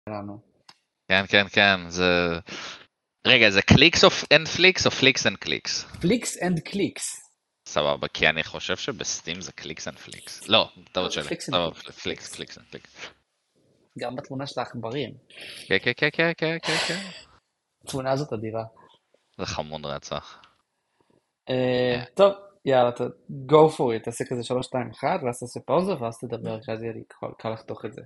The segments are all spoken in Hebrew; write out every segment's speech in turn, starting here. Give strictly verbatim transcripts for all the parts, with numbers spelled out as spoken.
שלנו. כן, כן, כן, זה... רגע, זה קליקס אנד פליקס או פליקס אנד קליקס? פליקס אנד קליקס. סבבה, כי אני חושב שבסטים זה קליקס אנד פליקס. לא, טעות זה שלי. פליקס אנד סבבה, פליקס, קליקס. קליקס אנד פליקס. גם בתמונה של העכברים. כן, כן, כן, כן, כן, כן, כן. התמונה הזאת אדירה. זה חמוד רצח. אה, טוב, יאללה, אתה go for it, תעשה כזה שלוש, שתיים, אחת, ואז תעשה פאוזה, ואז תדבר, כי אז יהיה לי קל קל לחתוך את זה.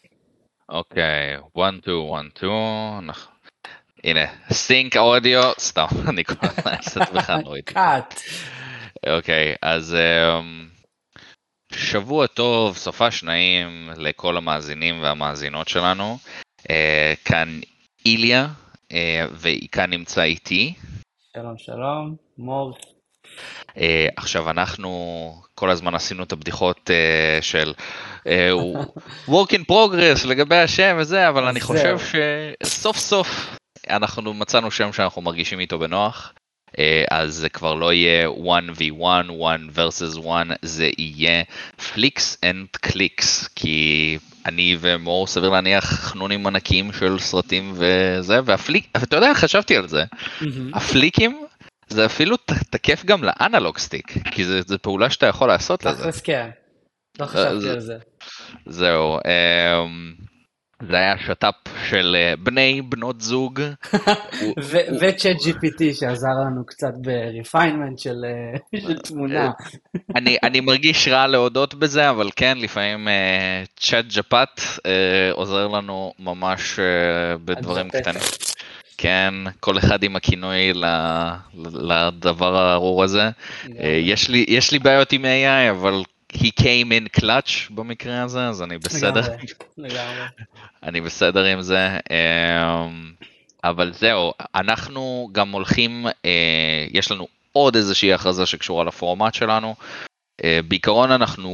אוקיי, אחת, שתיים, אחת, שתיים. הנה, סינק אודיו, סתם, אני כל הזמן קצת בכלל לא ראיתי. קאט. אוקיי, אז אמ, שבוע טוב, סופש נעים לכל המאזינים והמאזינות שלנו. אה, כאן איליה, אה, וכאן נמצא איתי. שלום, שלום, מור. אה, עכשיו אנחנו כל הזמן עשינו את הבדיחות אה, של אה, work in progress לגבי השם וזה, אבל אז אני חושב זהו. שסוף סוף אנחנו מצאנו שם שאנחנו מרגישים איתו בנוח. אה, אז זה כבר לא יהיה אחת וי אחת, אחת versus אחת, זה יהיה פליקס אנד קליקס, כי אני ומור סביר להניח חנונים ענקיים של סרטים וזה, והפליק, ואתה יודע, חשבתי על זה, מהמם. הפליקים זה אפילו ת- תקף גם לאנלוג סטיק, כי זה, זה פעולה שאתה יכול לעשות לזה. תכלס כן, לא אה, חשבתי זה- על זה. זהו, אמ, זה היה שת"פ של אה, בני בנות זוג. הוא- הוא- וצ'אט ג'י פי טי שעזר לנו קצת בריפיינמנט של אה, של אה, תמונה. אני, אני מרגיש רע להודות בזה, אבל כן, לפעמים אה, צ'אט ג'פת אה, עוזר לנו ממש אה, בדברים הג'פט. קטנים. כן, כל אחד עם הכינוי ל- לדבר הארור הזה. אה, לגמרי. יש לי, יש לי בעיות עם איי איי, אבל he came in clutch במקרה הזה, אז אני בסדר. לגמרי, לגמרי. אני בסדר עם זה. אמ, אבל זהו, אנחנו גם הולכים, אה, יש לנו עוד איזושהי הכרזה שקשורה לפורמט שלנו. אה, בעיקרון אנחנו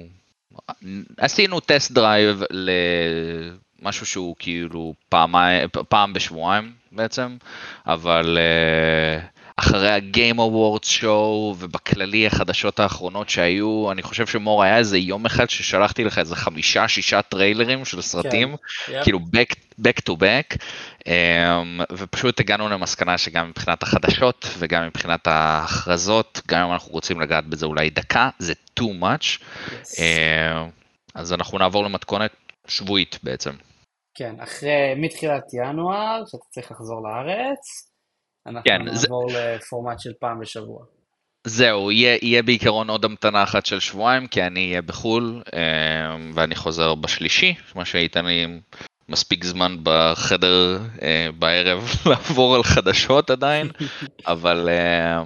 עשינו טסט דרייב למשהו שהוא כאילו פעמיים, פעם בשבועיים בעצם, אבל אה, אחרי הגיים אוורדס שואו ובכללי החדשות האחרונות שהיו, אני חושב שמור היה איזה יום אחד ששלחתי לך איזה חמישה שישה טריילרים של כן, סרטים, יפ. כאילו back, back to back, um, ופשוט הגענו למסקנה שגם מבחינת החדשות וגם מבחינת ההכרזות, גם אם אנחנו רוצים לגעת בזה אולי דקה, זה too much. Yes. אה, אז אנחנו נעבור למתכונת שבועית בעצם. כן, אחרי, מתחילת ינואר, שאתה צריך לחזור לארץ, אנחנו כן, זה, נעבור לפורמט של פעם בשבוע. זהו, יהיה, יהיה בעיקרון עוד המתנה אחת של שבועיים, כי אני אהיה בחול, אה, ואני חוזר בשלישי, מה שייתן לי מספיק זמן בחדר אה, בערב לעבור על חדשות עדיין, אבל אה,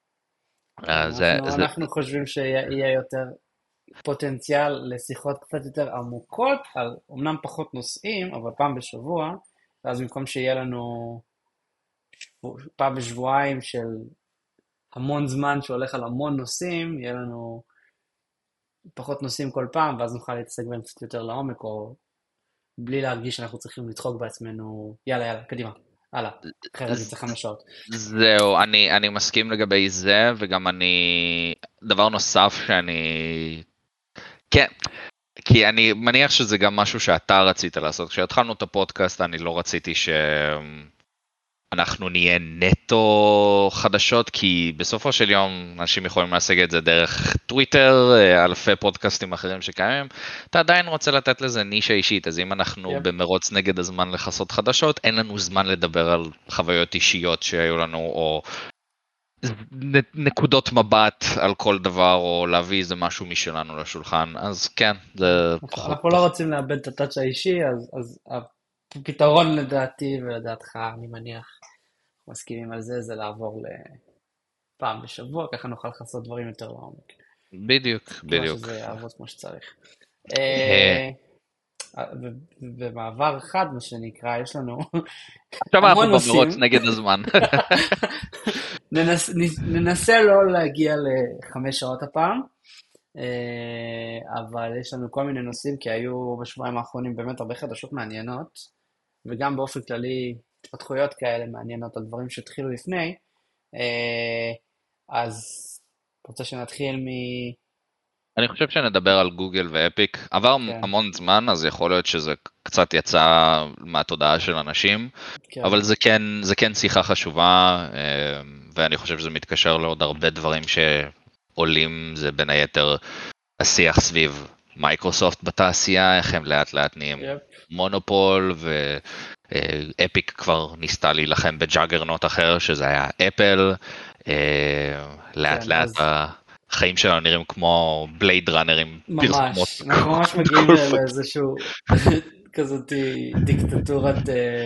אה, זה, אנחנו, זה, אנחנו חושבים שיהיה יותר פוטנציאל לשיחות קצת יותר עמוקות, על אומנם פחות נושאים, אבל פעם בשבוע, ואז במקום שיהיה לנו שבוע- פעם בשבועיים של המון זמן שהולך על המון נושאים, יהיה לנו פחות נושאים כל פעם, ואז נוכל להתעסק בהם קצת יותר לעומק, או בלי להרגיש שאנחנו צריכים לדחוק בעצמנו, יאללה, יאללה, קדימה, הלאה, אחרת זה צריך חמש שעות. זהו, אני, אני מסכים לגבי זה, וגם אני, דבר נוסף שאני, כן, כי אני מניח שזה גם משהו שאתה רצית לעשות. כשהתחלנו את הפודקאסט אני לא רציתי שאנחנו נהיה נטו חדשות, כי בסופו של יום אנשים יכולים להשיג את זה דרך טוויטר, אלפי פודקאסטים אחרים שקיימים, אתה עדיין רוצה לתת לזה נישה אישית, אז אם אנחנו יפ. במרוץ נגד הזמן לחסות חדשות, אין לנו זמן לדבר על חוויות אישיות שהיו לנו, או נ- נקודות מבט על כל דבר, או להביא איזה משהו משלנו לשולחן, אז כן, זה אנחנו פחות אנחנו לא פחות. רוצים לאבד את הטאצ' האישי, אז, אז הפתרון לדעתי ולדעתך, אני מניח, מסכימים על זה, זה לעבור לפעם בשבוע, ככה נוכל לעשות דברים יותר לעומק. בדיוק, תקווה בדיוק. שזה יעבוד כמו שצריך. אה, אה, ו- במעבר חד, מה שנקרא, יש לנו עכשיו אנחנו המון במרוץ נושאים. נגד הזמן. ננס, ננסה לא להגיע לחמש שעות הפעם, אה, אבל יש לנו כל מיני נושאים, כי היו בשבועיים האחרונים באמת הרבה חדשות מעניינות, וגם באופן כללי התפתחויות כאלה מעניינות על דברים שהתחילו לפני. אה, אז רוצה שנתחיל מ... אני חושב שנדבר על גוגל ואפיק. עבר כן, המון זמן, אז יכול להיות שזה קצת יצא מהתודעה של אנשים, כן, אבל זה כן, זה כן שיחה חשובה, אה, ואני חושב שזה מתקשר לעוד הרבה דברים שעולים, זה בין היתר השיח סביב מייקרוסופט בתעשייה, איך הם לאט לאט נהיים יפ, מונופול, ואפיק כבר ניסתה להילחם בג'אגרנוט אחר, שזה היה אפל, אה, לאט כן, לאט אז החיים שלנו נראים כמו בלייד ראנרים, פרסומות ממש, אנחנו ממש מגיעים בכל ל- פאק. לאיזשהו כזאת דיקטטורת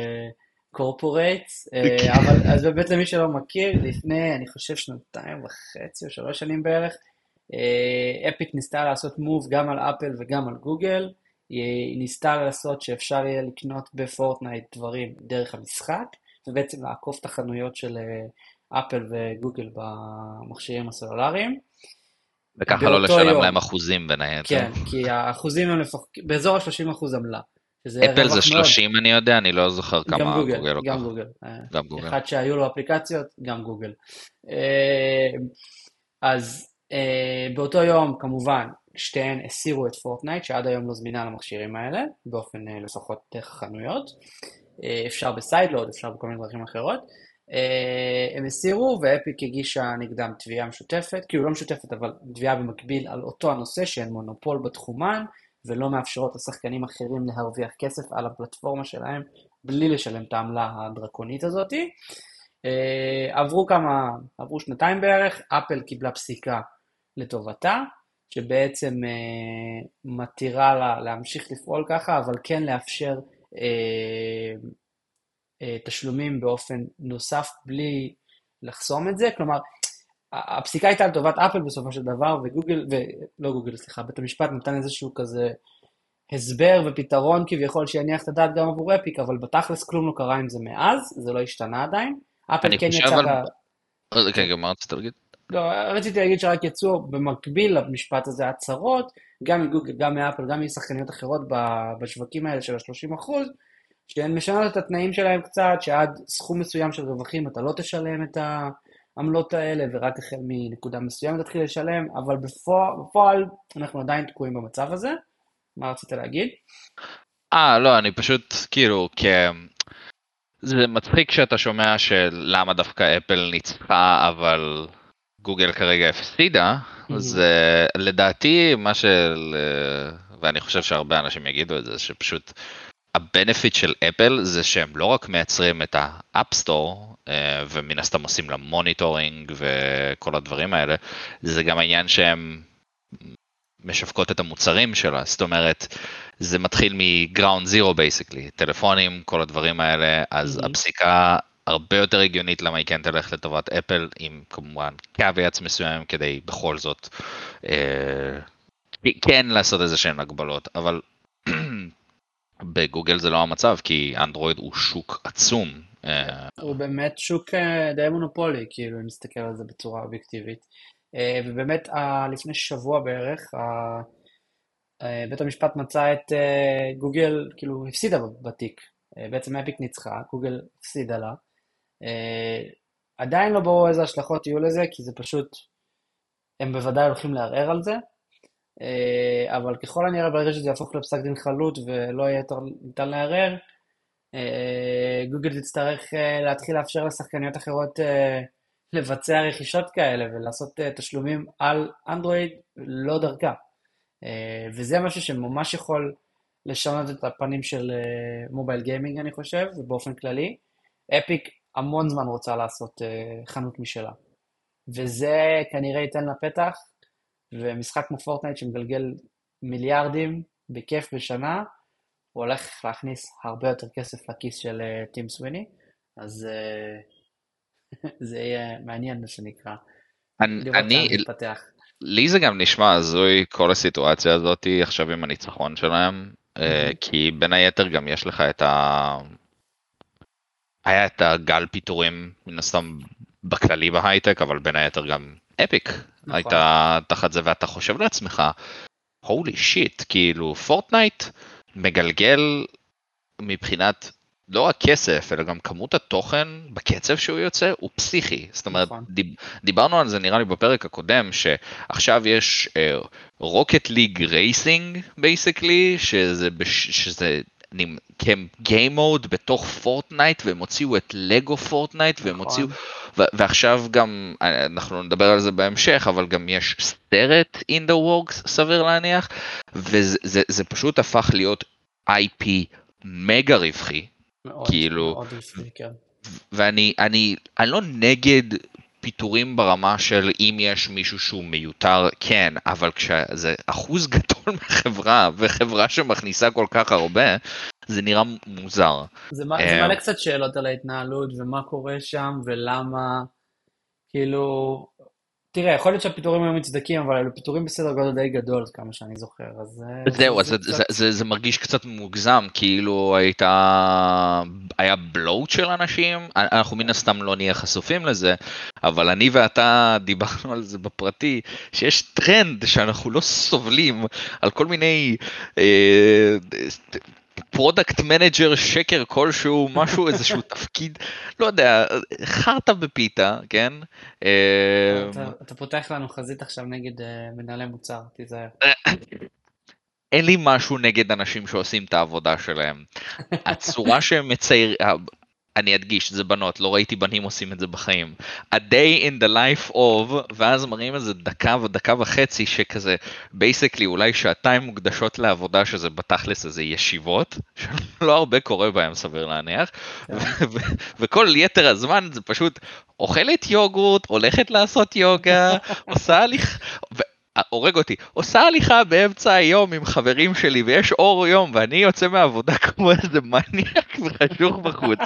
קורפורייטס, אבל אז באמת למי שלא מכיר, לפני אני חושב שנתיים וחצי או שלוש שנים בערך, אפיק ניסתה לעשות מוב גם על אפל וגם על גוגל, היא ניסתה לעשות שאפשר יהיה לקנות בפורטנייט דברים דרך המשחק, ובעצם לעקוף את החנויות של אה, אפל וגוגל במכשירים הסלולריים. וככה לא באותו לשלם להם יום, אחוזים בין היתר. כן, כי האחוזים הם לפח... באזור ה-שלושים אחוז עמלה, שזה אפל זה רווח מאוד. שלושים אני יודע, אני לא זוכר גם כמה גוגל, גוגל גם לוקח. גוגל. אה, גם גוגל. אחד שהיו לו אפליקציות, גם גוגל. אה, אז אה, באותו יום, כמובן, שתיהן הסירו את פורטנייט, שעד היום לא זמינה למכשירים האלה, באופן אה, לפחות דרך חנויות. אה, אפשר בסיידלוד, אפשר בכל מיני דרכים אחרות. אה, הם הסירו, ואפיק הגישה נגדם תביעה משותפת, כאילו לא משותפת, אבל תביעה במקביל על אותו הנושא, שהן מונופול בתחומן, ולא מאפשרות לשחקנים אחרים להרוויח כסף על הפלטפורמה שלהם, בלי לשלם את העמלה הדרקונית הזאת. אה, עברו כמה, עברו שנתיים בערך, אפל קיבלה פסיקה לטובתה, שבעצם אה, מתירה לה להמשיך לפעול ככה, אבל כן לאפשר אה, אה, תשלומים באופן נוסף בלי לחסום את זה. כלומר, ה- הפסיקה הייתה לטובת אפל בסופו של דבר, וגוגל, ולא גוגל, סליחה, בית המשפט נתן איזשהו כזה הסבר ופתרון כביכול שיניח את הדעת גם עבור אפיק, אבל בתכלס כלום לא קרה עם זה מאז, זה לא השתנה עדיין. אפל אני כן חושב יצא ב... על... כן. כן, גם מה רצית להגיד? לא, רציתי להגיד שרק יצאו במקביל למשפט הזה הצהרות, גם מגוגל, גם מאפל, גם משחקניות אחרות ב- בשווקים האלה של ה-שלושים אחוז, שהן משנות את התנאים שלהם קצת, שעד סכום מסוים של רווחים אתה לא תשלם את העמלות האלה, ורק החל מנקודה מסוימת תתחיל לשלם, אבל בפועל, בפועל אנחנו עדיין תקועים במצב הזה. מה רצית להגיד? אה, לא, אני פשוט, כאילו, כ... זה מצחיק שאתה שומע שלמה דווקא אפל ניצחה, אבל גוגל כרגע הפסידה, מהמם. זה לדעתי מה של... ואני חושב שהרבה אנשים יגידו את זה, שפשוט הבנפיט של אפל זה שהם לא רק מייצרים את האפסטור, ומן הסתם עושים לה מוניטורינג וכל הדברים האלה, זה גם העניין שהם משווקות את המוצרים שלה, זאת אומרת, זה מתחיל מ-ground zero basically, טלפונים, כל הדברים האלה, אז מהמם. הפסיקה הרבה יותר הגיונית למה היא כן תלך לטובת אפל, עם כמובן קוויאץ מסוים כדי בכל זאת אה, כן לעשות איזה שהן הגבלות, אבל בגוגל זה לא המצב, כי אנדרואיד הוא שוק עצום. אה, הוא באמת שוק אה, די מונופולי, כאילו, אם נסתכל על זה בצורה אובייקטיבית. אה, ובאמת, אה, לפני שבוע בערך, אה, אה, בית המשפט מצא את אה, גוגל, כאילו, הפסידה בתיק. אה, בעצם אפיק ניצחה, גוגל הפסידה לה. אה, עדיין לא ברור איזה השלכות יהיו לזה, כי זה פשוט, הם בוודאי הולכים לערער על זה. אה, אבל ככל הנראה ברגע שזה יהפוך לפסק דין חלוט ולא יהיה יותר ניתן לערער, אה, גוגל תצטרך אה, להתחיל לאפשר לשחקניות אחרות אה, לבצע רכישות כאלה ולעשות אה, תשלומים על אנדרואיד לא דרכה. אה, וזה משהו שממש יכול לשנות את הפנים של אה, מובייל גיימינג, אני חושב, ובאופן כללי. אפיק המון זמן רוצה לעשות אה, חנות משלה, וזה כנראה ייתן לה פתח, ומשחק כמו פורטנייט שמגלגל מיליארדים בכיף בשנה, הוא הולך להכניס הרבה יותר כסף לכיס של uh, טים סוויני, אז uh, זה יהיה מעניין מה שנקרא, אני, לראות לאן אני, זה יתפתח. לי זה גם נשמע הזוי כל הסיטואציה הזאת עכשיו עם הניצחון שלהם, אה, מהמם. כי בין היתר גם יש לך את ה... היה את הגל פיטורים מן הסתם בכללי בהייטק, אבל בין היתר גם אפיק נכון, הייתה תחת זה, ואתה חושב לעצמך, הולי שיט, כאילו פורטנייט מגלגל מבחינת לא רק כסף, אלא גם כמות התוכן בקצב שהוא יוצא הוא פסיכי. זאת אומרת, נכון. דיב, דיברנו על זה נראה לי בפרק הקודם, שעכשיו יש רוקט ליג רייסינג, בייסיקלי, שזה, בש, שזה גיים מוד בתוך פורטנייט, והם הוציאו את לגו פורטנייט, והם הוציאו, נכון. ו, ועכשיו גם, אנחנו נדבר על זה בהמשך, אבל גם יש סרט in the works, סביר להניח, וזה זה, זה פשוט הפך להיות איי פי מגה רווחי. מאוד, כאילו, מאוד רווחי, כן. ואני אני, אני לא נגד פיתורים ברמה של אם יש מישהו שהוא מיותר, כן, אבל כשזה אחוז גדול מחברה, וחברה שמכניסה כל כך הרבה, זה נראה מוזר. זה, מ- זה מעלה קצת שאלות על ההתנהלות, ומה קורה שם, ולמה, כאילו, תראה, יכול להיות שהפיטורים היו מצדקים, אבל אלו פיטורים בסדר גודל די גדול, כמה שאני זוכר, אז אה, זה, זהו, אז זה זה, קצת... זה, זה, זה מרגיש קצת מוגזם, כאילו הייתה, היה בלוט של אנשים, אנחנו מן הסתם לא נהיה חשופים לזה, אבל אני ואתה דיברנו על זה בפרטי, שיש טרנד שאנחנו לא סובלים על כל מיני אה, פרודקט מנג'ר שקר כלשהו, משהו, איזשהו תפקיד, לא יודע, חרטה בפיתה, כן? אה, אתה, אתה פותח לנו חזית עכשיו נגד אה, מנהלי מוצר, תיזהר. אין לי משהו נגד אנשים שעושים את העבודה שלהם. הצורה שהם מצייר, אני אדגיש, זה בנות, לא ראיתי בנים עושים את זה בחיים. A day in the life of, ואז מראים איזה דקה ודקה וחצי שכזה, basically אולי שעתיים מוקדשות לעבודה שזה בתכלס איזה ישיבות, שלא הרבה קורה בהם סביר להניח, כן. וכל יתר הזמן זה פשוט אוכלת יוגורט, הולכת לעשות יוגה, עושה הליך, הורג אותי, עושה הליכה באמצע היום עם חברים שלי ויש אור יום ואני יוצא מהעבודה כמו איזה מניאק וחשוך בחוץ.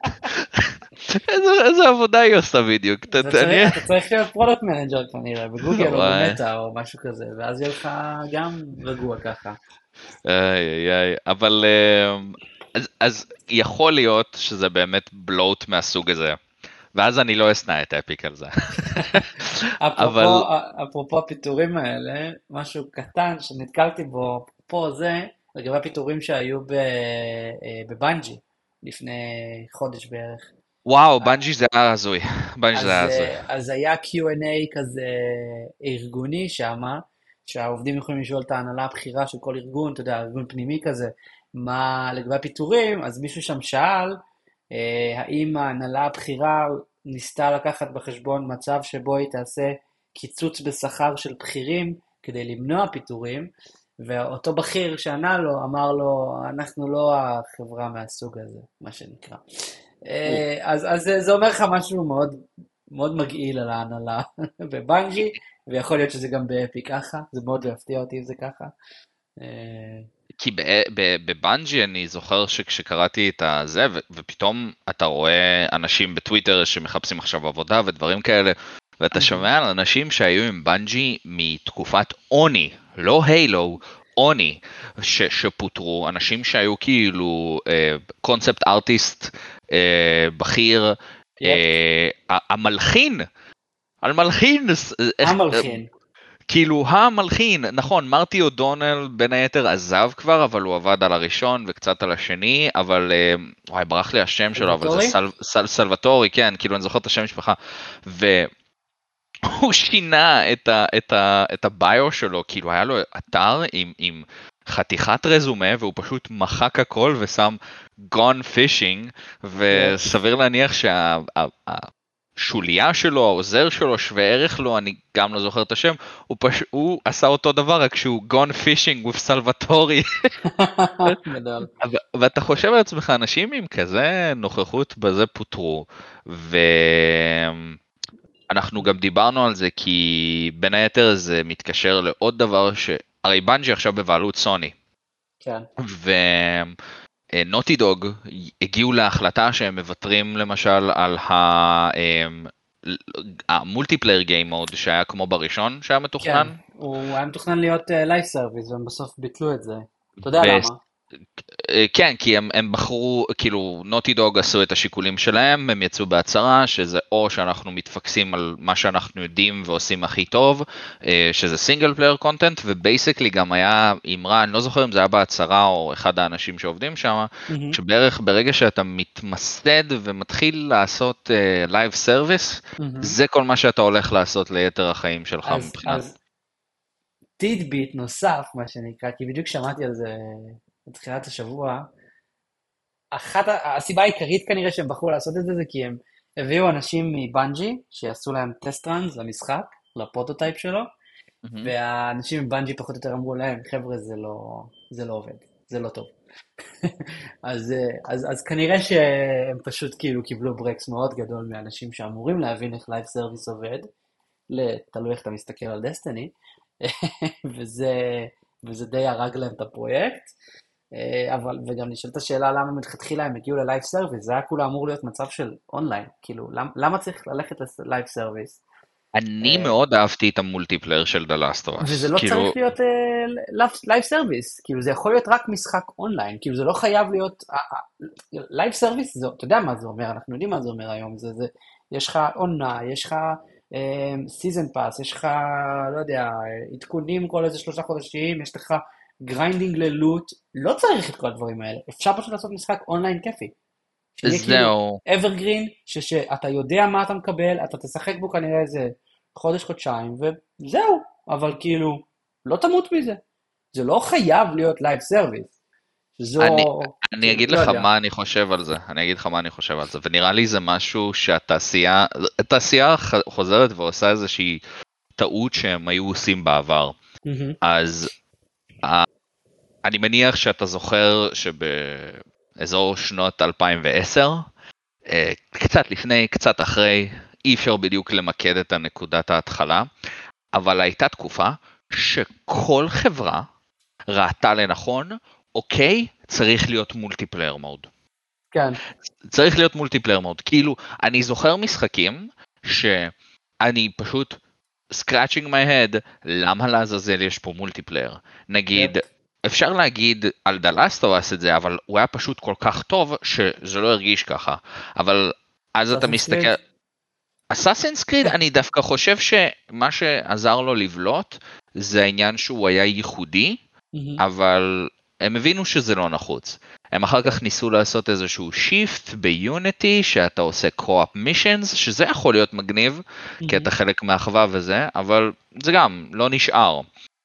איזה, איזה עבודה היא עושה בדיוק. אתה ת- צריך, אני... אתה צריך להיות פרודקט מנג'ר כנראה, בגוגל או וואי, במטא או משהו כזה, ואז יהיה לך גם רגוע ככה. איי, איי, איי. אבל אמ, אז, אז יכול להיות שזה באמת בלוט מהסוג הזה. ואז אני לא אשנא את אפיק על זה. אבל אפרופו, אפרופו הפיטורים האלה, משהו קטן שנתקלתי בו, אפרופו זה, לגבי הפיטורים שהיו ב, אה, בבנג'י לפני חודש בערך. וואו, בנג'י זה היה הזוי. בנג'י זה היה אז, הזוי. אה, אז היה קיו אנד איי כזה ארגוני שם, שהעובדים יכולים לשאול את ההנהלה הבכירה של כל ארגון, אתה יודע, ארגון פנימי כזה, מה לגבי הפיטורים, אז מישהו שם שאל, אה, האם ההנהלה הבכירה ניסתה לקחת בחשבון מצב שבו היא תעשה קיצוץ בשכר של בכירים כדי למנוע פיטורים, ואותו בכיר שענה לו, אמר לו, אנחנו לא החברה מהסוג הזה, מה שנקרא. אה, אז, אז זה, זה אומר לך משהו מאוד, מאוד מגעיל על ההנהלה בבנג'י, ויכול להיות שזה גם באפי ככה, זה מאוד לא יפתיע אותי אם זה ככה. אה, כי ב- ב- בבנג'י אני זוכר שכשקראתי את הזה, ו- ופתאום אתה רואה אנשים בטוויטר שמחפשים עכשיו עבודה ודברים כאלה, ואתה שומע על אנשים שהיו עם בנג'י מתקופת עוני, לא הילו, עוני, ש- שפוטרו, אנשים שהיו כאילו קונספט ארטיסט בכיר, יפ, אה, ה- המלחין, על מלחין, איך- המלחין. כאילו המלחין, נכון, מרטי אודונל בין היתר עזב כבר, אבל הוא עבד על הראשון וקצת על השני, אבל אה, וואי, ברח לי השם שלו, אבל זה סלווטורי? סל, סל, סלווטורי, כן, כאילו אני זוכר את השם משפחה, והוא שינה את, ה, את, ה, את הביו שלו, כאילו היה לו אתר עם, עם חתיכת רזומה, והוא פשוט מחק הכל ושם gone fishing, יפ. וסביר להניח שה... שוליה שלו, העוזר שלו, שווה ערך לו, אני גם לא זוכר את השם, הוא, פש... הוא עשה אותו דבר רק שהוא gone fishing with סלווטורי. גדול. ו- ואתה חושב על עצמך, אנשים עם כזה נוכחות בזה פוטרו, ואנחנו גם דיברנו על זה כי בין היתר זה מתקשר לעוד דבר ש... הרי בנג'י עכשיו בבעלות סוני, כן. ונוטי דוג הגיעו להחלטה שהם מוותרים למשל על ה... המולטיפלייר גיים מוד שהיה כמו בראשון שהיה כן, מתוכנן. הוא היה מתוכנן להיות לייב סרוויס, והם בסוף ביטלו את זה. אתה יודע למה? כן, כי הם, הם בחרו, כאילו, נוטי דוג עשו את השיקולים שלהם, הם יצאו בהצהרה, שזה או שאנחנו מתפקסים על מה שאנחנו יודעים ועושים הכי טוב, שזה סינגל פלייר קונטנט, ובייסיקלי גם היה אמרה, אני לא זוכר אם זה היה בהצהרה או אחד האנשים שעובדים שם, מהמם, שבערך ברגע שאתה מתמסד ומתחיל לעשות לייב uh, סרוויס, מהמם. זה כל מה שאתה הולך לעשות ליתר החיים שלך אז, מבחינת. אז טידביט נוסף, מה שנקרא, כי בדיוק שמעתי על זה בתחילת השבוע, אחת, ה- הסיבה העיקרית כנראה שהם בחרו לעשות את זה, זה כי הם הביאו אנשים מבנג'י, שיעשו להם טסט ראנס למשחק, לפרוטוטייפ שלו, מהמם. והאנשים מבנג'י פחות או יותר אמרו להם, חבר'ה, זה לא, זה לא עובד, זה לא טוב. אז, אה, אז, אז כנראה שהם פשוט כאילו קיבלו ברקס מאוד גדול מאנשים שאמורים להבין איך לייב סרוויס עובד, ל- תלוי איך אתה מסתכל על דסטיני, וזה, וזה די הרג להם את הפרויקט. אה, אבל, וגם נשאלת השאלה למה מלכתחילה הם הגיעו ללייב סרוויס, זה היה כולה אמור להיות מצב של אונליין, כאילו, למ, למה צריך ללכת ללייב סרוויס? אני מאוד אהבתי את המולטיפלייר של The Last of וזה Us, לא כאילו, צריך להיות לייב סרוויס, כאילו זה יכול להיות רק משחק אונליין, כאילו זה לא חייב להיות, לייב סרוויס, אתה יודע מה זה אומר, אנחנו יודעים מה זה אומר היום, זה, זה, יש לך עונה, יש לך סיזן פאס, יש לך, לא יודע, עדכונים כל איזה שלושה חודשים, יש לך גריינדינג ללוט, לא צריך את כל הדברים האלה, אפשר פשוט לעשות משחק אונליין כיפי. שיהיה כאילו זהו. evergreen, ש- שאתה יודע מה אתה מקבל, אתה תשחק בו כנראה איזה חודש, חודשיים, וזהו, אבל כאילו, לא תמות מזה. זה לא חייב להיות לייב סרוויס. זו, אני, אני כאילו, אגיד לא לך יודע. מה אני חושב על זה, אני אגיד לך מה אני חושב על זה, ונראה לי זה משהו שהתעשייה, התעשייה ח- חוזרת ועושה איזושהי טעות שהם היו עושים בעבר. מהמם, אז ה- אני מניח שאתה זוכר שבאזור שנות אלפיים ועשר, אה, קצת לפני, קצת אחרי, אי אפשר בדיוק למקד את הנקודת ההתחלה, אבל הייתה תקופה שכל חברה ראתה לנכון, אוקיי, צריך להיות מולטיפלייר מוד. כן. צריך להיות מולטיפלייר מוד. כאילו, אני זוכר משחקים שאני פשוט scratching my head, למה לעזאזל יש פה מולטיפלייר? נגיד, יפ. אפשר להגיד על The Last of Us את זה, אבל הוא היה פשוט כל כך טוב שזה לא הרגיש ככה. אבל אז אתה Assassin's מסתכל, Creed? אסאסינס קריד, אני דווקא חושב שמה שעזר לו לבלוט זה העניין שהוא היה ייחודי, מהמם, אבל הם הבינו שזה לא נחוץ. הם אחר כך ניסו לעשות איזשהו שיפט ביוניטי, שאתה עושה קו-אפ מישנס, שזה יכול להיות מגניב, כי מהמם. אתה חלק מהחווה וזה, אבל זה גם לא נשאר.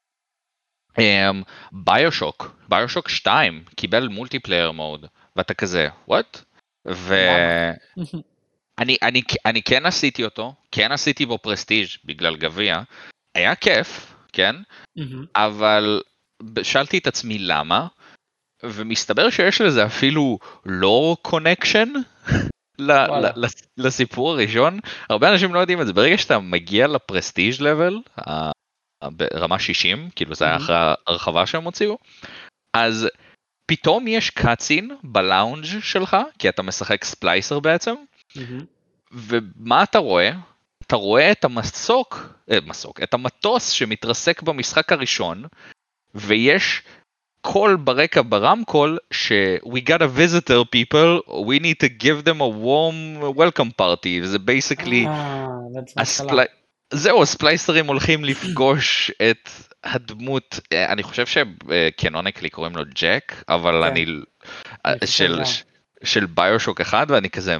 ביושוק, ביושוק שתיים, קיבל מולטיפלייר מוד, ואתה כזה, what? למה? ואני אני, אני כן עשיתי אותו, כן עשיתי בו פרסטיג' בגלל גביע, היה כיף, כן? מהמם. אבל שאלתי את עצמי למה, ומסתבר שיש לזה אפילו לא קונקשן וואלה. לסיפור הראשון. הרבה אנשים לא יודעים את זה, ברגע שאתה מגיע לפרסטיג' לבל, ברמה שישים, כאילו זה היה מהמם, אחרי הרחבה שהם הוציאו, אז פתאום יש קאצין בלאונג' שלך, כי אתה משחק ספלייסר בעצם, מהמם. ומה אתה רואה? אתה רואה את המסוק, אה, מסוק, את המטוס שמתרסק במשחק הראשון, ויש קול ברקע ברמקול ש we got a visitor people, we need to give them a warm welcome party, וזה basically, אה, זה בהתחלה. הספלי... זהו, הספלייסרים הולכים לפגוש את הדמות, אני חושב שקנוניקלי קוראים לו ג'ק, אבל כן, אני, אני חושב של, גם. של ביושוק אחד, ואני כזה,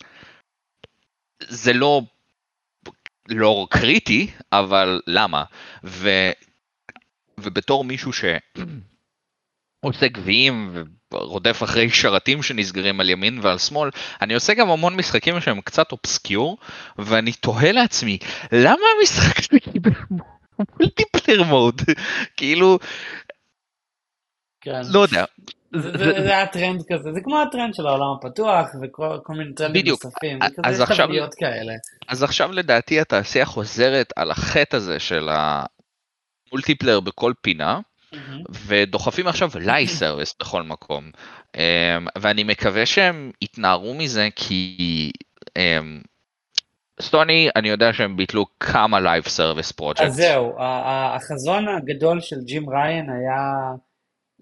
זה לא, לא קריטי, אבל למה? ו, ובתור מישהו ש... עושה גביעים ורודף אחרי שרתים שנסגרים על ימין ועל שמאל, אני עושה גם המון משחקים שהם קצת אובסקיור, ואני תוהה לעצמי, למה המשחק שלי קיבל מולטיפלייר מוד? כאילו, כן. לא יודע. זה, זה, זה, זה, זה היה טרנד כזה, זה כמו הטרנד של העולם הפתוח וכל כל מיני טרנדים בדיוק. נוספים, זה כזה, אז יש עכשיו, תבניות כאלה. אז עכשיו לדעתי התעשייה חוזרת על החטא הזה של המולטיפלייר בכל פינה, מהמם. ודוחפים עכשיו ליי סרוויס בכל מקום, um, ואני מקווה שהם יתנערו מזה, כי um, סטוני, אני יודע שהם ביטלו כמה לייב סרוויס אז פרוג'קטס. זהו, ה- ה- החזון הגדול של ג'ים ריין היה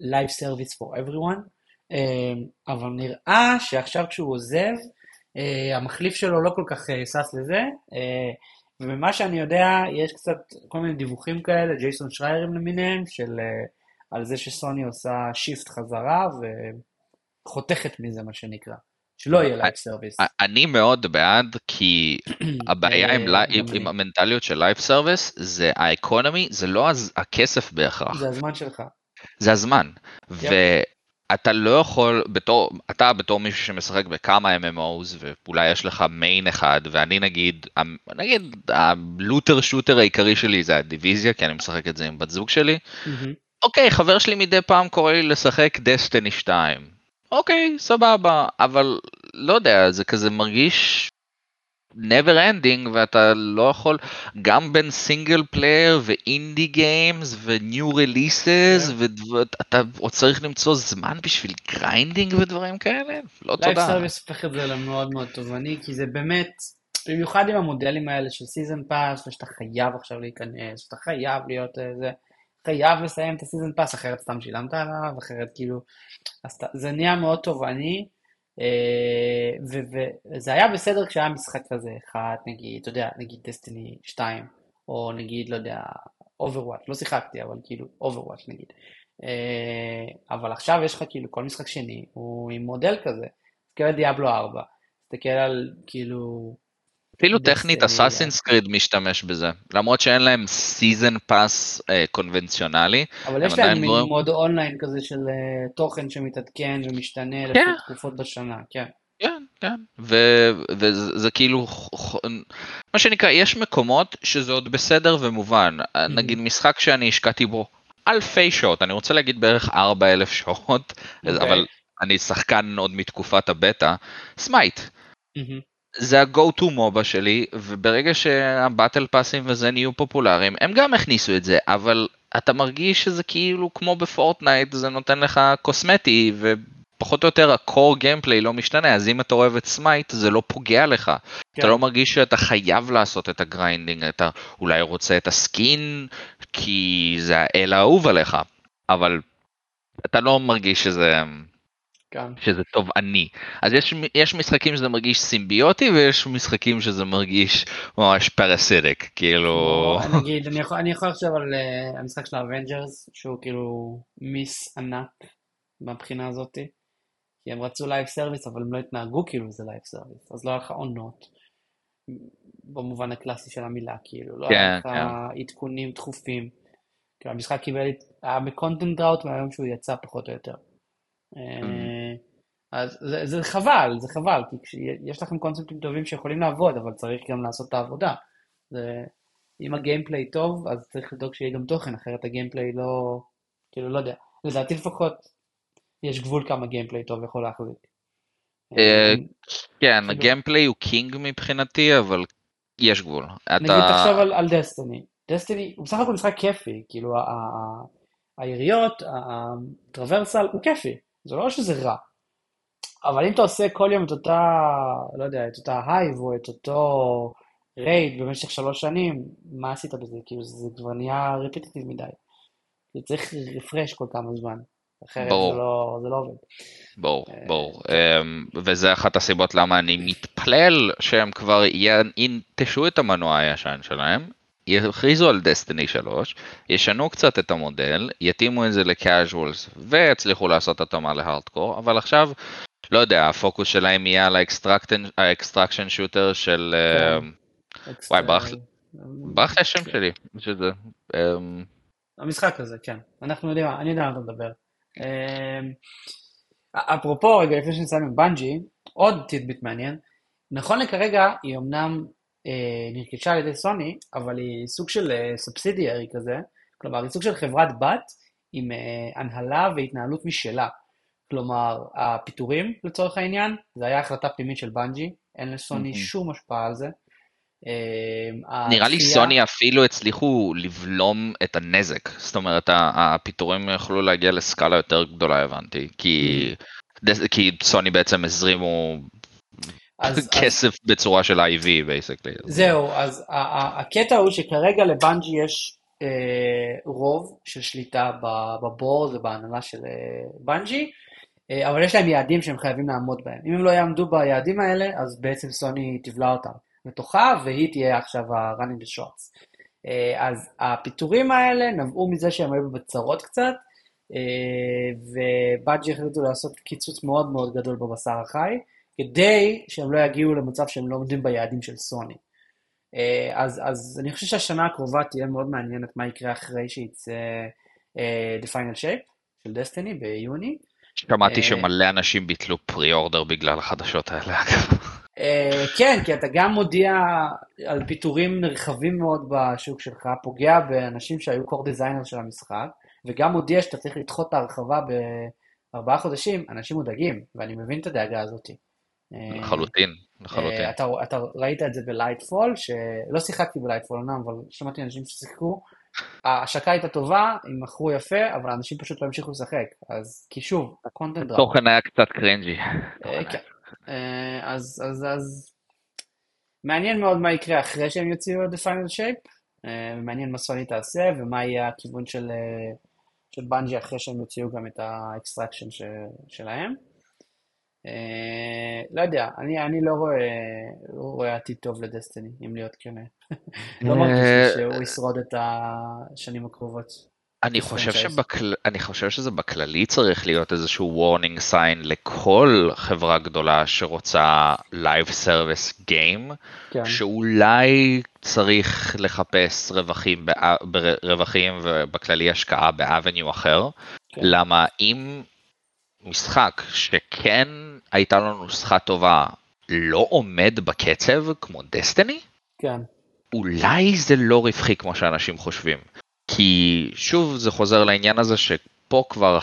Live Service for Everyone, אבל נראה שעכשיו כשהוא עוזב, המחליף שלו לא כל כך סס לזה, וממה שאני יודע, יש קצת כל מיני דיווחים כאלה, ג'ייסון שריירים למיניהם, של, על זה שסוני עושה שיפט חזרה, וחותכת מזה מה שנקרא, שלא יהיה לייב סרוויס. אני מאוד בעד, כי הבעיה עם המנטליות של לייב סרוויס, זה האקונומי, זה לא הכסף בהכרח. זה הזמן שלך. זה הזמן, ואתה לא יכול, בתור, אתה בתור מישהו שמשחק בכמה אם אם או'ס, ואולי יש לך מיין אחד, ואני נגיד, נגיד, הלוטר שוטר העיקרי שלי זה הדיוויזיה, כי אני משחק את זה עם בת זוג שלי, אוקיי, חבר שלי מדי פעם קורא לי לשחק דסטיני שתיים, אוקיי, סבבה, אבל לא יודע, זה כזה מרגיש never ending, ואתה לא יכול, גם בין סינגל פלייר ואינדי גיימס וניו רליסס, ואתה עוד צריך למצוא זמן בשביל גריינדינג ודברים כאלה, לא תודה. לייב סרוויס הופך את זה למאוד מאוד תובעני, כי זה באמת, במיוחד עם המודלים האלה של סיזן פאס, ושאתה חייב עכשיו להיכנס, שאתה חייב להיות זה, חייב לסיים את הסיזן פאס, אחרת סתם שילמת עליו, אחרת כאילו, זה נהיה מאוד תובעני, וזה היה בסדר כשהיה משחק כזה אחד, נגיד, אתה יודע, נגיד דסטיני שתיים, או נגיד, לא יודע, אוברוואץ', לא שיחקתי, אבל כאילו, אוברוואץ' נגיד. אבל עכשיו יש לך כאילו, כל משחק שני, הוא עם מודל כזה, תסתכל על דיאבלו ארבע, תסתכל על כאילו... אפילו טכנית, אסאסינס קריד משתמש בזה, למרות שאין להם סיזן פאס קונבנציונלי. אבל יש להם מוד אונליין כזה של תוכן שמתעדכן ומשתנה לפי תקופות בשנה, כן. כן, כן, וזה כאילו, מה שנקרא, יש מקומות שזה עוד בסדר ומובן, נגיד משחק שאני השקעתי בו אלפי שעות, אני רוצה להגיד בערך ארבע אלף שעות, אבל אני שחקן עוד מתקופת הבטא, סמייט. זה ה-go to מובה שלי, וברגע שהבטל פאסים וזה נהיו פופולריים, הם גם הכניסו את זה, אבל אתה מרגיש שזה כאילו כמו בפורטנייט, זה נותן לך קוסמטי, ופחות או יותר הקור גיימפליי לא משתנה, אז אם אתה אוהב את סמייט, זה לא פוגע לך. כן. אתה לא מרגיש שאתה חייב לעשות את הגריינדינג, אתה אולי רוצה את הסקין, כי זה האל האהוב עליך, אבל אתה לא מרגיש שזה... שזה טוב אני. אז יש, יש משחקים שזה מרגיש סימביוטי, ויש משחקים שזה מרגיש ממש פרסיטיק, כאילו... נגיד, אני יכול, אני יכול לחשוב על uh, המשחק של האבנג'רס, שהוא כאילו מיס ענק מהבחינה הזאת, כי הם רצו לייב סרוויס, אבל הם לא התנהגו כאילו זה לייב סרוויס, אז לא היה לך עונות, במובן הקלאסי של המילה, כאילו, לא כן, היה לך כן. עדכונים דחופים, כאילו המשחק קיבל, היה בקונטנט דראוט מהיום שהוא יצא פחות או יותר. אז זה, זה חבל, זה חבל, כי כשיש לכם קונספטים טובים שיכולים לעבוד, אבל צריך גם לעשות את העבודה. זה, אם הגיימפליי טוב, אז צריך לדאוג שיהיה גם תוכן, אחרת הגיימפליי לא, כאילו לא יודע. לדעתי לפחות, יש גבול כמה גיימפליי טוב יכול להחזיק. כן, הגיימפליי הוא קינג מבחינתי, אבל יש גבול. נגיד תחשוב על דסטיני. דסטיני הוא בסך הכל משחק כיפי, כאילו היריות, הטרוורסל הוא כיפי. זה לא שזה רע. אבל אם אתה עושה כל יום את אותה, לא יודע, את אותה הייב או את אותו רייד במשך שלוש שנים, מה עשית בזה? כאילו זה כבר נהיה רפיטיטיב מדי. זה צריך רפרש כל כמה זמן. אחרת זה לא, זה לא עובד. ברור, ברור. וזה אחת הסיבות למה אני מתפלל שהם כבר ינטשו את המנוע הישן שלהם. יכריזו על דסטיני שלוש, ישנו קצת את המודל, יתאימו את זה לקאז'ואלס, ויצליחו לעשות התאמה להארדקור, אבל עכשיו, לא יודע, הפוקוס שלהם יהיה על האקסטרקשן שוטר של... וואי, ברח השם שלי. המשחק הזה, כן. אנחנו יודעים, אני יודע מה אתה מדבר. אפרופו, רגע, לפני שנסיים עם בנג'י, עוד טיטביט מעניין, נכון לכרגע, היא אמנם נרכשה על ידי סוני, אבל היא סוג של סובסידיארי כזה, כלומר, היא סוג של חברת בת עם הנהלה והתנהלות משלה. כלומר, הפיטורים לצורך העניין, זה היה החלטה פנימית של בנג'י, אין לסוני שום השפעה על זה. נראה לי סוני אפילו הצליחו לבלום את הנזק, זאת אומרת, הפיטורים יכולו להגיע לסקאלה יותר גדולה, הבנתי, כי סוני בעצם הזרימו... אז, כסף אז, בצורה של איי וי, basically. זהו, אז הקטע הוא שכרגע לבנג'י יש אה, רוב של שליטה בבורד ובהנהלה של בנג'י, אה, אבל יש להם יעדים שהם חייבים לעמוד בהם. אם הם לא יעמדו ביעדים האלה, אז בעצם סוני תבלע אותם לתוכה, והיא תהיה עכשיו ה-running the shots. אה, אז הפיטורים האלה נבעו מזה שהם היו בצרות קצת, ובנג'י החליטו לעשות קיצוץ מאוד מאוד גדול בבשר החי, כדי שהם לא יגיעו למצב שהם לא עומדים ביעדים של סוני. אז, אז אני חושב שהשנה הקרובה תהיה מאוד מעניינת מה יקרה אחרי שיצא uh, The Final Shape של דסטיני ביוני. שמעתי שמלא אנשים ביטלו פרי-אורדר בגלל החדשות האלה. Uh, כן, כי אתה גם מודיע על פיטורים נרחבים מאוד בשוק שלך, פוגע באנשים שהיו קור דיזיינר של המשחק, וגם מודיע שאתה צריך לדחות את ההרחבה בארבעה חודשים, אנשים מודאגים, ואני מבין את הדאגה הזאת. לחלוטין, לחלוטין. אתה, אתה ראית את זה בלייטפול, שלא שיחקתי בלייטפול, אבל שמעתי אנשים ששיחקו, ההשקה הייתה טובה, הם מכרו יפה, אבל האנשים פשוט לא המשיכו לשחק, אז כי שוב, קונטנט דראפ. התוכן היה קצת קרנג'י. כן, אז, אז, אז, מעניין מאוד מה יקרה אחרי שהם יוציאו את The Final Shape, מעניין מה סוני תעשה, ומה יהיה הכיוון של, של בנג'י אחרי שהם יוציאו גם את האקסטרקשן שלהם. לא יודע, אני, אני לא רואה, לא רואה עתיד טוב לדסטיני, אם להיות כנה. לא מרגיש שהוא ישרוד את השנים הקרובות. אני חושב שבכל... אני חושב שזה בכללי צריך להיות איזשהו warning sign לכל חברה גדולה שרוצה live service game, כן. שאולי צריך לחפש רווחים, בא... ברווחים ובכללי השקעה באבניו אחר. כן. למה אם משחק שכן הייתה לנו נוסחה טובה לא עומד בקצב כמו דסטיני, כן. אולי זה לא רווחי כמו שאנשים חושבים. כי שוב זה חוזר לעניין הזה שפה כבר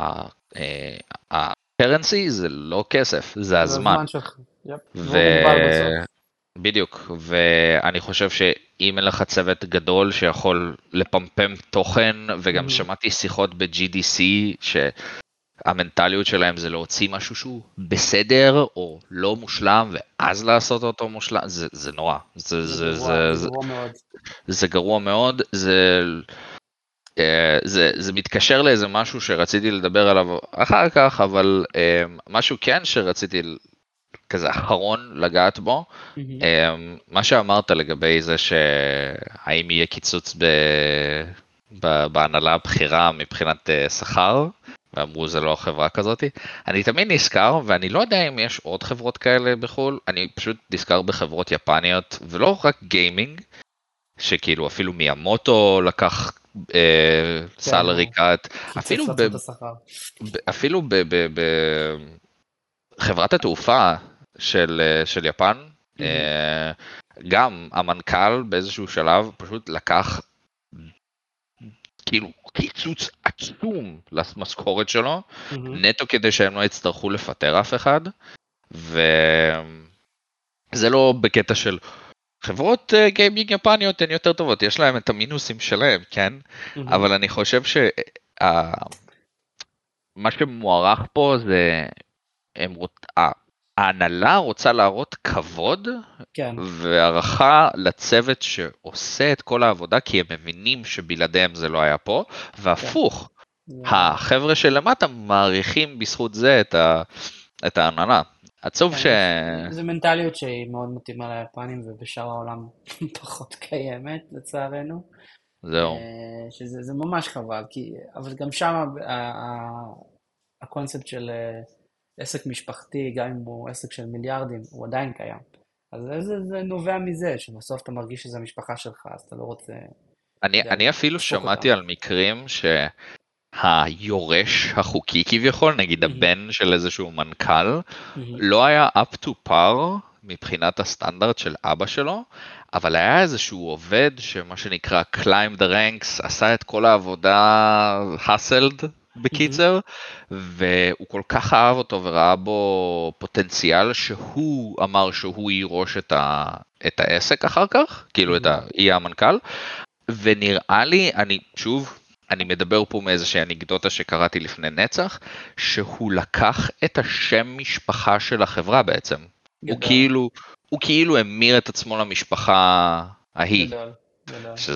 ה-currency זה לא כסף, זה הזמן. בדיוק, ואני חושב שאם אין לך צוות גדול שיכול לפמפם תוכן, וגם שמעתי שיחות ב-ג'י די סי שהמנטליות שלהם זה להוציא משהו שהוא בסדר או לא מושלם, ואז לעשות אותו מושלם, זה נורא. זה גרוע מאוד. זה גרוע מאוד, זה, זה, זה מתקשר לאיזה משהו שרציתי לדבר עליו אחר כך, אבל משהו כן שרציתי כזה אחרון לגעת בו, mm-hmm. מה שאמרת לגבי זה שהאם יהיה קיצוץ ב, ב, בהנהלה הבחירה מבחינת שכר, ואמרו זה לא חברה כזאת, אני תמיד נזכר, ואני לא יודע אם יש עוד חברות כאלה בחול, אני פשוט נזכר בחברות יפניות, ולא רק גיימינג, שכאילו אפילו מיאמוטו לקח אה, סלרי קאט, אפילו, ב, ב, אפילו ב, ב, ב, חברת התעופה של, של יפן, mm-hmm. אה, גם המנכ"ל באיזשהו שלב פשוט לקח כאילו קיצוץ עצום למשכורת שלו, mm-hmm. נטו כדי שהם לא יצטרכו לפטר אף אחד, וזה לא בקטע של חברות גיימינג יפניות הן יותר טובות, יש להם את המינוסים שלהם, כן? Mm-hmm. אבל אני חושב שמה שמוערך פה זה, הם רוצ... ההנהלה רוצה להראות כבוד, כן. והערכה לצוות שעושה את כל העבודה, כי הם מבינים שבלעדיהם זה לא היה פה, והפוך, כן. החבר'ה שלמטה מעריכים בזכות זה את, ה... את ההנהלה. עצוב ש... זו מנטליות שהיא מאוד מתאימה ליפנים, ובשאר העולם פחות קיימת, לצערנו. זהו. שזה זה ממש חבל, כי... אבל גם שם הקונספט של עסק משפחתי, גם אם הוא עסק של מיליארדים, הוא עדיין קיים. אז זה, זה נובע מזה, שבסוף אתה מרגיש שזה המשפחה שלך, אז אתה לא רוצה... אני, אני אפילו שמעתי אותה. על מקרים ש... היורש החוקי כביכול, נגיד הבן של איזשהו מנכ"ל, לא היה up to par מבחינת הסטנדרט של אבא שלו, אבל היה איזשהו עובד שמה שנקרא climb the ranks, עשה את כל העבודה hustled בקיצר, והוא כל כך אהב אותו וראה בו פוטנציאל שהוא אמר שהוא ירוש את, ה... את העסק אחר כך, כאילו את ה... יהיה המנכ"ל, ונראה לי, אני שוב, אני מדבר פה מאיזושהי אנקדוטה שקראתי לפני נצח, שהוא לקח את השם משפחה של החברה בעצם. הוא כאילו, הוא כאילו המיר את עצמו למשפחה ההיא. גדול, גדול. שזה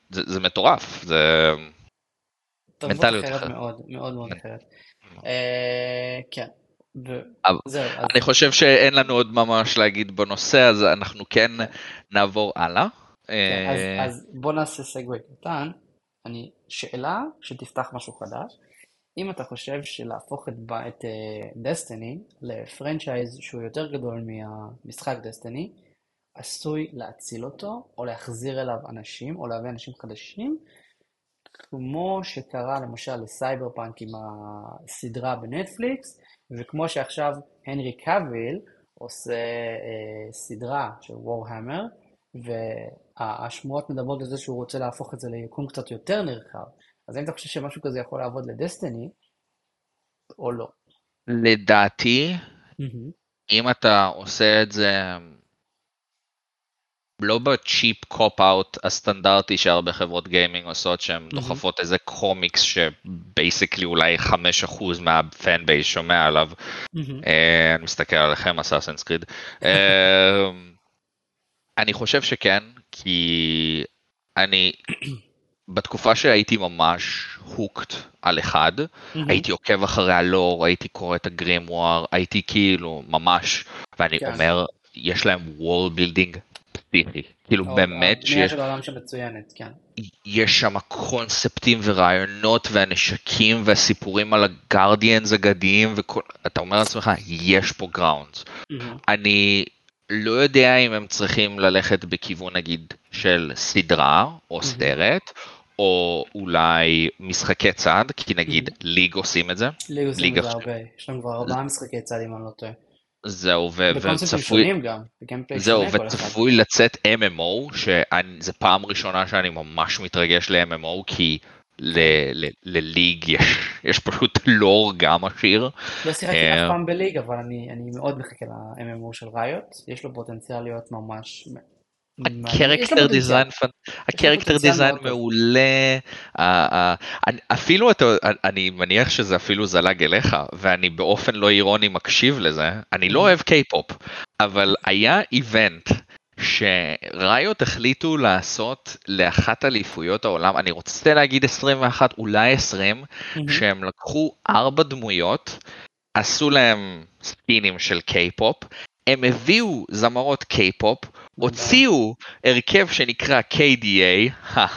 זה, זה מטורף, זה תרבות מנטליות אחרת אחרת. מאוד, מאוד מאוד מנ- אחרת. אה, כן, אבל וזהו, אז אני חושב שאין לנו עוד ממש להגיד בנושא, אז אנחנו כן כן, נעבור הלאה. כן, אז, אה, אז בוא נעשה סגווי קטן. אני, שאלה שתפתח משהו חדש. אם אתה חושב שלהפוך את, ב- את דסטיני לפרנצ'ייז שהוא יותר גדול מהמשחק דסטיני, עשוי להציל אותו, או להחזיר אליו אנשים, או להביא אנשים חדשים, כמו שקרה למשל לסייבר פאנק עם הסדרה בנטפליקס, וכמו שעכשיו הנרי קאביל עושה אה, סדרה של וורהמר, והשמועות מדברות על זה שהוא רוצה להפוך את זה ליקום קצת יותר נרחב. אז האם אתה חושב שמשהו כזה יכול לעבוד לדסטיני, או לא? לדעתי, מהמם. אם אתה עושה את זה לא בצ'יפ קופ-אוט הסטנדרטי שהרבה חברות גיימינג עושות, שהן מהמם. דוחפות איזה קומיקס שבייסיקלי אולי חמישה אחוז מהפן בייס שומע עליו. מהמם. אה, אני מסתכל עליכם, אסאסינס קריד. אני חושב שכן, כי אני בתקופה שהייתי ממש הוקט על אחד, מהמם. הייתי עוקב אחרי הלור, הייתי קורא את הגרימואר, הייתי כאילו ממש, ואני כן. אומר, יש להם וול בילדינג פסיכי, כאילו או, באמת הבנייה שיש של העולם שמצוינת, כן. יש שם קונספטים ורעיונות והנשקים והסיפורים על הגארדיאנס אגדיים, ואתה אומר לעצמך, יש פה גראונדס. מהמם. אני לא יודע אם הם צריכים ללכת בכיוון נגיד של סדרה או מהמם. סרט, או אולי משחקי צד, כי נגיד מהמם. ליג עושים את זה. לי עושים ליג את זה עכשיו, הרבה. יש לנו כבר ארבעה משחקי צד אם אני לא טועה. זהו, ו- בקונספטים וצפוי, שונים גם, בגיימפליי זהו, שונה כל אחד. וצפוי לצאת אם אם או, שזה פעם ראשונה שאני ממש מתרגש ל-אם אם או, כי כן. ל- ל- לליג יש, יש פשוט לור גם עשיר. לא שיחקתי אף אה, פעם בליג, אבל אני, אני מאוד מחכה ל-אם אם או של ריוט. יש לו פוטנציאל להיות ממש מעניין. יש לו הקרקטר פוטנציאל. דיזיין, יש לו הקרקטר פוטנציאל דיזיין מאוד טוב. מעולה, ה- ה- אני- אפילו אתה, אני מניח שזה אפילו זלג אליך, ואני באופן לא אירוני מקשיב לזה, אני לא מהמם. אוהב קיי-פופ, אבל היה איבנט שראיות החליטו לעשות לאחת אליפויות העולם, אני רוצה להגיד עשרים ואחת, אולי עשרים, מהמם. שהם לקחו ארבע דמויות, עשו להם ספינים של קיי-פופ, הם הביאו זמרות קיי-פופ, נהדר. הוציאו הרכב שנקרא קיי די איי,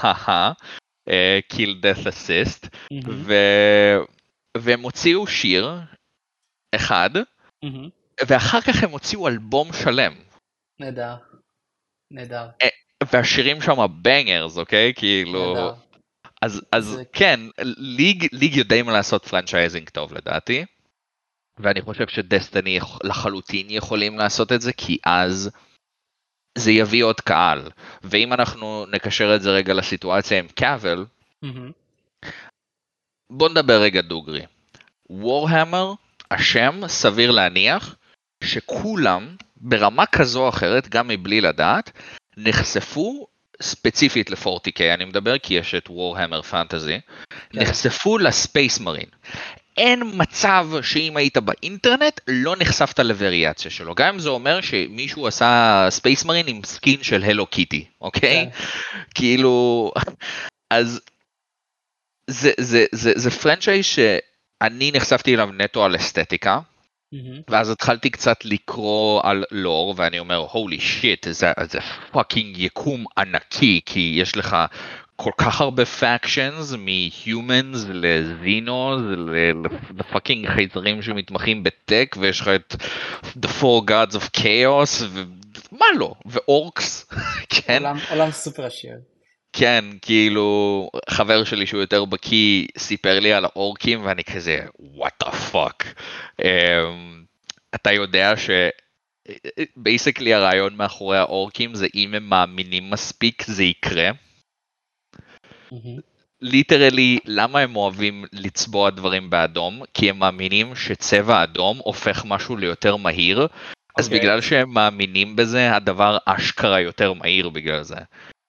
Kill Death Assist, מהמם. ו... והם הוציאו שיר אחד, מהמם. ואחר כך הם הוציאו אלבום שלם. נהדר. נהדר. אה, והשירים שם בנגרס, אוקיי? כאילו, נהדר. אז, אז זה... כן, ליג, ליג יודעים לעשות פרנצ'ייזינג טוב לדעתי, ואני חושב שדסטיני לחלוטין יכולים לעשות את זה, כי אז זה יביא עוד קהל. ואם אנחנו נקשר את זה רגע לסיטואציה עם קאבל, מהמם. בוא נדבר רגע דוגרי. וורהמר, השם, סביר להניח שכולם ברמה כזו או אחרת, גם מבלי לדעת, נחשפו ספציפית ל-פורטי קיי, אני מדבר כי יש את וורהמר פנטזי, כן. נחשפו לספייס מרין. אין מצב שאם היית באינטרנט לא נחשפת לווריאציה שלו, גם אם זה אומר שמישהו עשה ספייס מרין עם סקין של הלו קיטי, אוקיי? כן. כאילו, אז זה, זה, זה, זה פרנצ'ייז שאני נחשפתי אליו נטו על אסתטיקה, מהמם. ואז התחלתי קצת לקרוא על לור, ואני אומר, הולי שיט, זה, זה פאקינג יקום ענקי, כי יש לך כל כך הרבה פאקשנס, מ-humans לזינוס, לפאקינג חייזרים שמתמחים בטק, ויש לך את The Four Gods of Chaos, ומה לא, ואורקס, כן? עולם, עולם סופר עשיר. כן, כאילו, חבר שלי שהוא יותר בקיא סיפר לי על האורקים, ואני כזה, what the fuck. Um, אתה יודע ש... בייסקלי הרעיון מאחורי האורקים זה אם הם מאמינים מספיק זה יקרה. מהמם. ליטרלי, למה הם אוהבים לצבוע דברים באדום? כי הם מאמינים שצבע אדום הופך משהו ליותר מהיר, אז אוקיי. בגלל שהם מאמינים בזה, הדבר אשכרה יותר מהיר בגלל זה.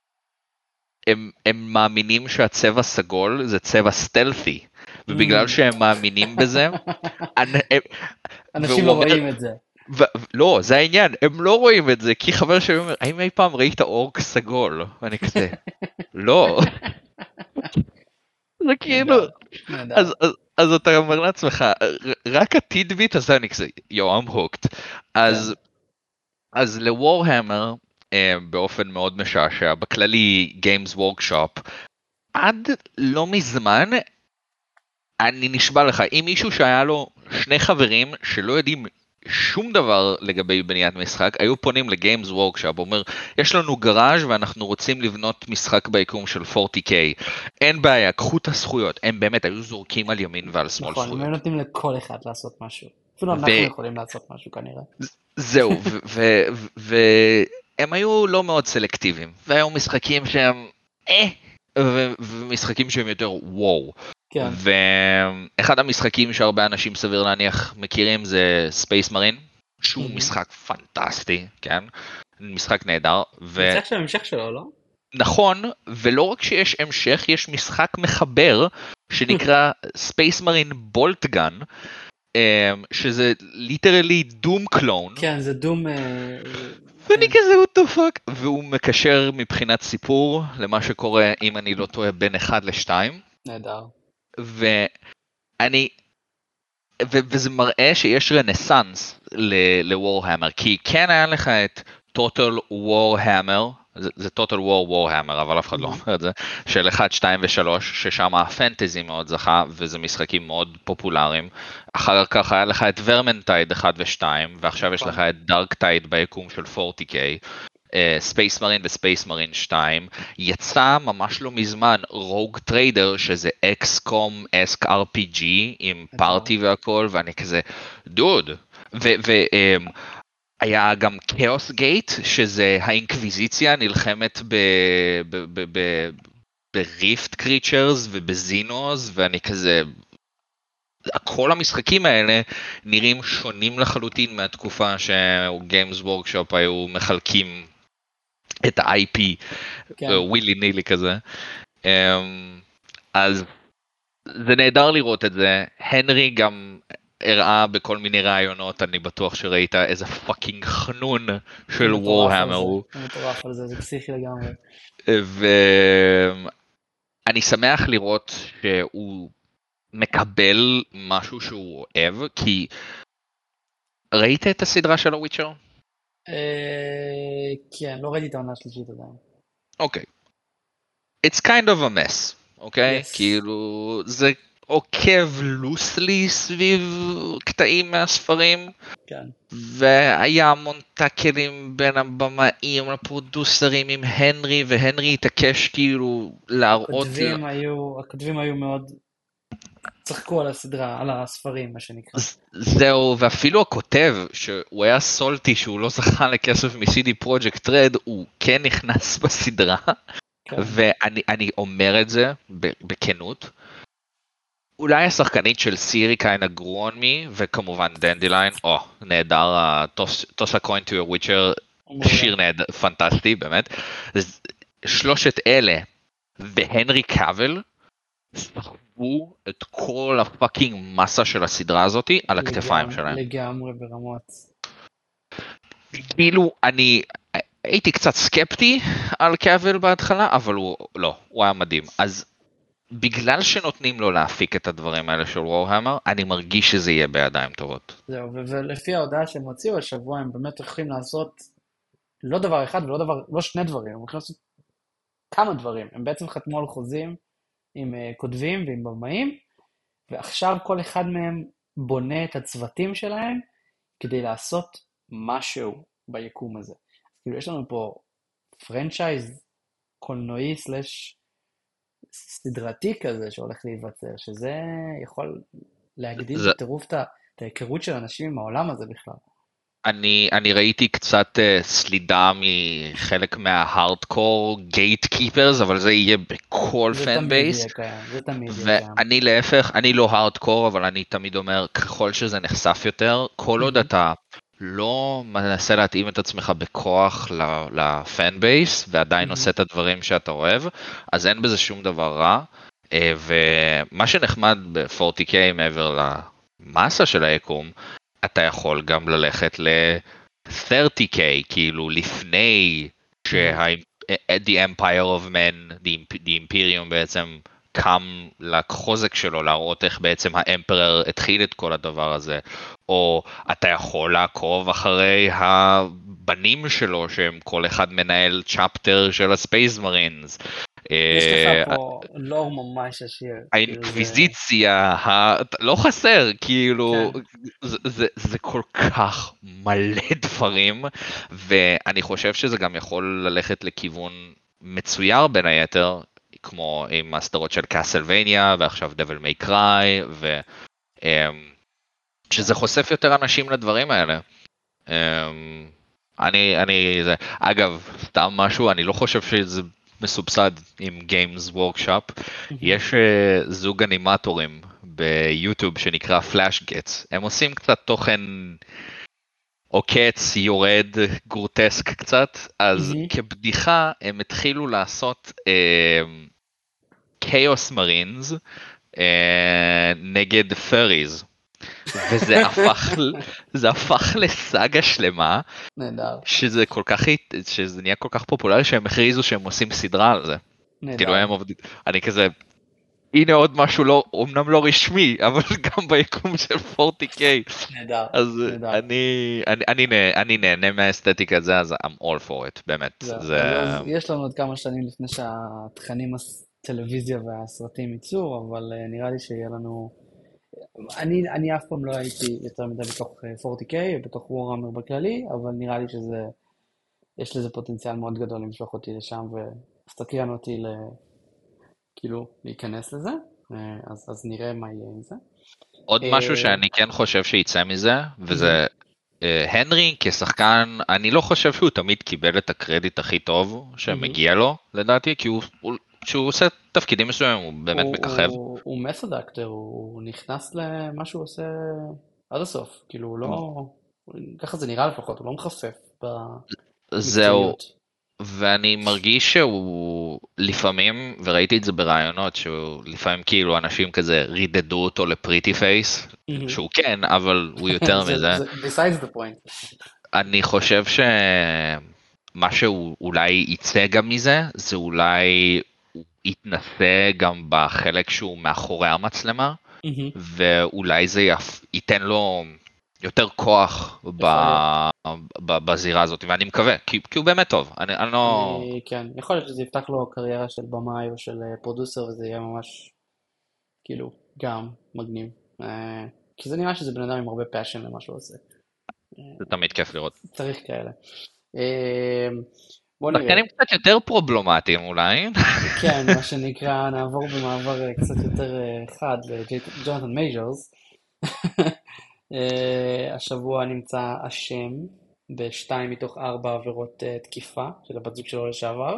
הם, הם מאמינים שהצבע סגול זה צבע סטלפי, ובגלל מהמם. שהם מאמינים בזה, אני, הם, אנשים והוא לא אומר, רואים את זה. לא, זה העניין, הם לא רואים את זה, כי חבר שלי אומר, האם אי פעם ראית אורק סגול? ואני כזה, לא. זה כאילו, נהדר, נהדר. אז, אז, אז אתה אומר לעצמך, רק הטידביט הזה אני כזה, יו, I'm hooked. אז, אז לוורהמר, באופן מאוד משעשע, בכללי Games Workshop, עד לא מזמן, אני נשבע לך, אם מישהו שהיה לו שני חברים שלא יודעים שום דבר לגבי בניית משחק, היו פונים לגיימס וורקשופ, אומר, יש לנו גראז' ואנחנו רוצים לבנות משחק ביקום של פורטי קיי, אין בעיה, קחו את הזכויות, הם באמת היו זורקים על ימין ועל שמאל נכון, זכויות. הם נותנים לכל אחד לעשות משהו, אפילו אנחנו יכולים לעשות משהו כנראה. זהו, והם היו לא מאוד סלקטיביים, והיו משחקים שהם אה, ומשחקים שהם יותר וואו. כן. ואחד המשחקים שהרבה אנשים סביר להניח מכירים זה ספייס מרין, שהוא משחק פנטסטי, כן? משחק נהדר. זה עכשיו המשך שלו, לא? נכון, ולא רק שיש המשך, יש משחק מחבר שנקרא ספייס מרין בולטגן, שזה ליטרלי דום קלון. כן, זה דום... ואני כזה what the fuck, והוא מקשר מבחינת סיפור למה שקורה אם אני לא טועה בין אחד לשתיים. נהדר. ואני, ו- וזה מראה שיש רנסנס לוורהמר, כי כן היה לך את Total Warhammer, זה, זה Total War Warhammer, אבל אף אחד לא אומר את זה, של אחת, שתיים ושלוש, ששם הפנטזי מאוד זכה, וזה משחקים מאוד פופולריים. אחר כך היה לך את ורמנטייד אחת ושתיים, ועכשיו יש לך את דארקטייד ביקום של פורטי קיי. ספייס מרין וספייס מרין שתיים, יצא ממש לא מזמן רוג טריידר שזה אקס קום אסק אר פי ג'י עם פארטי והכל, ואני כזה דוד, והיה גם כאוס גייט שזה האינקוויזיציה נלחמת בריפט קריצ'רס ובזינוס, ואני כזה, כל המשחקים האלה נראים שונים לחלוטין מהתקופה שגיימס וורקשופ היו מחלקים את ה-איי פי, ווילי נילי כזה. אז זה נהדר לראות את זה. הנרי גם הראה בכל מיני רעיונות, אני בטוח שראית איזה פאקינג חנון של וורהמר. הוא מטורף על זה, זה פסיכי לגמרי. ואני שמח לראות שהוא מקבל משהו שהוא אוהב, כי ראית את הסדרה של הוויצ'ר? כן, לא ראיתי את העונה השלישית עדיין. אוקיי. It's kind of a mess, אוקיי? כאילו, זה עוקב לוסלי סביב קטעים מהספרים. כן. והיה המון טאקלים בין הבמאים לפרודוסרים עם הנרי, והנרי התעקש כאילו להראות... הכותבים היו, הכותבים היו מאוד... צחקו על הסדרה, על הספרים, מה שנקרא. זהו, ואפילו הכותב, שהוא היה סולטי, שהוא לא זכה לכסף מ-סי די פרוג'קט רד, הוא כן נכנס בסדרה, ואני אומר את זה בכנות. אולי השחקנית של סירי kinda grew on me, וכמובן דנדיליין, או, נהדר, toss a coin to a witcher, שיר נהדר, פנטסטי, באמת. שלושת אלה, והנרי קאבל, סחבו את כל הפאקינג מסה של הסדרה הזאת על הכתפיים שלהם. לגמרי ברמות. כאילו, אני הייתי קצת סקפטי על קאבל בהתחלה, אבל הוא, לא, הוא היה מדהים. אז בגלל שנותנים לו להפיק את הדברים האלה של וורהמר, אני מרגיש שזה יהיה בידיים טובות. זהו, ולפי ההודעה שהם הוציאו השבוע, הם באמת הולכים לעשות לא דבר אחד ולא דבר, לא שני דברים, הם הולכים לעשות כמה דברים. הם בעצם חתמו על חוזים עם כותבים ועם במאים, ועכשיו כל אחד מהם בונה את הצוותים שלהם כדי לעשות משהו ביקום הזה. כאילו יש לנו פה פרנצ'ייז קולנועי סלש סדרתי כזה שהולך להיווצר, שזה יכול להגדיל זה... בטירוף את ההיכרות של אנשים עם העולם הזה בכלל. אני, אני ראיתי קצת uh, סלידה מחלק מה-hardcore gatekeepers, אבל זה יהיה בכל fan base. זה תמיד יהיה קיים. ואני להפך, אני לא hardcore, אבל אני תמיד אומר, ככל שזה נחשף יותר, כל עוד אתה לא מנסה להתאים את עצמך בכוח לפן בייס, ועדיין עושה את הדברים שאתה אוהב, אז אין בזה שום דבר רע. ומה שנחמד ב-פורטי קיי מעבר למסה של היקום, אתה יכול גם ללכת ל-שלושים קיי, כאילו לפני שה- The Empire of Men, The, the Imperium בעצם קם לחוזק שלו, להראות איך בעצם האמפרר התחיל את כל הדבר הזה, או אתה יכול לעקוב אחרי הבנים שלו, שהם כל אחד מנהל צ'פטר של הספייס מרינס. יש לך פה לור ממש עשיר. האינקוויזיציה, לא חסר, כאילו, כן. זה, זה, זה כל כך מלא דברים, ואני חושב שזה גם יכול ללכת לכיוון מצויר בין היתר, כמו עם הסדרות של קאסלווניה, ועכשיו דבל מיי קריי, שזה חושף יותר אנשים לדברים האלה. אני, אני, זה, אגב, סתם משהו, אני לא חושב שזה מסובסד עם Games Workshop. יש uh, זוג אנימטורים ביוטיוב שנקרא Flashgets. הם עושים קצת תוכן עוקץ, יורד, גרוטסק קצת, אז כבדיחה הם התחילו לעשות uh, Chaos Marines uh, נגד Furries. וזה הפך, זה הפך לסאגה שלמה, נהדר. שזה כל כך, שזה נהיה כל כך פופולרי שהם הכריזו שהם עושים סדרה על זה. נהדר. כאילו הם עובדים, אני כזה, הנה עוד משהו לא, אמנם לא רשמי, אבל גם ביקום של פורטי קיי. נהדר. אז נהדר. אני, אני, אני, נה, אני נהנה מהאסתטיקה הזה, אז I'm all for it, באמת. זה, זה... אז יש לנו עוד כמה שנים לפני שהתכנים הטלוויזיה והסרטים ייצאו, אבל נראה לי שיהיה לנו... אני, אני אף פעם לא הייתי יותר מדי בתוך פורטי קיי, בתוך וורהמר בכללי, אבל נראה לי שזה, יש לזה פוטנציאל מאוד גדול למשוך אותי לשם, וסתקרן אותי ל, כאילו, להיכנס לזה, אז, אז נראה מה יהיה עם זה. עוד משהו שאני כן חושב שיצא מזה, וזה הנרי כשחקן, אני לא חושב שהוא תמיד קיבל את הקרדיט הכי טוב שמגיע לו, לדעתי, כי הוא... שהוא עושה תפקידים מסוימים, הוא באמת מככב. הוא מסוד אקטר, הוא נכנס למה שהוא עושה עד הסוף, כאילו הוא לא, ככה זה נראה לפחות, הוא לא מחפף במקצועיות. ואני מרגיש שהוא לפעמים, וראיתי את זה ברעיונות, שהוא לפעמים כאילו אנשים כזה רידדו אותו לפריטי פייס, שהוא כן, אבל הוא יותר מזה. Besides the point. אני חושב שמה שהוא אולי יצא גם מזה, זה אולי... יתנסה גם בחלק שהוא מאחורי המצלמה, ואולי זה ייתן לו יותר כוח בזירה הזאת, ואני מקווה, כי הוא באמת טוב, אני לא... כן, יכול להיות שזה יפתח לו קריירה של במאי או של פרודוסר, וזה יהיה ממש, כאילו, גם מגניב, כי זה נראה שזה בן אדם עם הרבה פאשן למה שהוא עושה. זה תמיד כיף לראות. צריך כאלה. שחקנים קצת יותר פרובלמטיים אולי. כן, מה שנקרא, נעבור במעבר קצת יותר חד לג'ונתן מייג'רס. השבוע נמצא אשם בשתיים מתוך ארבע עבירות תקיפה של הבת זוג שלו לשעבר.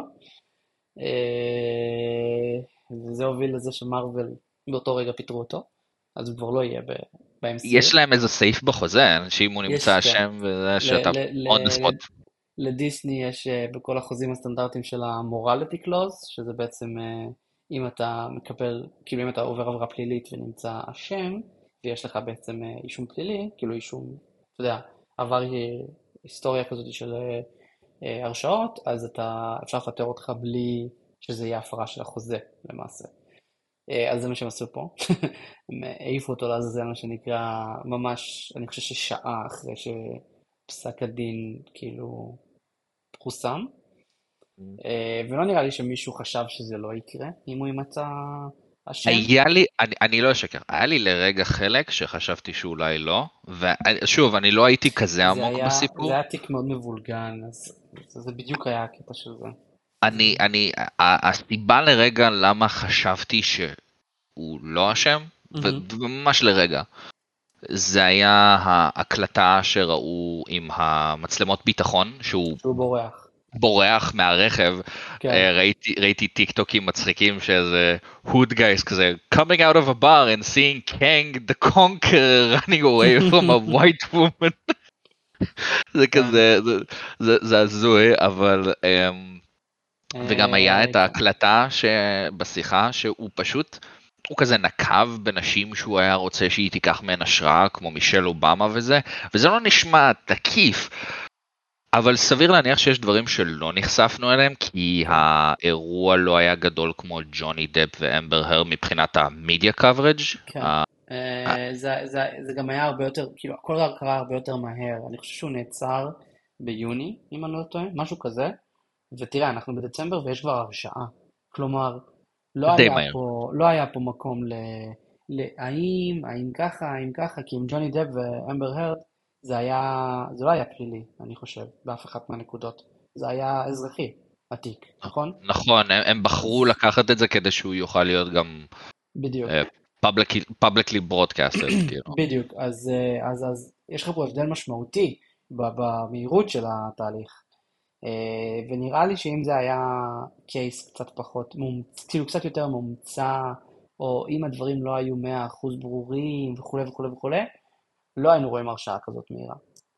וזה הוביל לזה שמרוול באותו רגע פיטרו אותו, אז הוא כבר לא יהיה ב-אם סי יו. יש להם איזה סעיף בחוזה, שאם הוא נמצא אשם וזה שאתה on the spot. לדיסני יש בכל החוזים הסטנדרטיים של המורליטי קלוז, שזה בעצם אם אתה מקבל, כאילו אם אתה עובר עברה פלילית ונמצא אשם, ויש לך בעצם אישום פלילי, כאילו אישום, אתה יודע, עבר היסטוריה כזאת של הרשאות, אז אתה, אפשר לפטר אותך בלי שזה יהיה הפרה של החוזה למעשה. אז זה מה שהם עשו פה. הם העיפו אותו לעזאזל, מה שנקרא, ממש, אני חושב ששעה אחרי שפסק הדין, כאילו, פורסם. ולא נראה לי שמישהו חשב שזה לא יקרה, אם הוא ימצא השם. היה לי, אני, אני לא אשקר, היה לי לרגע חלק שחשבתי שאולי לא, ושוב, אני לא הייתי כזה עמוק היה, בסיפור. זה היה תיק מאוד מבולגן, אז זה, זה בדיוק היה הקטע של זה. אני, אני, הסיבה לרגע למה חשבתי שהוא לא אשם, וממש לרגע, זה היה ההקלטה שראו עם המצלמות ביטחון, שהוא, שהוא בורח. בורח מהרכב, כן. ראיתי, ראיתי טיק טוקים מצחיקים שזה hood guys כזה, coming out of a bar and seeing Kang the Conqueror running away from a white woman. זה כזה, זה, זה, זה הזוי, אבל... Um, וגם היה את ההקלטה שבשיחה שהוא פשוט הוא כזה נקב בנשים שהוא היה רוצה שהיא תיקח מהן השראה, כמו מישל אובמה וזה, וזה לא נשמע תקיף, אבל סביר להניח שיש דברים שלא נחשפנו אליהם, כי כן. האירוע לא היה גדול כמו ג'וני דפ ואמבר הר מבחינת המדיה קאברג'. כן. אה, זה, זה, זה גם היה הרבה יותר, כאילו, הכל קרה הרבה יותר מהר. אני חושב שהוא נעצר ביוני, אם אני לא טועה, משהו כזה. ותראה, אנחנו בדצמבר ויש כבר הרשעה. כלומר, לא די היה מהר. פה, לא היה פה מקום ל... ל... האם, האם ככה, האם ככה, כי עם ג'וני דב ואמבר הרד, זה היה, זה לא היה פלילי, אני חושב, באף אחת מהנקודות. זה היה אזרחי, התיק, נכון? נכון, הם, הם בחרו אז לקחת את זה כדי שהוא יוכל להיות גם בדיוק. uh, publicly, publicly broadcasted, כאילו. בדיוק, אז, אה, אז, אז יש לך פה הבדל משמעותי ב- במהירות של התהליך. אה, ונראה לי שאם זה היה קייס קצת פחות, מומצ... כאילו קצת יותר מומצא, או אם הדברים לא היו מאה אחוז ברורים וכו' וכו' וכו', לא היינו רואים הרשעה כזאת מהירה.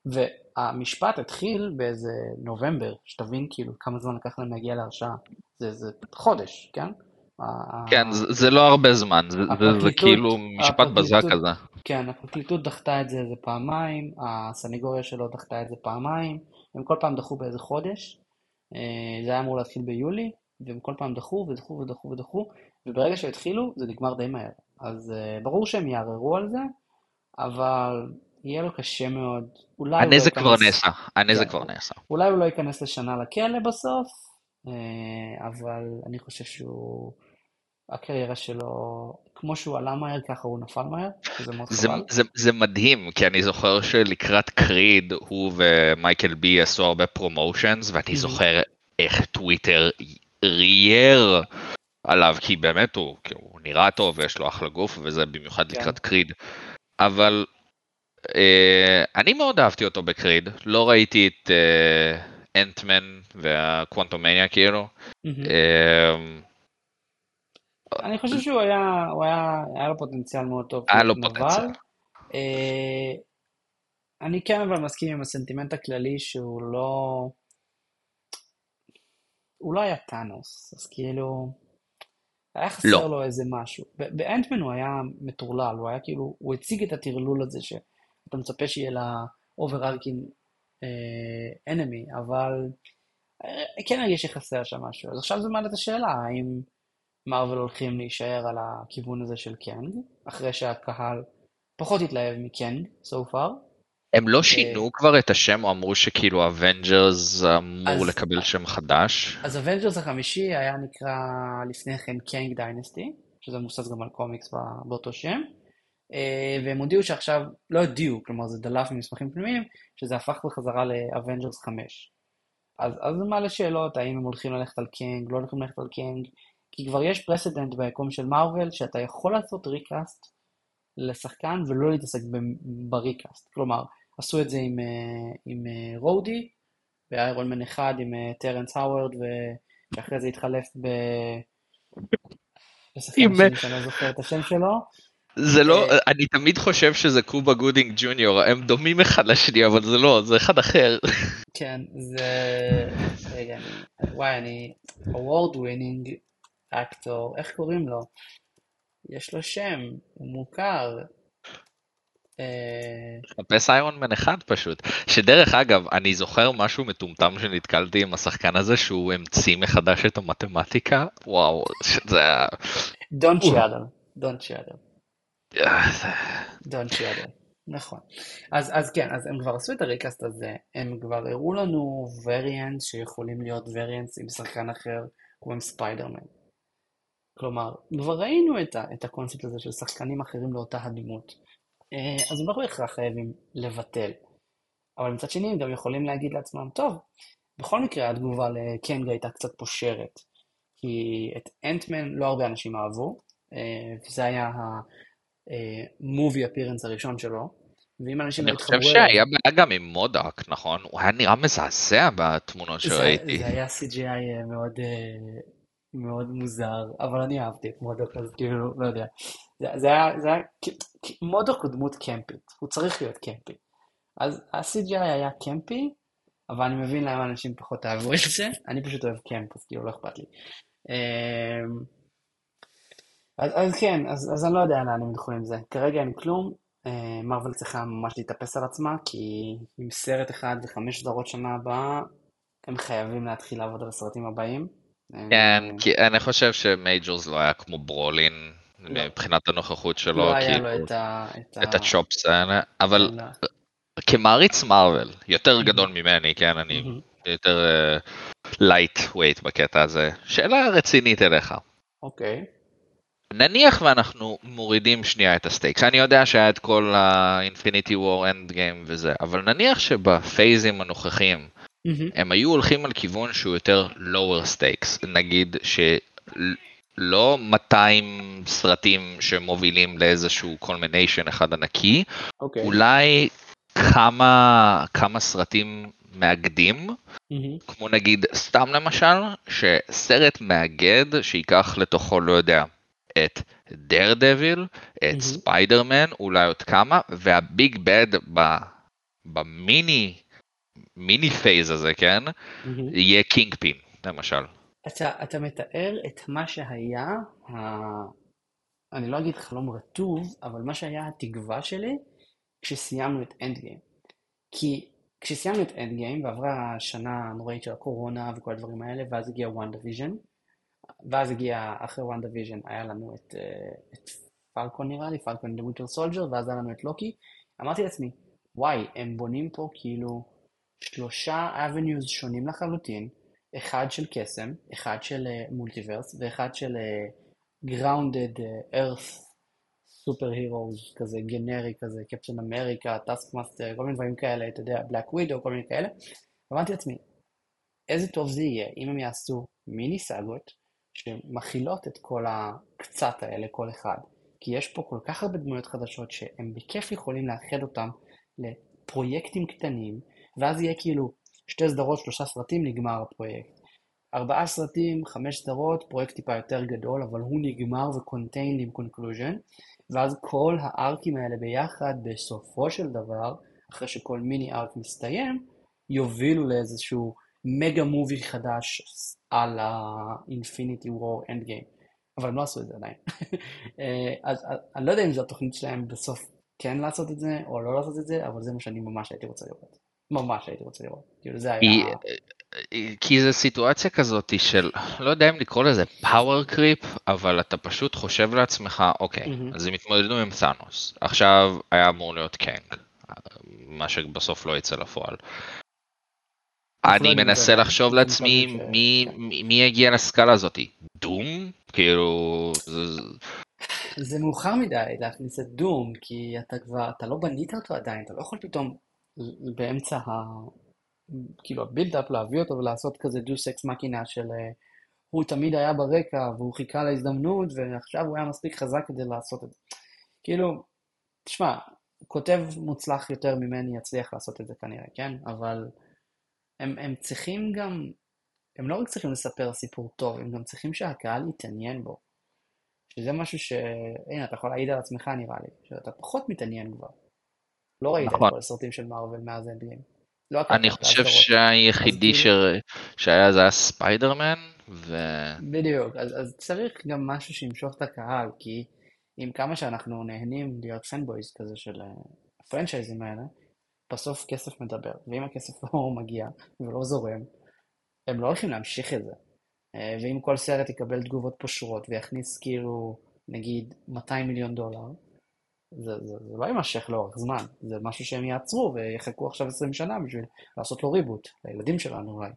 והמשפט התחיל באיזה נובמבר, שתבין כאילו כמה זמן לקח להם להגיע להרשעה. זה, זה חודש, כן? כן, זה, זה לא הרבה זמן, זה, זה, זה הפרקליטות, כאילו משפט בזק הפרקליטות, כזה. כן, הפרקליטות דחתה את זה איזה פעמיים, הסניגוריה שלו דחתה את זה פעמיים, הם כל פעם דחו באיזה חודש, אה, זה היה אמור להתחיל ביולי, והם כל פעם דחו ודחו ודחו ודחו, וברגע שהתחילו זה נגמר די מהר. אז אה, ברור שהם יערערו על זה, אבל יהיה לו קשה מאוד, אולי הוא לא הנזק כבר ייכנס, נעשה, הנזק כן, כבר נעשה. אולי הוא לא ייכנס לשנה לכלא בסוף, אה, אבל אני חושב שהוא... הקריירה שלו, כמו שהוא עלה מהר, ככה הוא נפל מהר, שזה מאוד זה, חבל. זה, זה מדהים, כי אני זוכר שלקראת קריד, הוא ומייקל בי עשו הרבה פרומושנס, ואני מהמם. זוכר איך טוויטר רייר עליו, כי באמת הוא, כי הוא נראה טוב ויש לו אחלה גוף, וזה במיוחד כן. לקראת קריד. אבל אה, אני מאוד אהבתי אותו בקריד, לא ראיתי את אה, אנטמן והקוונטומניה כאילו. מהמם. אה, אני חושב שהוא היה, הוא היה, היה לו פוטנציאל מאוד טוב היה לו להיות נבל. פוטנציאל. אה, אני כן אבל מסכים עם הסנטימנט הכללי שהוא לא, הוא לא היה טאנוס, אז כאילו, היה לא. חסר לו איזה משהו. ב- באנטמן הוא היה מטורלל, הוא היה כאילו, הוא הציג את הטרלול הזה שאתה מצפה שיהיה לה אובר-ארקינג אנמי, אבל אה, כן הרגיש שחסר שם משהו. אז עכשיו זה מעלה את השאלה, האם מארוול הולכים להישאר על הכיוון הזה של קנג, אחרי שהקהל פחות התלהב מקנג, so far. הם לא אה, שינו כבר את השם, או אמרו שכאילו אבנג'רס אמור אז, לקבל שם חדש? אז אבנג'רס החמישי היה נקרא לפני כן קנג דיינסטי, שזה מבוסס גם על קומיקס בא- באותו שם, אה, והם הודיעו שעכשיו, לא הודיעו, כלומר זה דלף ממסמכים פנימיים, שזה הפך בחזרה לאבנג'רס חמש. אז, אז זה מעלה שאלות, האם הם הולכים ללכת על קנג, לא הולכים ללכת על קנג, כי כבר יש פרסידנט ביקום של מארוול, שאתה יכול לעשות ריקאסט לשחקן ולא להתעסק ב- בריקאסט. כלומר, עשו את זה עם, אה, עם אה, רודי, באיירון מן אחד, עם אה, טרנס האוורד, ואחרי זה התחלף ב... בשחקן עם- השני שאני לא זוכר את השם שלו. זה לא, אה, אני תמיד חושב שזה קובה גודינג ג'וניור, הם דומים אחד לשני, אבל זה לא, זה אחד אחר. כן, זה... רגע, אני... וואי, אני... award winning אקטור, איך קוראים לו? יש לו שם, הוא מוכר. אה, חפש איירון מן אחד פשוט. שדרך אגב, אני זוכר משהו מטומטם שנתקלתי עם השחקן הזה, שהוא המציא מחדש את המתמטיקה, וואו, שזה היה... דון צ'יאדל, דון צ'יאדל, אה, דון צ'יאדל, נכון. אז, אז כן, אז הם כבר עשו את הריקאסט הזה, הם כבר הראו לנו וריאנט שיכולים להיות וריאנטס עם שחקן אחר, כמו עם ספיידרמן. כלומר, כבר ראינו את, ה, את הקונספט הזה של שחקנים אחרים לאותה הדמות. אה, אז הם לא בהכרח חייבים לבטל. אבל מצד שני הם גם יכולים להגיד לעצמם, טוב, בכל מקרה התגובה לקנג הייתה קצת פושרת, כי את אנטמן לא הרבה אנשים אהבו, אה, וזה היה המובי אפירנס הראשון שלו, ואם אנשים לא אני חושב התחברו אליו, שהיה בעיה גם עם מודוק, נכון? הוא היה נראה מזעזע בתמונות זה, שראיתי. זה היה סי ג'י איי מאוד, אה, מאוד מוזר, אבל אני אהבתי את מודוק, אז כאילו, לא יודע. זה, זה היה, זה היה, מודוק הוא דמות קמפית, הוא צריך להיות קמפי. אז ה-סי ג'י איי היה קמפי, אבל אני מבין למה אנשים פחות אהבו את זה, אני פשוט אוהב קמפ, אז כאילו לא אכפת לי. אמ, אז, אז כן, אז, אז אני לא יודע לאן הם ילכו עם זה. כרגע אין כלום. אה, מארוול צריכה ממש להתאפס על עצמה, כי עם סרט אחד וחמש סדרות שנה הבאה, הם חייבים להתחיל לעבוד על הסרטים הבאים. אה, כן, כי אני חושב שמייג'ורס לא היה כמו ברולין לא, מבחינת הנוכחות לא שלו, היה לו כאילו, את ה... את את ה... הצ'ופס האלה, אבל כן, לא. כמעריץ מארוול, יותר מהמם, גדול ממני, כן, אני מהמם. יותר לייט ווייט בקטע הזה. שאלה רצינית אליך. אוקיי. נניח ואנחנו מורידים שנייה את הסטייקס, אני יודע שהיה את כל ה-Infinity War End Game וזה, אבל נניח שבפייזים הנוכחיים מהמם. הם היו הולכים על כיוון שהוא יותר lower stakes, נגיד שלא מאתיים סרטים שמובילים לאיזשהו culmination אחד ענקי, אוקיי. אולי כמה, כמה סרטים מאגדים, מהמם, כמו נגיד סתם למשל, שסרט מאגד שיקח לתוכו לא יודע, את דר דביל, את מהמם, ספיידרמן, אולי עוד כמה, והביג בד במיני מיני פייז הזה, כן? מהמם. יהיה קינג פין, למשל. אתה, אתה מתאר את מה שהיה, ה... אני לא אגיד חלום רטוב, אבל מה שהיה התקווה שלי כשסיימנו את אנד גיים. כי כשסיימנו את אנד גיים ועברה השנה הנוראית של הקורונה וכל הדברים האלה, ואז הגיע וואן דיוויז'ן, ואז הגיע אחרי וואן דיוויז'ן היה לנו את, אה, את פלקון נראה לי, פלקון דה ווינטר סולג'ר, ואז היה לנו את לוקי. אמרתי לעצמי, וואי, הם בונים פה כאילו שלושה אבניוז שונים לחלוטין, אחד של קסם, אחד של מולטיברס, ואחד של גראונדד ארת' סופר הירוז כזה גנרי כזה, קפטן אמריקה, טאסק מאסטר, כל מיני דברים כאלה, אתה יודע, בלק ווידו, כל מיני כאלה. אמרתי לעצמי, איזה טוב זה יהיה אם הם יעשו מיני סאגות שמכילות את כל הקצת האלה, כל אחד. כי יש פה כל כך הרבה דמויות חדשות שהם בכיף יכולים לאחד אותם לפרויקטים קטנים, ואז יהיה כאילו שתי סדרות, שלושה סרטים, נגמר הפרויקט. ארבעה סרטים, חמש סדרות, פרויקט טיפה יותר גדול, אבל הוא נגמר ו-contained עם conclusion, ואז כל הארקים האלה ביחד, בסופו של דבר, אחרי שכל מיני ארק מסתיים, יובילו לאיזשהו מגה מובי חדש על ה-Infinity War Endgame. אבל הם לא עשו את זה עדיין. אז אז אני לא יודע אם זו התוכנית שלהם בסוף כן לעשות את זה, או לא לעשות את זה, אבל זה מה שאני ממש הייתי רוצה לראות. ממש הייתי רוצה לראות. כאילו זה היה... כי, כי זה סיטואציה כזאת של, לא יודע אם לקרוא לזה פאוור קריפ, אבל אתה פשוט חושב לעצמך, אוקיי, מהמם. אז הם התמודדו עם ת'אנוס, עכשיו היה אמור להיות קנג, מה שבסוף לא יצא לפועל. אנחנו לא אני יודעים את זה מנסה עדיין. לחשוב אנחנו לעצמי מקווים ש... מי, כן. מי, מי יגיע לסקאלה הזאת, דום? כאילו, זה, זה מאוחר מדי להכניס את דום, כי אתה כבר, אתה לא בנית אותו עדיין, אתה לא יכול פתאום באמצע ה... כאילו הבילדאפ להביא אותו ולעשות כזה דו סקס מקינה של אה, הוא תמיד היה ברקע והוא חיכה להזדמנות ועכשיו הוא היה מספיק חזק כדי לעשות את זה. כאילו, תשמע, כותב מוצלח יותר ממני יצליח לעשות את זה כנראה, כן? אבל הם, הם צריכים גם, הם לא רק צריכים לספר סיפור טוב, הם גם צריכים שהקהל יתעניין בו. שזה משהו ש... הנה, אתה יכול להעיד על עצמך נראה לי, שאתה פחות מתעניין כבר. לא ראית את נכון. כל הסרטים של מארוול מאז אנדגיים. לא אני עקבת, חושב הסדרות. אז שהיחידי ש... כאילו, שהיה זה היה ספיידרמן, ו... בדיוק, אז, אז צריך גם משהו שימשוך את הקהל, כי עם כמה שאנחנו נהנים להיות פנבויז כזה של אה, הפרנצ'ייזים האלה, בסוף כסף מדבר, ואם הכסף לא מגיע ולא זורם, הם לא הולכים להמשיך את זה. אה, ואם כל סרט יקבל תגובות פושרות ויכניס כאילו, נגיד, מאתיים מיליון דולר, זה, זה, זה לא יימשך לאורך זמן, זה משהו שהם יעצרו ויחכו עכשיו עשרים שנה בשביל לעשות לו ריבוט, לילדים שלנו אולי.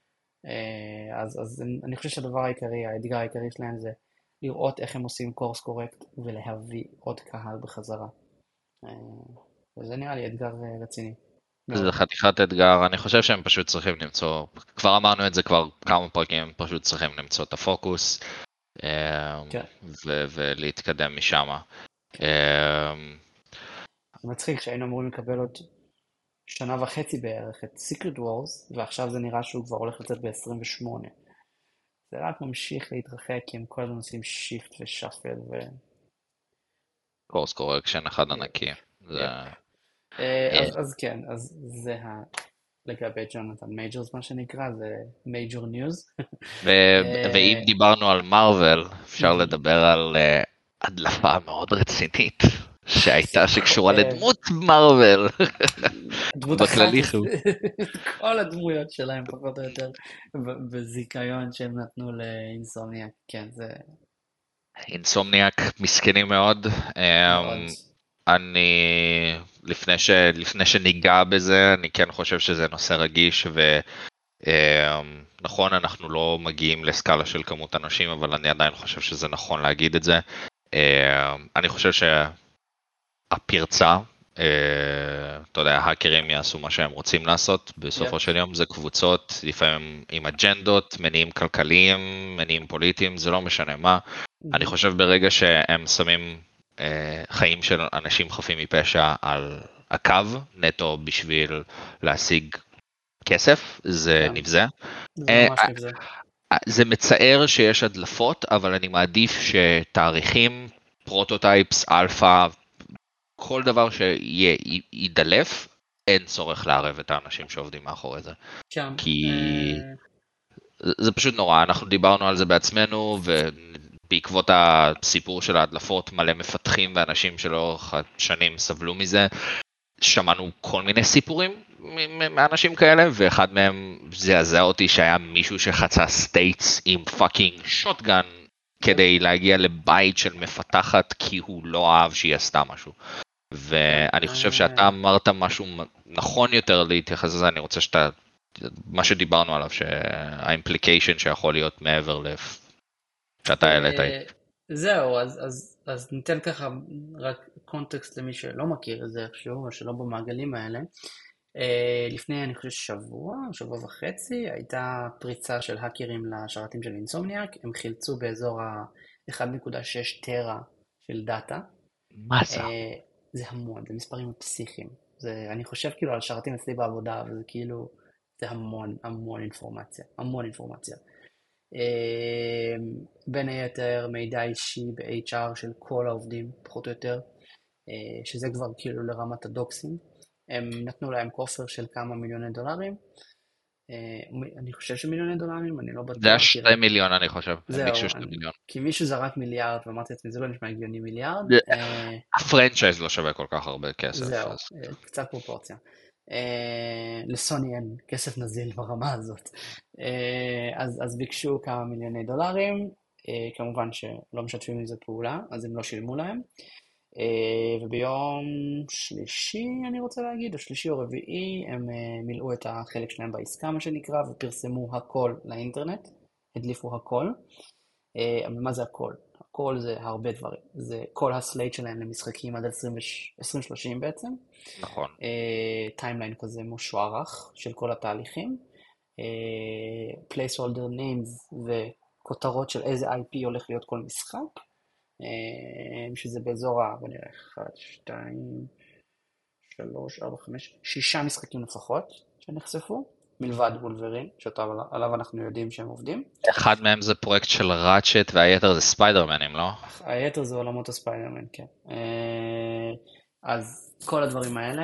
אה, אז, אז אני חושב שהדבר העיקרי, האתגר העיקרי שלהם זה לראות איך הם עושים קורס קורקט ולהביא עוד קהל בחזרה. אה, וזה נראה לי אתגר אה, רציני זה מאוד. חתיכת אתגר, אני חושב שהם פשוט צריכים למצוא, כבר אמרנו את זה כבר כמה פרקים, הם פשוט צריכים למצוא את הפוקוס אה, כן. ו- ולהתקדם משם. זה מצחיק שהיינו אמורים לקבל עוד שנה וחצי בערך את Secret Wars, ועכשיו זה נראה שהוא כבר הולך לצאת ב-עשרים ושמונה. זה רק ממשיך להתרחק, כי הם כל הזמן עושים שיפט ושאפל ו... קורס קורקשן אחד יפ, ענקי. זה... יפ. אה, אה, אז, אז כן, אז זה ה... לגבי ג'ונתן מייג'ורס מה שנקרא, זה מייג'ור ניוז. ו- ואם דיברנו על מארוול, אפשר לדבר על הדלפה מאוד רצינית, זה שהייתה שקשורה כואב. לדמות מרוויל. דמות אחת, בכללי את חו. את כל הדמויות שלהם פחות או יותר ב- בזיכיון שהם נתנו לאינסומניה. כן, זה אינסומניאק מסכנים מאוד. מאוד. אמ, אני, לפני ש, לפני שניגע בזה, אני כן חושב שזה נושא רגיש, ונכון, אנחנו לא מגיעים לסקאלה של כמות אנשים, אבל אני עדיין חושב שזה נכון להגיד את זה. אמ, אני חושב שהפרצה, אה, אתה יודע, האקרים יעשו מה שהם רוצים לעשות, בסופו יפ. של יום זה קבוצות, לפעמים עם אג'נדות, מניעים כלכליים, מניעים פוליטיים, זה לא משנה מה. אני מהמם. חושב ברגע שהם שמים אה, חיים של אנשים חפים מפשע על הקו, נטו בשביל להשיג כסף, זה כן, נבזה. זה אה, ממש נבזה. אה, זה מצער שיש הדלפות, אבל אני מעדיף שתאריכים, פרוטוטייפס, אלפא, כל דבר שידלף, אין צורך לערב את האנשים שעובדים מאחורי זה. כן. כי אה, זה זה פשוט נורא, אנחנו דיברנו על זה בעצמנו, ובעקבות הסיפור של ההדלפות, מלא מפתחים ואנשים שלאורך השנים סבלו מזה, שמענו כל מיני סיפורים מ- מ- מאנשים כאלה, ואחד מהם זעזע אותי שהיה מישהו שחצה סטייטס עם פאקינג שוטגן, יפ. כדי להגיע לבית של מפתחת, כי הוא לא אהב שהיא עשתה משהו. כן. ואני חושב אה, שאתה אמרת משהו נכון יותר להתייחס לזה, אני רוצה שאתה, מה שדיברנו עליו, שהאימפליקיישן שיכול להיות מעבר לפ... שאתה העלית. אה, זהו, אז, אז, אז ניתן ככה רק קונטקסט למי שלא מכיר את זה איכשהו, או שלא במעגלים האלה. אה, לפני, אני חושב, שבוע, שבוע וחצי, הייתה פריצה של האקרים לשרתים של אינסומניאק, הם חילצו באזור ה-אחד נקודה שש טרה של דאטה. מה זה? אה, זה המון, זה מספרים פסיכיים. זה, אני חושב כאילו על שרתים אצלי בעבודה, וזה כאילו, זה המון, המון אינפורמציה, המון אינפורמציה. אה, בין היתר מידע אישי ב-אייץ' אר של כל העובדים, פחות או יותר, אה, שזה כבר כאילו לרמת הדוקסים. הם נתנו להם כופר של כמה מיליוני דולרים. אה, אני חושב שמיליוני דולרים, אני לא זה היה בטוח, כי שתי ראיתי... מיליון אני חושב, הם ביקשו זהו, שתי אני... מיליון. כי מישהו זרק מיליארד, ואמרתי לעצמי, זה לא נשמע הגיוני מיליארד. זה- אה, הפרנצ'ייז לא שווה כל כך הרבה כסף, זהו, אז אה, קצת פרופורציה. אה, לסוני אין כסף נזיל ברמה הזאת. אה, אז, אז ביקשו כמה מיליוני דולרים, אה, כמובן שלא משתפים עם זה פעולה, אז הם לא שילמו להם. אה, וביום שלישי, אני רוצה להגיד, או שלישי או רביעי, הם אה, מילאו את החלק שלהם בעסקה, מה שנקרא, ופרסמו הכל לאינטרנט, הדליפו הכל. אה, אבל מה זה הכל? הכל זה הרבה דברים. זה כל הסלייט שלהם למשחקים עד עשרים שלושים בעצם. נכון. טיימליין כזה משוערך של כל התהליכים. אה, placeholder names וכותרות של איזה איי פי הולך להיות כל משחק. אה, שזה באזור ה... בוא נראה, אחת, שתיים, שלוש, ארבע, חמש, שישה משחקים לפחות שנחשפו, מלבד וולברין, שעליו אנחנו יודעים שהם עובדים. אחד מהם זה פרויקט של ראצ'ט והיתר זה ספיידרמנים, לא? היתר זה עולמות הספיידרמן, כן. אה, אז כל הדברים האלה,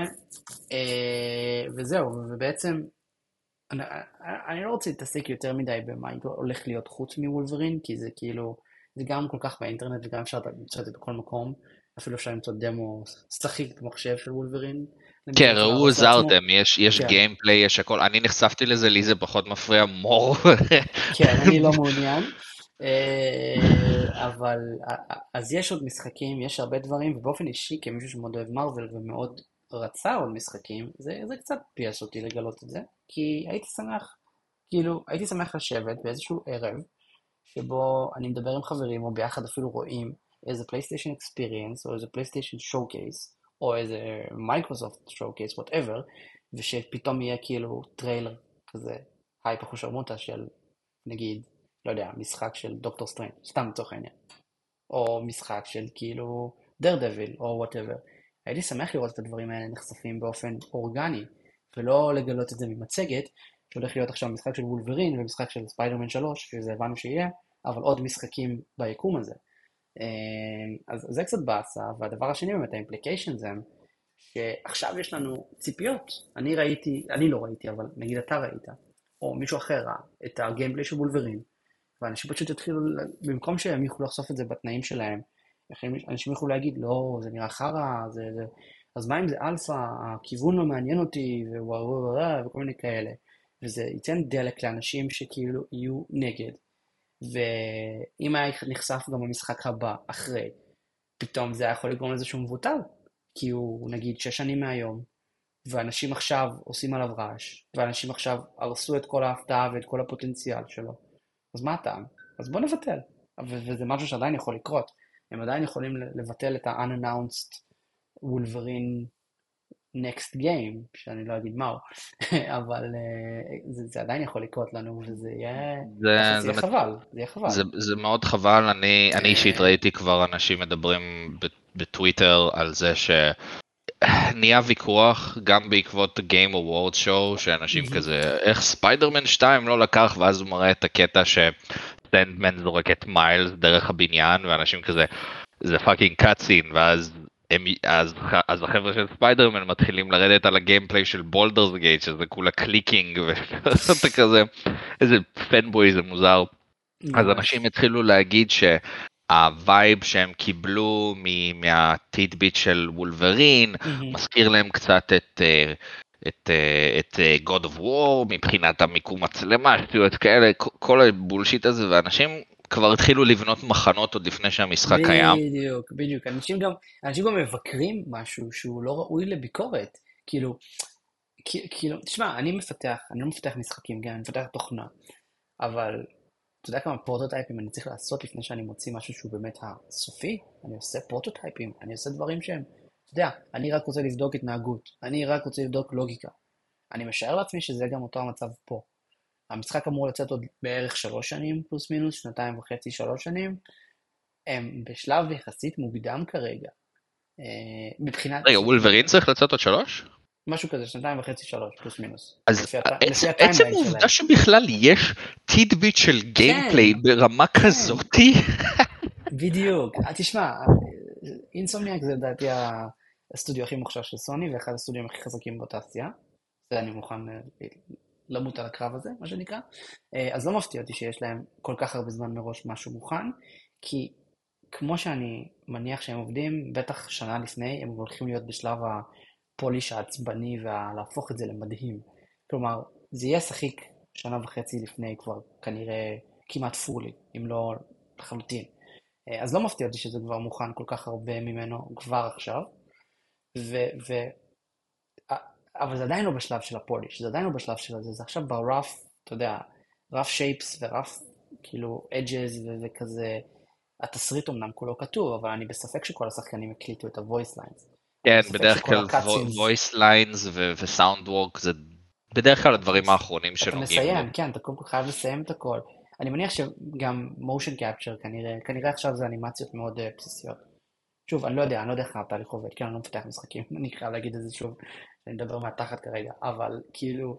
אה, וזהו, ובעצם, אני, אני לא רוצה להתעסק יותר מדי במה הולך להיות חוץ מוולברין, כי זה כאילו, זה גם כל כך באינטרנט וגם אפשר למצוא את זה בכל מקום, אפילו אפשר למצוא דמו שחיק במחשב של וולברין, למי כן, שרוצה ראו להרוס לעצמו. זרתם, יש, יש כן, גיימפליי, יש הכל, אני נחשפתי לזה, לי זה פחות מפריע מור. כן, אני לא מעוניין. אה, אבל, אז יש עוד משחקים, יש הרבה דברים, ובאופן אישי, כמישהו שמאוד אוהב מרוויל ומאוד רצה עוד משחקים, זה, זה קצת פייס אותי לגלות את זה, כי הייתי שמח, כאילו, הייתי שמח לשבת באיזשהו ערב, שבו אני מדבר עם חברים, או ביחד אפילו רואים איזה פלייסטיישן אקספיריאנס, או איזה פלייסטיישן שואו-קייס, או איזה מייקרוסופט שואו-קייס, whatever, ושפתאום יהיה כאילו טריילר כזה, הייפ אחושרמוטה של, נגיד, לא יודע, משחק של דוקטור סטריינג', סתם לצורך העניין, או משחק של כאילו דר דביל, או whatever. הייתי שמח לראות את הדברים האלה נחשפים באופן אורגני, ולא לגלות את זה ממצגת, שהולך להיות עכשיו משחק של וולברין ומשחק של ספיידרמן שלוש, שזה הבנו שיהיה, אבל עוד משחקים ביקום הזה. אה, אז זה קצת באסה, והדבר השני באמת, האימפליקיישן זה, שעכשיו יש לנו ציפיות. אני ראיתי, אני לא ראיתי, אבל נגיד אתה ראית, או מישהו אחר ראה, את הגיימפליי של וולברין, ואנשים פשוט התחילו, במקום שהם יוכלו לחשוף את זה בתנאים שלהם, אנשים יכולו להגיד, לא, זה נראה חרא, זה, זה... אז מה אם זה אלפא, הכיוון לא מעניין אותי, ווואו וואו וואו, וכל מיני כאלה. וזה ייתן דלק לאנשים שכאילו יהיו נגד. ואם היה נחשף גם במשחק הבא, אחרי, פתאום זה היה יכול לגרום לזה שהוא מבוטל. כי הוא, נגיד, שש שנים מהיום, ואנשים עכשיו עושים עליו רעש, ואנשים עכשיו הרסו את כל ההפתעה ואת כל הפוטנציאל שלו. אז מה הטעם? אז בוא נבטל. ו- וזה משהו שעדיין יכול לקרות. הם עדיין יכולים לבטל את ה-unannounced Wolverine next game, שאני לא אגיד מהו, אבל uh, זה, זה עדיין יכול לקרות לנו, וזה יהיה, זה, תכף זה זה, יהיה חבל, זה יהיה חבל. זה, זה מאוד חבל, אני, אני אישית ראיתי כבר אנשים מדברים בטוויטר על זה שנהיה ויכוח גם בעקבות Game Awards Show, שאנשים כזה, איך ספיידרמן שתיים לא לקח, ואז הוא מראה את הקטע שסטנדמן זורק את מיילס דרך הבניין, ואנשים כזה, זה פאקינג קאטסין, ואז הם, אז, אז החבר'ה של ספיידרמן מתחילים לרדת על הגיימפליי של בולדרס גייט, שזה כולה קליקינג, ואתה כזה, איזה פנבוי, זה מוזר. אז אנשים התחילו להגיד שהווייב שהם קיבלו מהטיטביט של וולברין, מזכיר להם קצת את, את, את God of War, מבחינת המיקום מצלמה, שטויות כאלה, כל הבולשיט הזה, ואנשים כבר התחילו לבנות מחנות עוד לפני שהמשחק קיים. בדיוק, בדיוק. אנשים גם, אנשים גם מבקרים משהו שהוא לא ראוי לביקורת. כאילו, כאילו, תשמע, אני מפתח, אני לא מפתח משחקים, גם אני מפתח תוכנה, אבל אתה יודע כמה פרוטוטייפים אני צריך לעשות לפני שאני מוציא משהו שהוא באמת הסופי? אני עושה פרוטוטייפים, אני עושה דברים שהם, אתה יודע, אני רק רוצה לבדוק התנהגות, אני רק רוצה לבדוק לוגיקה. אני משער לעצמי שזה גם אותו המצב פה. המשחק אמור לצאת עוד בערך שלוש שנים, פלוס מינוס, שנתיים וחצי, שלוש שנים. הם בשלב יחסית מוקדם כרגע. מבחינת... רגע, וולברין צריך לצאת עוד שלוש? משהו כזה, שנתיים וחצי, שלוש, פלוס מינוס. אז עצם העובדה שבכלל יש טיטביט של גיימפליי ברמה כזאתי? בדיוק. תשמע, אינסומניאק זה לדעתי הסטודיו הכי מוכשר של סוני, ואחד הסטודיו הכי חזקים בתעשייה. זה אני מוכן למות על הקרב הזה, מה שנקרא. אז לא מפתיע אותי שיש להם כל כך הרבה זמן מראש משהו מוכן, כי כמו שאני מניח שהם עובדים, בטח שנה לפני, הם הולכים להיות בשלב הפוליש העצבני ולהפוך את זה למדהים. כלומר, זה יהיה שחיק שנה וחצי לפני כבר, כנראה כמעט פולי, אם לא לחלוטין. אז לא מפתיע אותי שזה כבר מוכן כל כך הרבה ממנו כבר עכשיו, ו... ו... אבל זה עדיין לא בשלב של הפוליש, זה עדיין לא בשלב של זה, זה עכשיו ברף, אתה יודע, רף שייפס ורף כאילו edges וכזה, התסריט אומנם כולו כתוב, אבל אני בספק שכל השחקנים הקליטו את ה-voice lines. כן, בדרך כלל voice lines ו-sound work זה בדרך כלל הדברים האחרונים שנוגעים. אתה מסיים, כן, אתה קודם כל חייב לסיים את הכל. אני מניח שגם motion capture כנראה, כנראה עכשיו זה אנימציות מאוד בסיסיות. שוב, אני לא יודע, אני לא יודע איך התהליך עובד, כן, אני לא מפתח משחקים, אני חייב להגיד את זה שוב, אני מדבר מהתחת כרגע, אבל כאילו,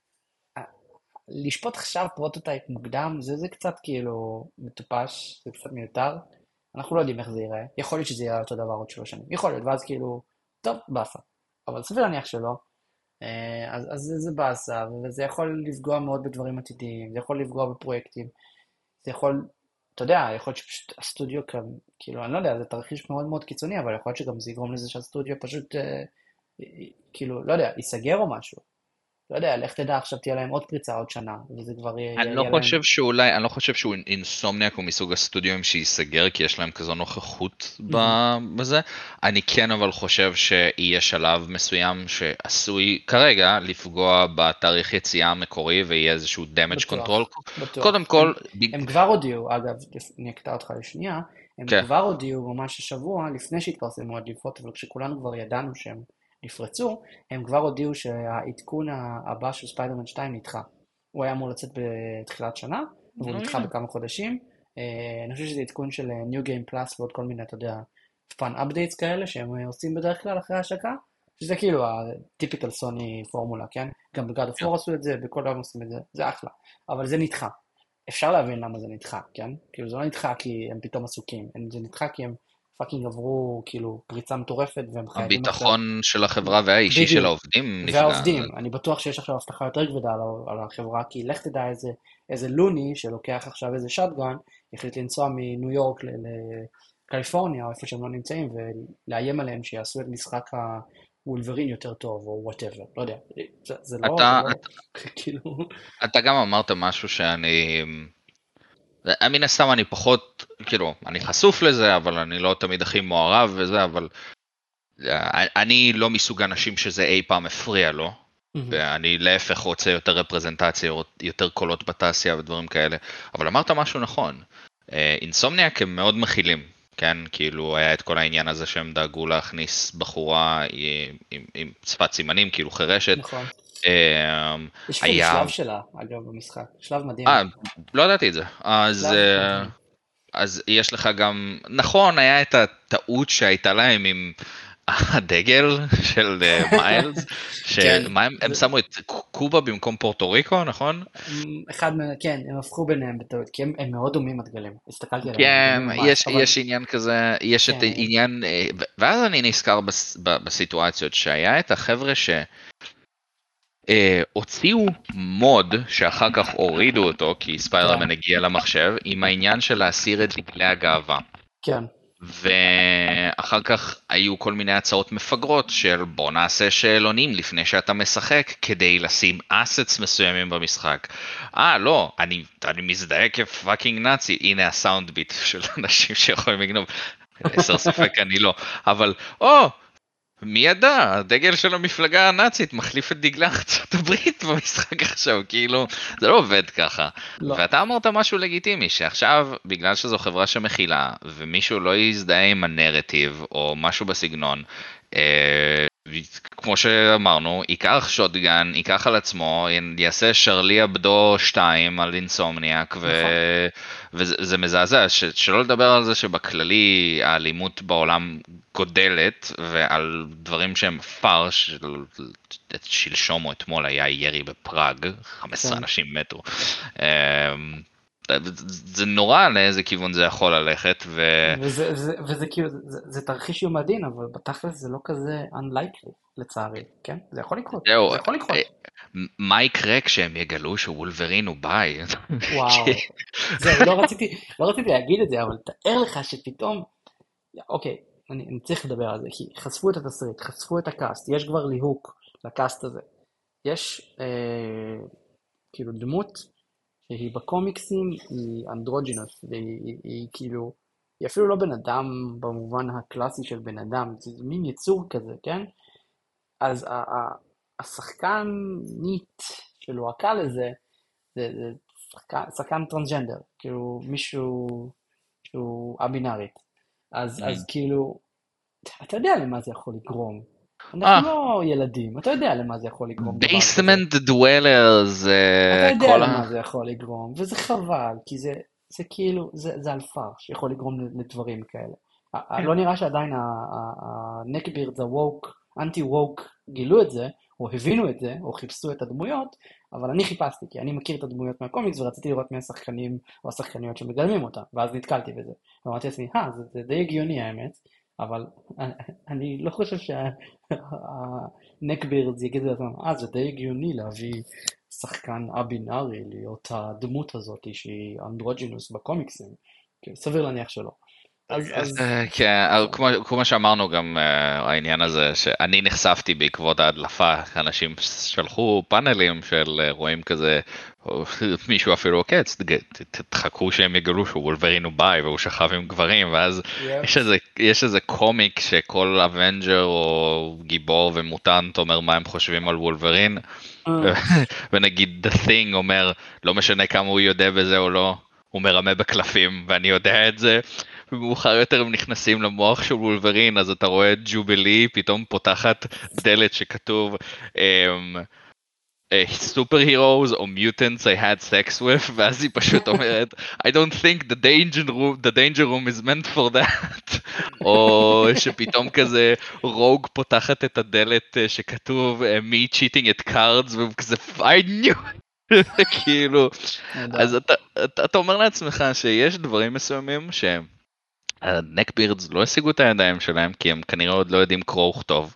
לשפוט עכשיו פרוטוטייפ מוקדם, זה, זה קצת כאילו מטופש, זה קצת מיותר, אנחנו לא יודעים איך זה ייראה, יכול להיות שזה יהיה אותו דבר עוד שלוש שנים, יכול להיות, ואז כאילו, טוב, באסה, אבל סביר להניח שלא, אז, אז זה, זה באסה, וזה יכול לפגוע מאוד בדברים עתידיים, זה יכול לפגוע בפרויקטים, זה יכול, אתה יודע, יכול להיות שפשוט הסטודיו כאן, כאילו, אני לא יודע, זה תרחיש מאוד מאוד קיצוני, אבל יכול להיות שגם זה יגרום לזה שהסטודיו פשוט, אה, כאילו, לא יודע, ייסגר או משהו. לא יודע, לך תדע, עכשיו תהיה להם עוד פריצה עוד שנה, וזה כבר יהיה... אני לא חושב שאולי, אני לא חושב שהוא אינסומניאק הוא מסוג הסטודיו שייסגר, כי יש להם כזו נוכחות בזה. אני כן אבל חושב שיהיה שלב מסוים שעשוי כרגע לפגוע בתאריך יציאה המקורי, ויהיה איזשהו damage control. קודם כל... הם כבר הודיעו, אגב, אני אקטע אותך לשנייה, הם כבר הודיעו ממש השבוע, לפני שהתפרסמו הדליפות, אבל כשכולנו כבר ידענו שהם נפרצו, הם כבר הודיעו שהעדכון הבא של ספיידרמן שתיים נדחה. הוא היה אמור לצאת בתחילת שנה, והוא נדחה בכמה חודשים. אני חושב שזה עדכון של New Game Plus ועוד כל מיני, אתה יודע, fun updates כאלה, שהם עושים בדרך כלל אחרי ההשקה, שזה כאילו הטיפיקל סוני פורמולה, כן? גם ב-God of War עשו את זה, בכל דבר עושים את זה, זה אחלה. אבל זה נדחה. אפשר להבין למה זה נדחה, כן? כאילו זה לא נדחה כי הם פתאום עסוקים, זה נדחה כי הם פאקינג עברו כאילו פריצה מטורפת והם חייבים... הביטחון של החברה והאישי של העובדים נפגע. והעובדים, אני בטוח שיש עכשיו הבטחה יותר כבדה על החברה, כי לך תדע איזה לוני שלוקח עכשיו איזה שטגן, החליט לנסוע מניו יורק קליפורניה, או איפה שהם לא נמצאים, ולאיים עליהם שיעשו את משחק הוולברין יותר טוב, או וואטאבר, לא יודע. זה, זה לא, זה אתה, לא, כאילו... אתה גם אמרת משהו שאני, מן הסתם אני פחות, כאילו, אני חשוף לזה, אבל אני לא תמיד הכי מעורב וזה, אבל אני לא מסוג אנשים שזה אי פעם הפריע לו, ואני להפך רוצה יותר רפרזנטציה, יותר קולות בתעשייה ודברים כאלה, אבל אמרת משהו נכון, אינסומניאק הם מאוד מכילים, כן, כאילו היה את כל העניין הזה שהם דאגו להכניס בחורה עם, עם, עם שפת סימנים, כאילו חרשת, נכון. יש אפילו היה... שלב שלה, אגב, במשחק, שלב מדהים. אה, לא ידעתי את זה, אז... שלב מדהים. אז יש לך גם, נכון, היה את הטעות שהייתה להם עם הדגל של מיילס, שמה הם, הם שמו את קובה במקום פורטו ריקו, נכון? אחד מהם, כן, הם הפכו ביניהם בטעות, כי הם, הם מאוד דומים הדגלים, הסתכלתי עליהם, הם כן, דומים ממש, יש, אבל... יש עניין כזה, יש את כן, עניין, ואז אני נזכר בס, ב, בסיטואציות שהיה את החבר'ה ש... Uh, הוציאו מוד שאחר כך הורידו אותו כי ספיידרמן הגיע למחשב עם העניין של להסיר את דגלי הגאווה. כן. ואחר כך היו כל מיני הצעות מפגרות של בוא נעשה שאלונים לפני שאתה משחק כדי לשים אסטס מסוימים במשחק. אה לא, אני, אני מזדהה כפאקינג נאצי, הנה הסאונד ביט של אנשים שיכולים לגנוב. עשר ספק אני לא, אבל או! מי ידע? הדגל של המפלגה הנאצית מחליף את דגלי ארצות הברית במשחק עכשיו, כאילו, זה לא עובד ככה. לא. ואתה אמרת משהו לגיטימי, שעכשיו, בגלל שזו חברה שמכילה, ומישהו לא יזדהה עם הנרטיב, או משהו בסגנון, אה, כמו שאמרנו, ייקח שוטגן, ייקח על עצמו, יעשה שרלי אבדו שתיים על אינסומניאק, ו... וזה זה מזעזע, ש... שלא לדבר על זה שבכללי האלימות בעולם גודלת, ועל דברים שהם פרש, של... שלשום או אתמול היה ירי בפראג, חמישה עשר אנשים מתו. זה נורא לאיזה כיוון זה יכול ללכת, ו... וזה, זה, וזה כאילו, זה, זה תרחיש יום הדין, אבל בתכלס זה לא כזה unlikely, לצערי, כן? זה יכול לקרות, זהו, זה יכול לקרות. מה יקרה כשהם יגלו שוולברין הוא ביי? וואו, זהו, לא רציתי, לא רציתי להגיד את זה, אבל תאר לך שפתאום, אוקיי, אני, אני צריך לדבר על זה, כי חשפו את התסריט, חשפו את הקאסט, יש כבר ליהוק לקאסט הזה. יש, אה, כאילו, דמות, שהיא בקומיקסים היא אנדרוג'ינוס, והיא היא, היא, כאילו, היא אפילו לא בן אדם במובן הקלאסי של בן אדם, זה מין יצור כזה, כן? אז ה, ה, השחקן ניט שלוהקה לזה, זה, זה שחקן, שחקן טרנסג'נדר, כאילו מישהו שהוא א-בינארית. אז, אז כאילו, אתה יודע למה זה יכול לגרום. אנחנו לא ילדים, אתה יודע למה זה יכול לגרום. בייסמנט דוולרס, אתה יודע למה זה יכול לגרום, וזה חבל, כי זה, זה כאילו, זה, זה אלפר שיכול לגרום לדברים כאלה. לא נראה שעדיין הנקבירדס, הווק, אנטי ווק, גילו את זה, או הבינו את זה, או חיפשו את הדמויות, אבל אני חיפשתי, כי אני מכיר את הדמויות מהקומיקס, ורציתי לראות מי השחקנים או השחקניות שמגלמים אותם, ואז נתקלתי בזה. ואמרתי לעצמי, אה, זה, זה די הגיוני האמת, אבל אני לא חושב שהנקבירדס יגידו לעצמם, אה, זה די הגיוני להביא שחקן א-בינארי להיות הדמות הזאת שהיא אנדרוג'ינוס בקומיקסים. סביר להניח שלא. כן, כמו שאמרנו גם העניין הזה שאני נחשפתי בעקבות ההדלפה, אנשים שלחו פאנלים של רואים כזה, מישהו אפילו עוקץ, תחכו שהם יגלו שהוא וולברין הוא ביי והוא שכב עם גברים, ואז יש איזה קומיק שכל אבנג'ר או גיבור ומוטנט אומר מה הם חושבים על וולברין, ונגיד The Thing אומר לא משנה כמה הוא יודע בזה או לא, הוא מרמה בקלפים ואני יודע את זה, ומאוחר יותר הם נכנסים למוח של וולברין, אז אתה רואה את ג'ובילי פתאום פותחת דלת שכתוב סופר הירוס או מיוטנטס I had sex with, ואז היא פשוט אומרת I don't think the danger room, the danger room is meant for that, או שפתאום כזה רוג פותחת את הדלת שכתוב me cheating at cards, וכזה I knew כאילו, אז אתה, אתה, אתה אומר לעצמך שיש דברים מסוימים שהם הנקבירדס לא השיגו את הידיים שלהם, כי הם כנראה עוד לא יודעים קרוא וכתוב.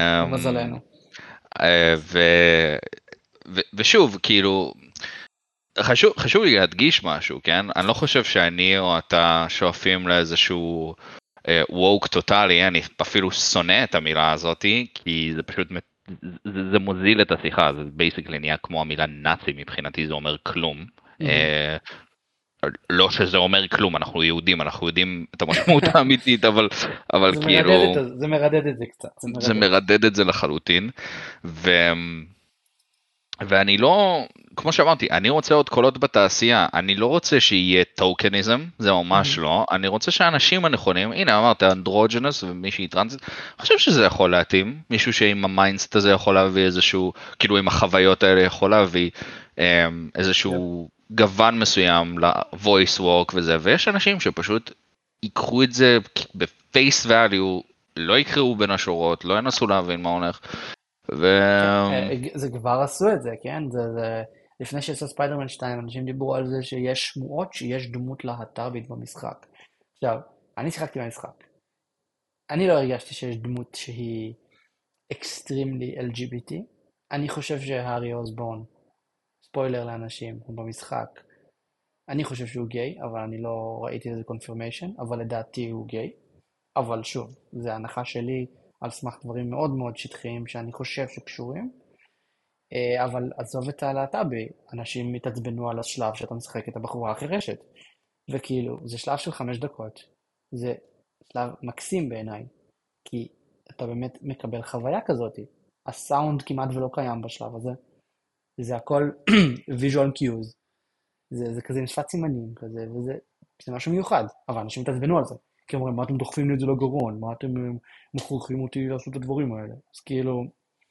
מזלנו. ושוב, כאילו, חשוב, חשוב לי להדגיש משהו, כן? אני לא חושב שאני או אתה שואפים לאיזשהו ווק טוטלי, אני אפילו שונא את המילה הזאתי, כי זה פשוט, זה, זה מוזיל את השיחה, זה בייסיקלי נהיה כמו המילה נאצי, מבחינתי זה אומר כלום. אה, לא שזה אומר כלום, אנחנו יהודים, אנחנו יודעים את המשמעות האמיתית, אבל, אבל זה כאילו, מרדד את, זה מרדד את זה קצת, זה זה מרדד. מרדד את זה לחלוטין, ו... ואני לא, כמו שאמרתי, אני רוצה עוד קולות בתעשייה, אני לא רוצה שיהיה טוקניזם, זה ממש לא, אני רוצה שהאנשים הנכונים, הנה אמרת אנדרוג'נס ומישהי טרנסית, אני חושב שזה יכול להתאים, מישהו שעם המיינדסט הזה יכול להביא איזשהו, כאילו עם החוויות האלה יכול להביא אמ, איזשהו גוון מסוים ל-voice work וזה, ויש אנשים שפשוט ייקחו את זה בפייס value, לא יקראו בין השורות, לא ינסו להבין מה הולך. ו... כן, אה, זה כבר עשו את זה, כן? זה, זה... לפני שיצא ספיידרמן שתיים, אנשים דיברו על זה שיש שמועות שיש דמות להט"בית במשחק. עכשיו, אני שיחקתי במשחק. אני לא הרגשתי שיש דמות שהיא אקסטרימלי אל ג'י בי טי. אני חושב שהארי אוסבורן, ספוילר לאנשים, הוא במשחק. אני חושב שהוא גיי, אבל אני לא ראיתי איזה קונפירמיישן, אבל לדעתי הוא גיי. אבל שוב, זה הנחה שלי על סמך דברים מאוד מאוד שטחיים שאני חושב שקשורים. אה, אבל עזוב את הלהט"בי, אנשים מתעצבנו על השלב שאתה משחק את הבחורה החירשת. וכאילו, זה שלב של חמש דקות. זה שלב מקסים בעיניי, כי אתה באמת מקבל חוויה כזאת. הסאונד כמעט ולא קיים בשלב הזה. זה הכל visual cues. זה, זה כזה משפט סימנים כזה, וזה זה משהו מיוחד. אבל אנשים מתעצבנו על זה. כי אומרים, מה אתם דוחפים לי את זה לגרון? מה אתם אה, מכריחים אותי לעשות את הדברים האלה? אז כאילו,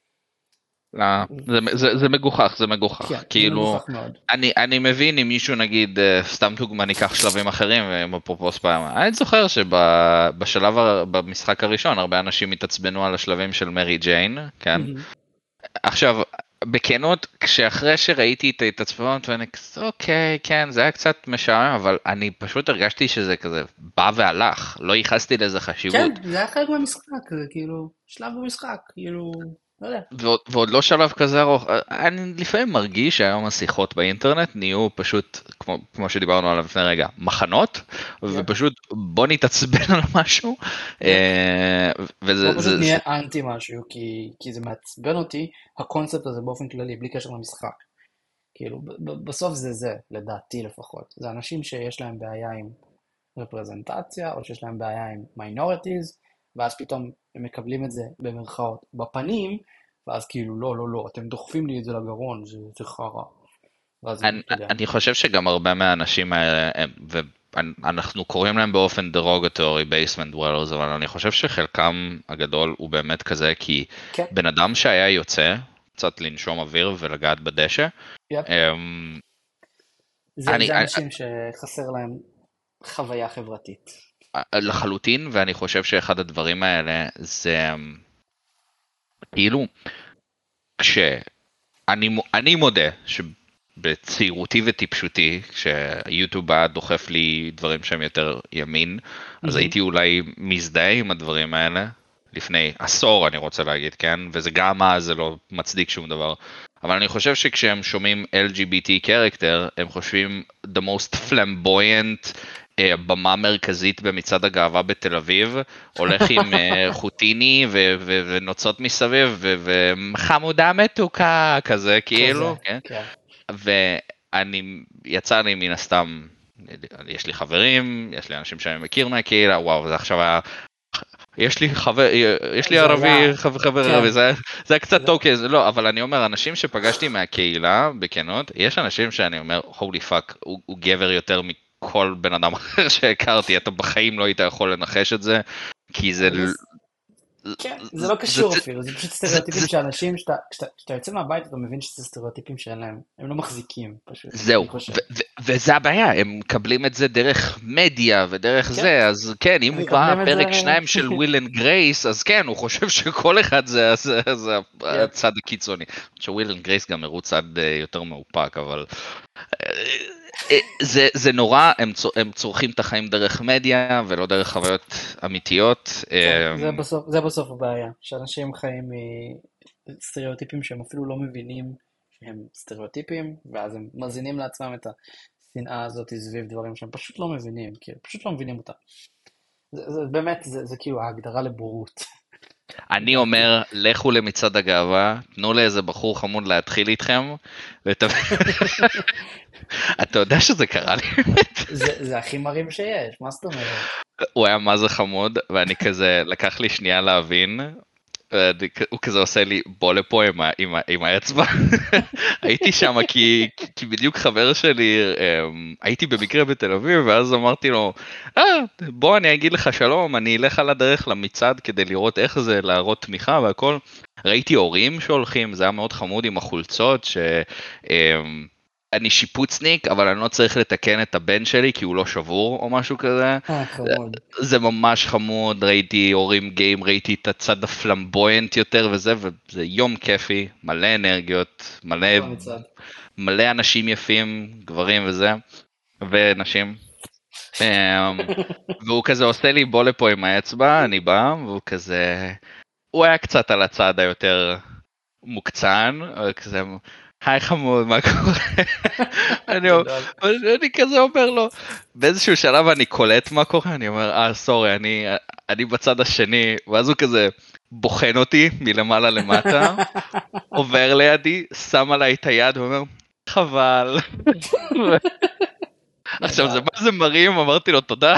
לא, זה, זה, זה מגוחך, זה מגוחך, כן, זה כאילו, מגוחך מאוד. אני, אני מבין אם מישהו נגיד, אה, סתם דוגמה ניקח שלבים אחרים, אפרופו ספיידרמן, אני זוכר שבשלב, במשחק הראשון, הרבה אנשים התעצבנו על השלבים של מרי ג'יין, כן? מהמם. עכשיו, בכנות, כשאחרי שראיתי את ההתעצבנות, ואני כזה, אוקיי, כן, זה היה קצת משעמם, אבל אני פשוט הרגשתי שזה כזה בא והלך, לא ייחסתי לזה חשיבות. כן, זה היה חלק מהמשחק, זה כאילו, שלב במשחק, כאילו, לא יודע. ועוד, ועוד לא שלב כזה ארוך, אני לפעמים מרגיש שהיום השיחות באינטרנט נהיו פשוט, כמו, כמו שדיברנו עליו לפני רגע, מחנות, יפ, ופשוט בוא נתעצבן על משהו, יפ. אה, וזה, בוא פשוט זה, נהיה זה, אנטי משהו, כי, כי זה מעצבן אותי, הקונספט הזה באופן כללי, בלי קשר למשחק. כאילו, ב- ב- בסוף זה זה, לדעתי לפחות. זה אנשים שיש להם בעיה עם רפרזנטציה, או שיש להם בעיה עם מיינורטיז, ואז פתאום הם מקבלים את זה במרכאות בפנים, ואז כאילו, לא, לא, לא, אתם דוחפים לי את זה לגרון, זה, זה חרא. ואז, אני, אתה יודע. אני חושב שגם הרבה מהאנשים האלה, הם- ואנחנו קוראים להם באופן דרוגטורי basement dwellers, אבל אני חושב שחלקם הגדול הוא באמת כזה, כי כן, בן אדם שהיה יוצא, קצת לנשום אוויר ולגעת בדשא, יפ. אמ, זה, אני, זה אנשים שחסר להם חוויה חברתית. לחלוטין, ואני חושב שאחד הדברים האלה זה אמ, כאילו, כשאני מו- אני מודה שבצעירותי וטיפשותי, כשיוטיוב היה דוחף לי דברים שהם יותר ימין, אז מהמם. הייתי אולי מזדהה עם הדברים האלה, לפני עשור אני רוצה להגיד, כן? וזה גם אז זה לא מצדיק שום דבר. אבל אני חושב שכשהם שומעים אל ג'י בי טי character, הם חושבים the most flamboyant אה, במה מרכזית במצעד הגאווה בתל אביב, הולך עם אה, חוטיני ו- ו- ונוצות מסביב ו- וחמודה מתוקה כזה כזה, כאילו, כן? כן. ואני, יצא לי מן הסתם, יש לי חברים, יש לי אנשים שאני מכיר מהקהילה, וואו, זה עכשיו היה, יש לי חבר, יש לי זה היה, ערבי, חבר, חבר כן. ערבי, זה, זה היה קצת זה, טוקי, זה לא, אבל אני אומר, אנשים שפגשתי מהקהילה, בכנות, יש אנשים שאני אומר, holy fuck, הוא, הוא גבר יותר מכל בן אדם אחר שהכרתי, אתה בחיים לא היית יכול לנחש את זה, כי זה, זה, כן, זה לא זה, קשור זה, אפילו, זה פשוט זה, סטריאוטיפים זה, שאנשים, שאתה, כשאתה, כשאתה יוצא מהבית אתה מבין שזה סטריאוטיפים שאין להם, הם לא מחזיקים פשוט, זהו, אני חושב. ו- ו- וזה הבעיה, הם מקבלים את זה דרך מדיה ודרך כן, זה, אז כן, אם הם הוא ראה מקבלים את זה, פרק שניים של וויל אנד גרייס, אז כן, הוא חושב שכל אחד זה, זה, זה יפ, הצד הקיצוני. שוויל אנד גרייס גם הראו צד אה, יותר מאופק, אבל אה, אה, זה, זה נורא, הם, צור, הם צורכים את החיים דרך מדיה ולא דרך חוויות אמיתיות. כן, אה, זה בסוף, זה בסוף הבעיה, שאנשים חיים מסטריאוטיפים שהם אפילו לא מבינים הם סטריאוטיפים, ואז הם מזינים לעצמם את השנאה הזאת סביב דברים שהם פשוט לא מבינים, כי פשוט לא מבינים אותה. זה, זה באמת, זה, זה כאילו ההגדרה לבורות. אני אומר, לכו למצעד הגאווה, תנו לאיזה בחור חמוד להתחיל איתכם, ואתה אתה יודע שזה קרה לי. זה, זה הכי מרים שיש, מה זאת אומרת? הוא היה מה זה חמוד, ואני כזה, לקח לי שנייה להבין, ואני- הוא כזה עושה לי בוא לפה עם, ה- עם, ה- עם האצבע. הייתי שם כי, כי בדיוק חבר שלי, אמ, הייתי במקרה בתל אביב, ואז אמרתי לו, אה, בוא אני אגיד לך שלום, אני אלך על הדרך למצעד כדי לראות איך זה, להראות תמיכה והכל. ראיתי הורים שהולכים, זה היה מאוד חמוד עם החולצות, ש... אמ, אני שיפוצניק, אבל אני לא צריך לתקן את הבן שלי כי הוא לא שבור או משהו כזה. אה, חמוד. זה ממש חמוד, ראיתי הורים גיים, ראיתי את הצד הפלמבויינט יותר וזה, וזה יום כיפי, מלא אנרגיות, מלא, לא מצעד. מלא אנשים יפים, גברים וזה, ונשים. אמ, והוא כזה עושה לי בוא לפה עם האצבע, אני בא, והוא כזה, הוא היה קצת על הצד היותר מוקצן, אבל כזה, היי חמוד, מה קורה? אני, גדול. אני כזה אומר לו, באיזשהו שלב אני קולט מה קורה, אני אומר, אה סורי, אני, אני בצד השני, ואז הוא כזה בוחן אותי מלמעלה למטה, עובר לידי, שם עליי את היד ואומר, חבל. עכשיו זה נהדר, מה זה מרים, אמרתי לו תודה.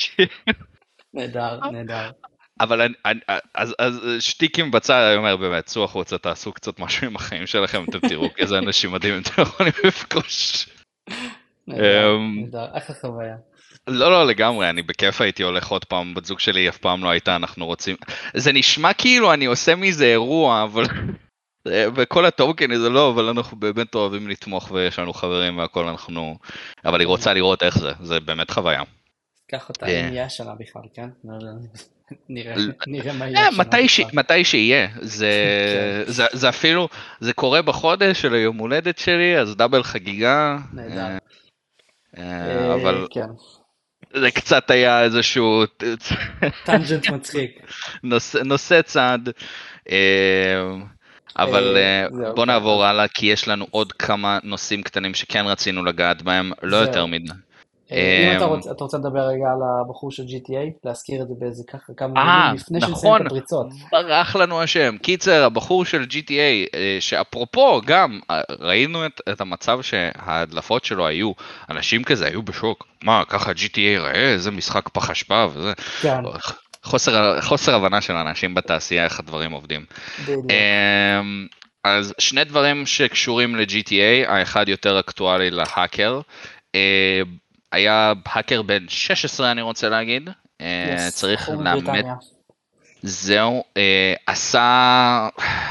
נהדר, נהדר. אבל אני, אני, אז, אז שטיקים בצד, אני אומר באמת, צאו החוצה, תעשו קצת משהו עם החיים שלכם, אתם תראו איזה אנשים מדהימים אתם יכולים לפגוש. נהדר, אמ, נהדר, אחלה חוויה. לא, לא, לגמרי, אני בכיף הייתי הולך עוד פעם, בת זוג שלי אף פעם לא הייתה, אנחנו רוצים, זה נשמע כאילו אני עושה מזה אירוע, אבל, וכל הטוקן זה לא, אבל אנחנו באמת אוהבים לתמוך ויש לנו חברים והכל, אנחנו, אבל היא רוצה לראות איך זה, זה באמת חוויה. קח אותה, אה. אם יהיה השנה בכלל, כן? לא יודע, נראה, ל- נראה מה יהיה אה, השנה מתי ש- בכלל. מתי שיהיה, זה, כן. זה, זה אפילו, זה קורה בחודש של היום הולדת שלי, אז דאבל חגיגה, נהדר. אה, אה, אבל כן, זה קצת היה איזשהו טנג'נט מצחיק. נושא, נושא צד, אה, אבל אה, אה, זהו, בוא כן, נעבור אז הלאה, כי יש לנו עוד כמה נושאים קטנים שכן רצינו לגעת בהם, לא זהו. יותר מדי. אה, אם אתה אה, רוצה, אתה רוצה לדבר רגע על הבחור של ג'י טי איי, להזכיר את זה באיזה ככה כמה אה, מילים לפני שנסיים את נכון, הפריצות. ברח לנו השם. קיצר, הבחור של ג'י טי איי, אה, שאפרופו גם, אה, ראינו את, את המצב שההדלפות שלו היו, אנשים כזה היו בשוק, מה, ככה ג'י טי איי ראה, איזה משחק פח אשפה וזה. כן, חוסר, חוסר הבנה של אנשים בתעשייה, איך הדברים עובדים. בדיוק. אמ, אז שני דברים שקשורים ל-ג'י טי איי, האחד יותר אקטואלי להאקר. אה, היה האקר בן שש עשרה אני רוצה להגיד, אה, יס, צריך בחור לאמת, מבריטניה. זהו, אה, עשה,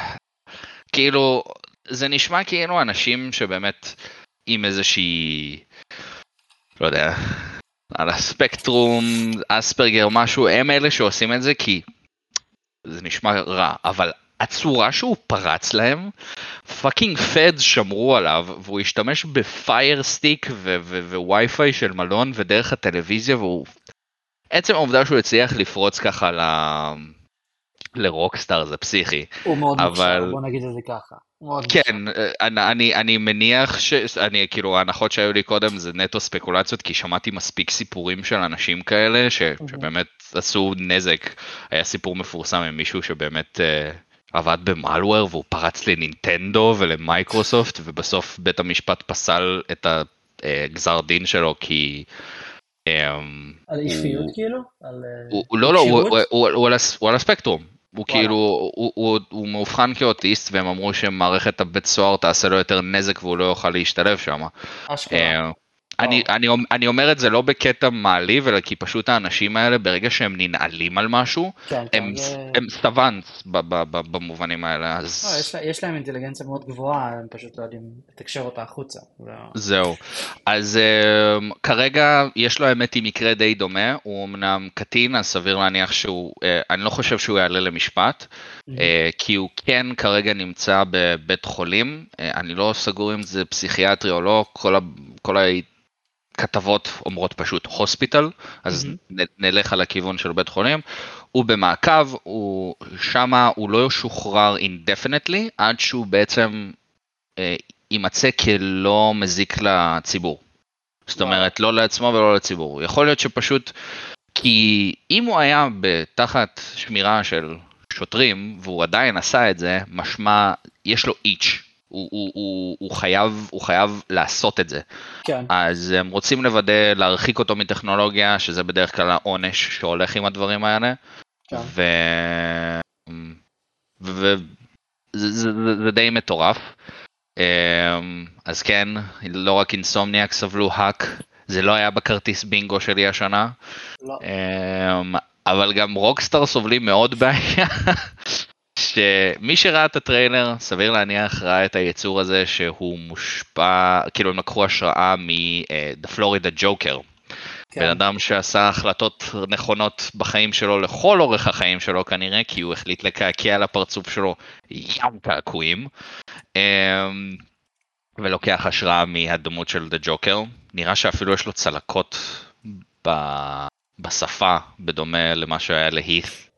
כאילו, זה נשמע כאילו אנשים שבאמת עם איזושהי, לא יודע, על הספקטרום, אספרגר משהו, הם אלה שעושים את זה כי זה נשמע רע, אבל הצורה שהוא פרץ להם, פאקינג פדס שמרו עליו, והוא השתמש בפייר סטיק ווי-פיי של מלון ודרך הטלוויזיה, והוא, עצם העובדה שהוא הצליח לפרוץ ככה ל... לרוקסטאר זה פסיכי, הוא מאוד מוכשר, אבל בוא נגיד את זה ככה. הוא מאוד מוכשר. כן, אני, אני, אני מניח ש... אני, כאילו, ההנחות שהיו לי קודם זה נטו ספקולציות, כי שמעתי מספיק סיפורים של אנשים כאלה, ש... שבאמת עשו נזק. היה סיפור מפורסם עם מישהו שבאמת uh, עבד במלוור, והוא פרץ לנינטנדו ולמייקרוסופט, ובסוף בית המשפט פסל את הגזר דין שלו, כי... Um, על אישיות הוא... כאילו? על הוא, הוא, לא, לא, הוא, כשירות? הוא, הוא, הוא, על הס- הוא על הספקטרום. הוא וואלה. כאילו, הוא, הוא, הוא מאובחן כאוטיסט, והם אמרו שמערכת הבית סוהר תעשה לו יותר נזק והוא לא יוכל להשתלב שם. אשכרה. אני, וואו. אני, אני אומר את זה לא בקטע מעליב, אלא כי פשוט האנשים האלה, ברגע שהם ננעלים על משהו, כן, כן, הם, זה... הם סטאבנס ב- ב- ב- במובנים האלה, אז לא, יש, לה- יש להם אינטליגנציה מאוד גבוהה, הם פשוט לא יודעים לתקשר אותה החוצה. זה... זהו. אז um, כרגע יש לו האמת היא מקרה די דומה, הוא אמנם קטין, אז סביר להניח שהוא, uh, אני לא חושב שהוא יעלה למשפט, uh, כי הוא כן כרגע נמצא בבית חולים, uh, אני לא סגור אם זה פסיכיאטרי או לא, כל, ה, כל הכתבות אומרות פשוט הוספיטל, אז נ, נלך על הכיוון של בית חולים, הוא במעקב, הוא שמה, הוא לא ישוחרר indefinitely, עד שהוא בעצם... Uh, יימצא כלא מזיק לציבור. זאת וואו. אומרת, לא לעצמו ולא לציבור. יכול להיות שפשוט, כי אם הוא היה בתחת שמירה של שוטרים, והוא עדיין עשה את זה, משמע, יש לו איץ'. הוא, הוא, הוא, הוא, חייב, הוא חייב לעשות את זה. כן. אז הם רוצים לוודא, להרחיק אותו מטכנולוגיה, שזה בדרך כלל העונש שהולך עם הדברים האלה. כן. ו... ו... זה, זה, זה, זה די מטורף. אז כן, לא רק אינסומניאק סבלו האק, זה לא היה בכרטיס בינגו שלי השנה. לא. אבל גם רוקסטאר סובלים מאוד בעיה. שמי שראה את הטריילר, סביר להניח ראה את היצור הזה שהוא מושפע, כאילו הם לקחו השראה מ-The Florida Joker. כן. בן אדם שעשה החלטות נכונות בחיים שלו לכל אורך החיים שלו כנראה, כי הוא החליט לקעקע על הפרצוף שלו ים קעקועים, ולוקח השראה מהדמות של The Joker. נראה שאפילו יש לו צלקות בשפה, בדומה למה שהיה להית'.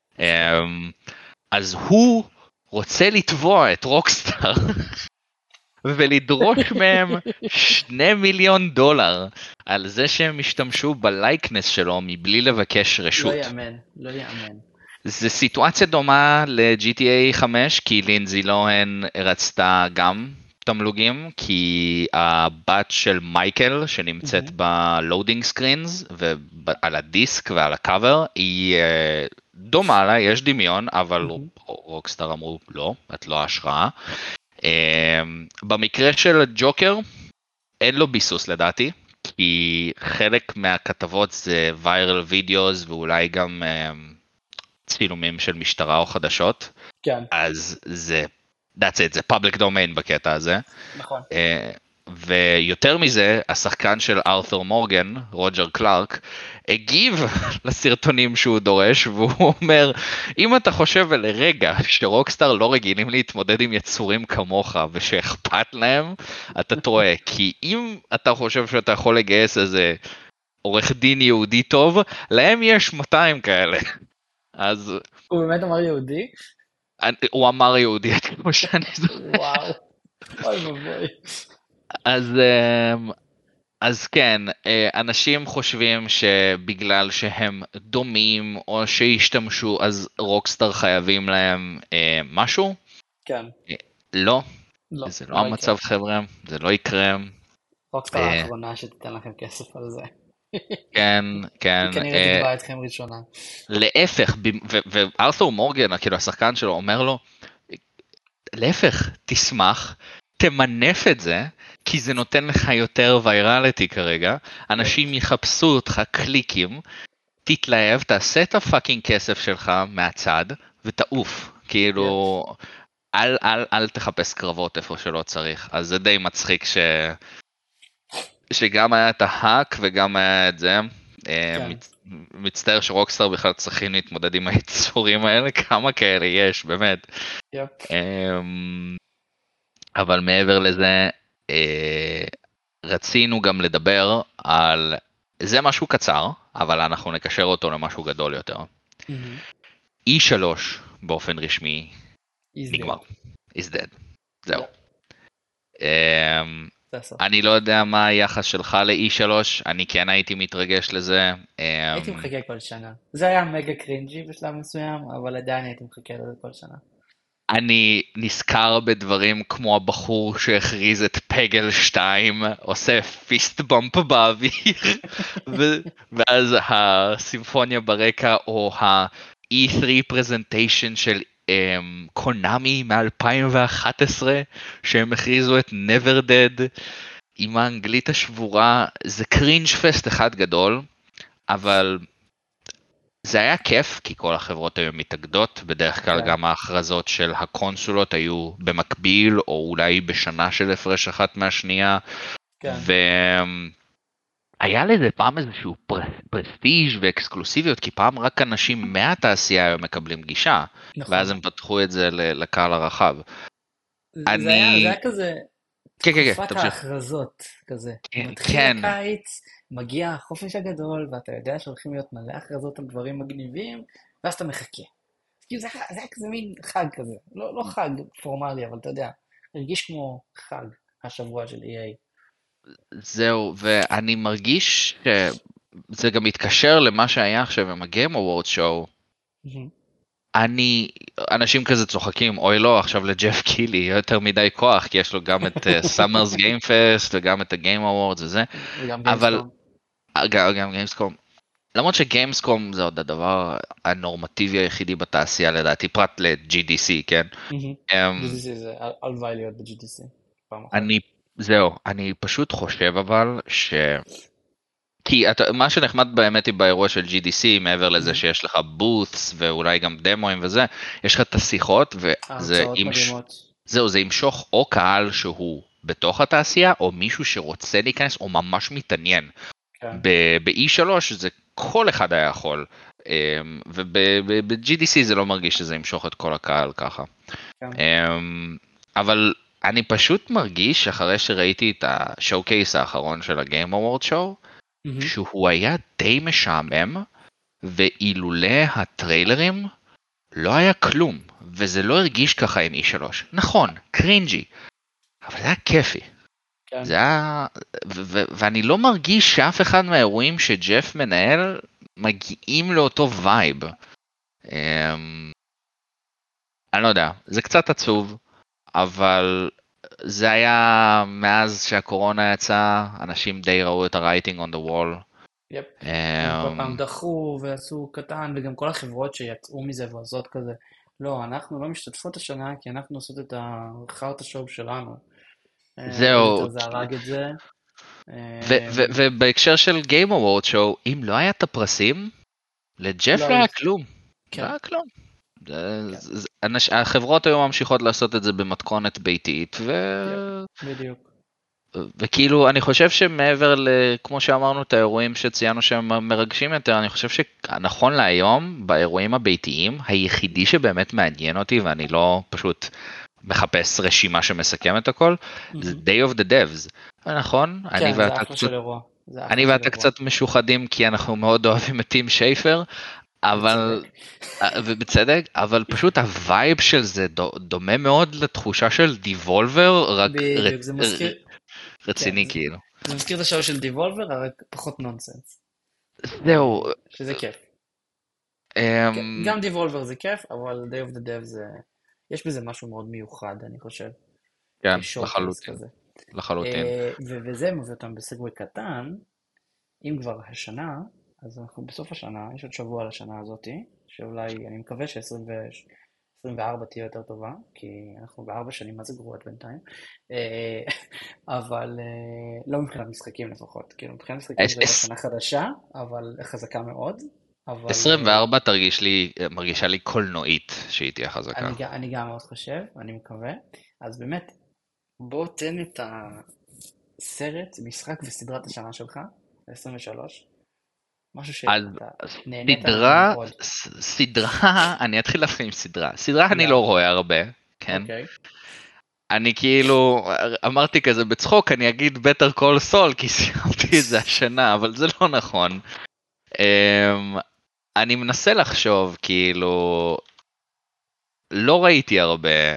אז הוא רוצה לתבוע את רוקסטאר ולדרוש מהם שני מיליון דולר על זה שהם השתמשו בלייקנס שלו מבלי לבקש רשות. לא יאמן, לא יאמן. זה סיטואציה דומה ל-ג'י טי איי חמש, כי לינזי לוהן רצתה גם תמלוגים, כי הבת של מייקל שנמצאת בלואודינג סקרינס ועל הדיסק ועל הקאבר היא דומה לה, יש דמיון, אבל רוקסטאר אמרו לא, את לא השראה. במקרה של ג'וקר אין לו ביסוס לדעתי, כי חלק מהכתבות זה ויירל וידאוס ואולי גם צילומים של משטרה או חדשות. כן. אז זה, that's it, זה public domain בקטע הזה. נכון. ויותר מזה, השחקן של ארת'ור מורגן, רוג'ר קלארק, הגיב לסרטונים שהוא דורש, והוא אומר, אם אתה חושב לרגע שרוקסטאר לא רגילים להתמודד עם יצורים כמוך ושאכפת להם, אתה טועה. כי אם אתה חושב שאתה יכול לגייס איזה עורך דין יהודי טוב, להם יש מאתיים כאלה. אז... הוא באמת אמר יהודי? הוא אמר יהודי, כמו שאני זוכר. וואו, אוי מבוי. אז... אז כן, אנשים חושבים שבגלל שהם דומים או שהשתמשו, אז רוקסטאר חייבים להם משהו? כן. לא, לא, זה לא המצב חבר'ה, זה לא יקרה. רוקסטאר האחרונה שתיתן לכם כסף על זה. כן, כן. היא כנראה תתבע אתכם ראשונה. להפך, וארת'ור מורגן, כאילו השחקן שלו, אומר לו, להפך, תשמח, תמנף את זה, כי זה נותן לך יותר ויירליטי כרגע, אנשים יחפשו אותך קליקים, תתלהב, תעשה את הפאקינג כסף שלך מהצד, ותעוף, כאילו, אל, אל, אל תחפש קרבות איפה שלא צריך, אז זה די מצחיק ש... שגם היה את ההאק וגם היה את זה, מצ... מצטער שרוקסטאר בכלל צריכים להתמודד עם היצורים האלה, כמה כאלה יש, באמת. Yep. אבל מעבר לזה, רצינו גם לדבר על, זה משהו קצר, אבל אנחנו נקשר אותו למשהו גדול יותר. אי שלוש באופן רשמי נגמר. is dead. זהו. אני לא יודע מה היחס שלך ל-אי שלוש, אני כן הייתי מתרגש לזה. הייתי מחכה כל שנה. זה היה מגה קרינג'י בשלב מסוים, אבל עדיין הייתי מחכה לזה כל שנה. אני נזכר בדברים כמו הבחור שהכריז את פגל שתיים, עושה פיסט במפ באוויר, ואז הסימפוניה ברקע, או ה-אי שלוש פרזנטיישן של קונאמי מ-אלפיים ואחת עשרה, שהם הכריזו את Never Dead, עם האנגלית השבורה, זה קרינג' פסט אחד גדול, אבל... זה היה כיף, כי כל החברות היו מתאגדות, בדרך כלל גם ההכרזות של הקונסולות היו במקביל, או אולי בשנה של הפרש אחת מהשנייה, והיה לזה פעם איזשהו פרסטיג' ואקסקלוסיביות, כי פעם רק אנשים מהתעשייה היו מקבלים גישה, ואז הם פתחו את זה לקהל הרחב. זה היה כזה, תקופת ההכרזות, כזה. מתחיל הקיץ, מגיע החופש הגדול, ואתה יודע שהולכים להיות מלא הכרזות על דברים מגניבים, ואז אתה מחכה. זה היה כזה מין חג כזה. לא חג פורמלי, אבל אתה יודע, הרגיש כמו חג. השבוע של E A. זהו, ואני מרגיש שזה גם מתקשר למה שהיה עכשיו עם הגיים אוורד שואו. אני, אנשים כזה צוחקים, אוי לא, עכשיו לג'ף קילי יותר מדי כוח, כי יש לו גם את סאמרס גיים פסט וגם את הגיים אוורד וזה, וגם אבל, גיימסקום. גם גיימסקום, למרות שגיימסקום זה עוד הדבר הנורמטיבי היחידי בתעשייה לדעתי, פרט ל-ג'י די סי, כן? ג'י די סי זה הלוואי להיות ב-ג'י די סי. אני, זהו, אני פשוט חושב אבל ש... כי אתה, מה שנחמד באמת היא באירוע של ג'י די סי, מעבר לזה שיש לך בוטס ואולי גם דמוים וזה, יש לך את השיחות וזה ימש... זהו, זה ימשוך או קהל שהוא בתוך התעשייה, או מישהו שרוצה להיכנס, או ממש מתעניין. ב-E שלוש זה כל אחד היה יכול, וב-ג'י די סי זה לא מרגיש שזה ימשוך את כל הקהל ככה. אבל אני פשוט מרגיש, אחרי שראיתי את השואו-קייס האחרון של הגיים אוורד שואו, שהוא היה די משעמם, ואילולא הטריילרים לא היה כלום, וזה לא הרגיש ככה עם E שלוש. נכון, קרינג'י, אבל זה היה כיפי. כן. זה היה, ו- ו- ואני לא מרגיש שאף אחד מהאירועים שג'ף מנהל מגיעים לאותו וייב. אני לא יודע, זה קצת עצוב, אבל זה היה מאז שהקורונה יצאה, אנשים די ראו את ה-writing on the wall. יפ, הם כל פעם דחו ועשו קטן, וגם כל החברות שיצאו מזה ועשות כזה, לא, אנחנו לא משתתפות השנה, כי אנחנו עושות את החארט השואו שלנו. זהו. זה הרג את זה. ובהקשר של Game Award Show, אם לא היה את הפרסים, לג'ף לא היה כלום. לא היה כלום. החברות היום ממשיכות לעשות את זה במתכונת ביתית, בדיוק. וכאילו אני חושב שמעבר לכמו שאמרנו את האירועים שציינו שהם מרגשים יותר, אני חושב שנכון להיום באירועים הביתיים היחידי שבאמת מעניין אותי ואני לא פשוט מחפש רשימה שמסכמת הכל, זה Day of the Devs, נכון? כן, זה אחלה של אירוע. אני ואתה קצת משוחדים כי אנחנו מאוד אוהבים את טים שייפר, אבל, ובצדק, אבל פשוט הווייב של זה דומה מאוד לתחושה של דיבולבר, רק רציני כאילו. זה מזכיר את השואו של דיבולבר, רק פחות נונסנס. זהו. שזה כיף. גם דיבולבר זה כיף, אבל Day of the Dev זה... יש בזה משהו מאוד מיוחד, אני חושב. כן, לחלוטין. לחלוטין. וזה מביא אותם בסגווי קטן, אם כבר השנה, אז אנחנו בסוף השנה, יש עוד שבוע לשנה הזאת, שאולי, אני מקווה ש-עשרים וארבע תהיה יותר טובה, כי אנחנו בארבע שנים, מה זה גרועות בינתיים, אבל לא מבחינת משחקים לפחות, כאילו מבחינת משחקים זה לא שנה חדשה, אבל חזקה מאוד. עשרים וארבע תרגיש לי, מרגישה לי קולנועית שהיא תהיה חזקה. אני גם מאוד חושב, אני מקווה. אז באמת, בוא תן את הסרט, משחק וסדרת השנה שלך, עשרים ושלוש. משהו שאתה נהנית מאוד. סדרה, אני אתחיל להפכים עם סדרה. סדרה אני לא רואה הרבה, כן? אני כאילו, אמרתי כזה בצחוק, אני אגיד Better Call Saul, כי סיימתי את זה השנה, אבל זה לא נכון. אני מנסה לחשוב, כאילו, לא ראיתי הרבה,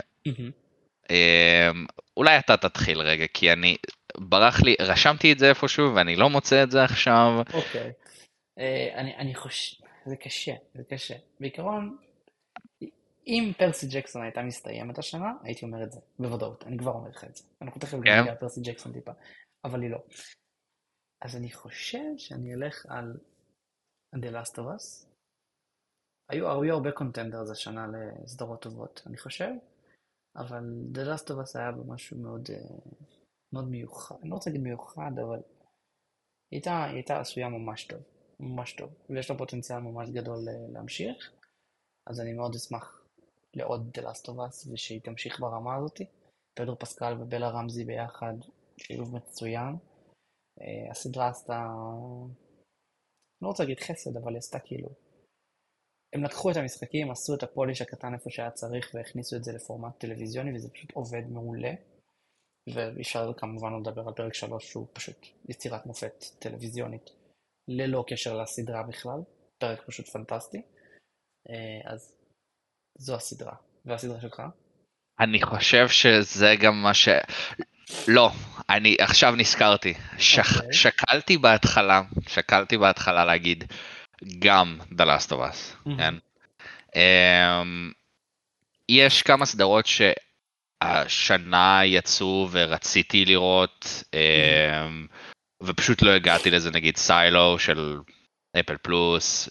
אולי אתה תתחיל רגע, כי אני, ברח לי, רשמתי את זה איפשהו, ואני לא מוצא את זה עכשיו. אוקיי, אני חושב, זה קשה, זה קשה. בעיקרון, אם פרסי ג'קסון הייתה מסתיימת השנה, הייתי אומר את זה, בוודאות, אני כבר אומר לך את זה. אנחנו תכף גם נגיע פרסי ג'קסון טיפה, אבל היא לא. אז אני חושב שאני אלך על The Last of Us. היו, היו הרבה קונטנדרס השנה לסדרות טובות, אני חושב, אבל The Last of Us היה במשהו מאוד, מאוד מיוחד, אני לא רוצה להגיד מיוחד, אבל היא הייתה, היא הייתה עשויה ממש טוב, ממש טוב, ויש לה פוטנציאל ממש גדול להמשיך, אז אני מאוד אשמח לעוד The Last of Us, ושהיא תמשיך ברמה הזאת. פדרו פסקל ובלה רמזי ביחד, שילוב מצוין. הסדרה עשתה, לא רוצה להגיד חסד, אבל היא עשתה כאילו, הם לקחו את המשחקים, עשו את הפוליש הקטן איפה שהיה צריך, והכניסו את זה לפורמט טלוויזיוני, וזה פשוט עובד מעולה. ואפשר כמובן לדבר על פרק שלוש, שהוא פשוט יצירת מופת טלוויזיונית, ללא קשר לסדרה בכלל, פרק פשוט פנטסטי. אז זו הסדרה. והסדרה שלך? אני חושב שזה גם מה ש... לא, אני עכשיו נזכרתי. שק, אוקיי. שקלתי בהתחלה, שקלתי בהתחלה להגיד גם The Last of Us. כן? Um, יש כמה סדרות שהשנה יצאו ורציתי לראות, um, ופשוט לא הגעתי לזה, נגיד סיילו של אפל פלוס,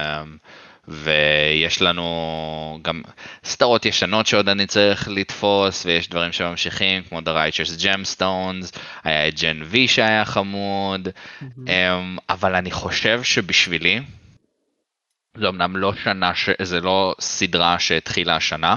ויש לנו גם סדרות ישנות שעוד אני צריך לתפוס, ויש דברים שממשיכים כמו The Righteous Gemstones, היה את ג'ן וי שהיה חמוד, אבל אני חושב שבשבילי, זה אמנם לא שנה, זה לא סדרה שהתחילה השנה,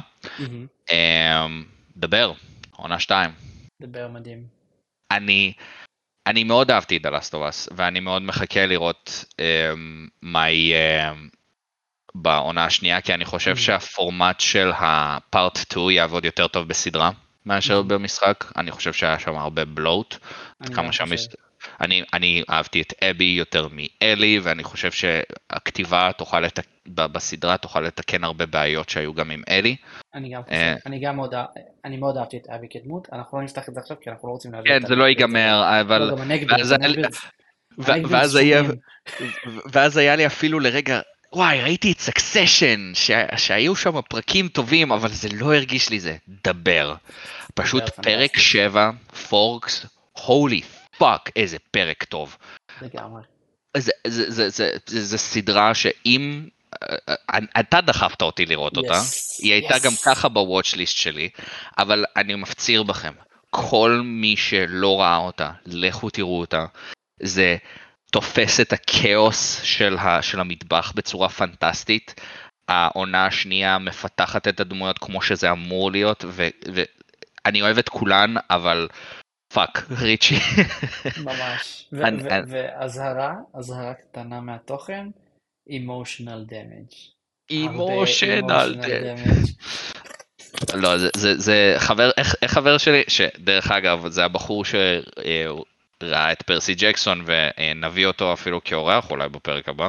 דבר, עונה שתיים. דבר מדהים. אני... אני מאוד אהבתי את The Last of Us, ואני מאוד מחכה לראות um, מה יהיה בעונה השנייה, כי אני חושב mm-hmm. שהפורמט של הפארט שתיים יעבוד יותר טוב בסדרה מאשר mm-hmm. במשחק. אני חושב שהיה שם הרבה בלוט. אני, שמש... אני, אני אהבתי את אבי יותר מאלי, ואני חושב שהכתיבה תוכל לת... בסדרה תוכל לתקן הרבה בעיות שהיו גם עם אלי. אני גם חושב, אני גם מאוד, אני מאוד אהבתי את אבי כדמות, אנחנו לא נפתח את זה עכשיו כי אנחנו לא רוצים להביא את זה. כן, זה לא ייגמר, אבל... לא, גם הנגבירס, ואז היה... ואז היה לי אפילו לרגע, וואי, ראיתי את סקסשן, שהיו שם פרקים טובים, אבל זה לא הרגיש לי זה. דבר. פשוט פרק שבע, פורקס, הולי פאק, איזה פרק טוב. לגמרי. זה סדרה שאם... אתה דחפת אותי לראות אותה, היא הייתה גם ככה בוואץ' ליסט שלי, אבל אני מפציר בכם, כל מי שלא ראה אותה, לכו תראו אותה, זה תופס את הכאוס של המטבח בצורה פנטסטית, העונה השנייה מפתחת את הדמויות כמו שזה אמור להיות, ואני אוהב את כולן, אבל פאק, ריצ'י. ממש, והזהרה, הזהרה קטנה מהתוכן, emotional damage. emotional damage. לא, זה חבר, איך חבר שלי, שדרך אגב, זה הבחור שראה את פרסי ג'קסון, ונביא אותו אפילו כאורח, אולי בפרק הבא.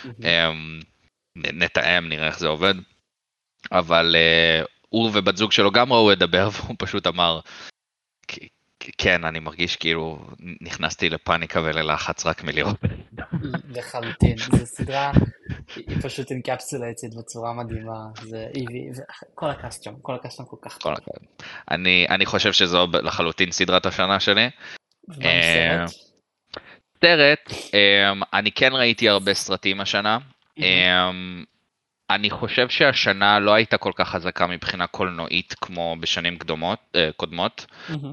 נתאם, נראה איך זה עובד. אבל הוא ובת זוג שלו גם ראו לדבר, והוא פשוט אמר, כן, אני מרגיש כאילו נכנסתי לפאניקה וללחץ רק מלראות. לחלוטין, זו סדרה, היא פשוט אינקפסולטית בצורה מדהימה, זה איבי, כל הקאסט שם, כל הקאסט שם כל כך טוב. אני חושב שזו לחלוטין סדרת השנה שלי. סרט? סרט, אני כן ראיתי הרבה סרטים השנה, אני חושב שהשנה לא הייתה כל כך חזקה מבחינה קולנועית כמו בשנים קודמות.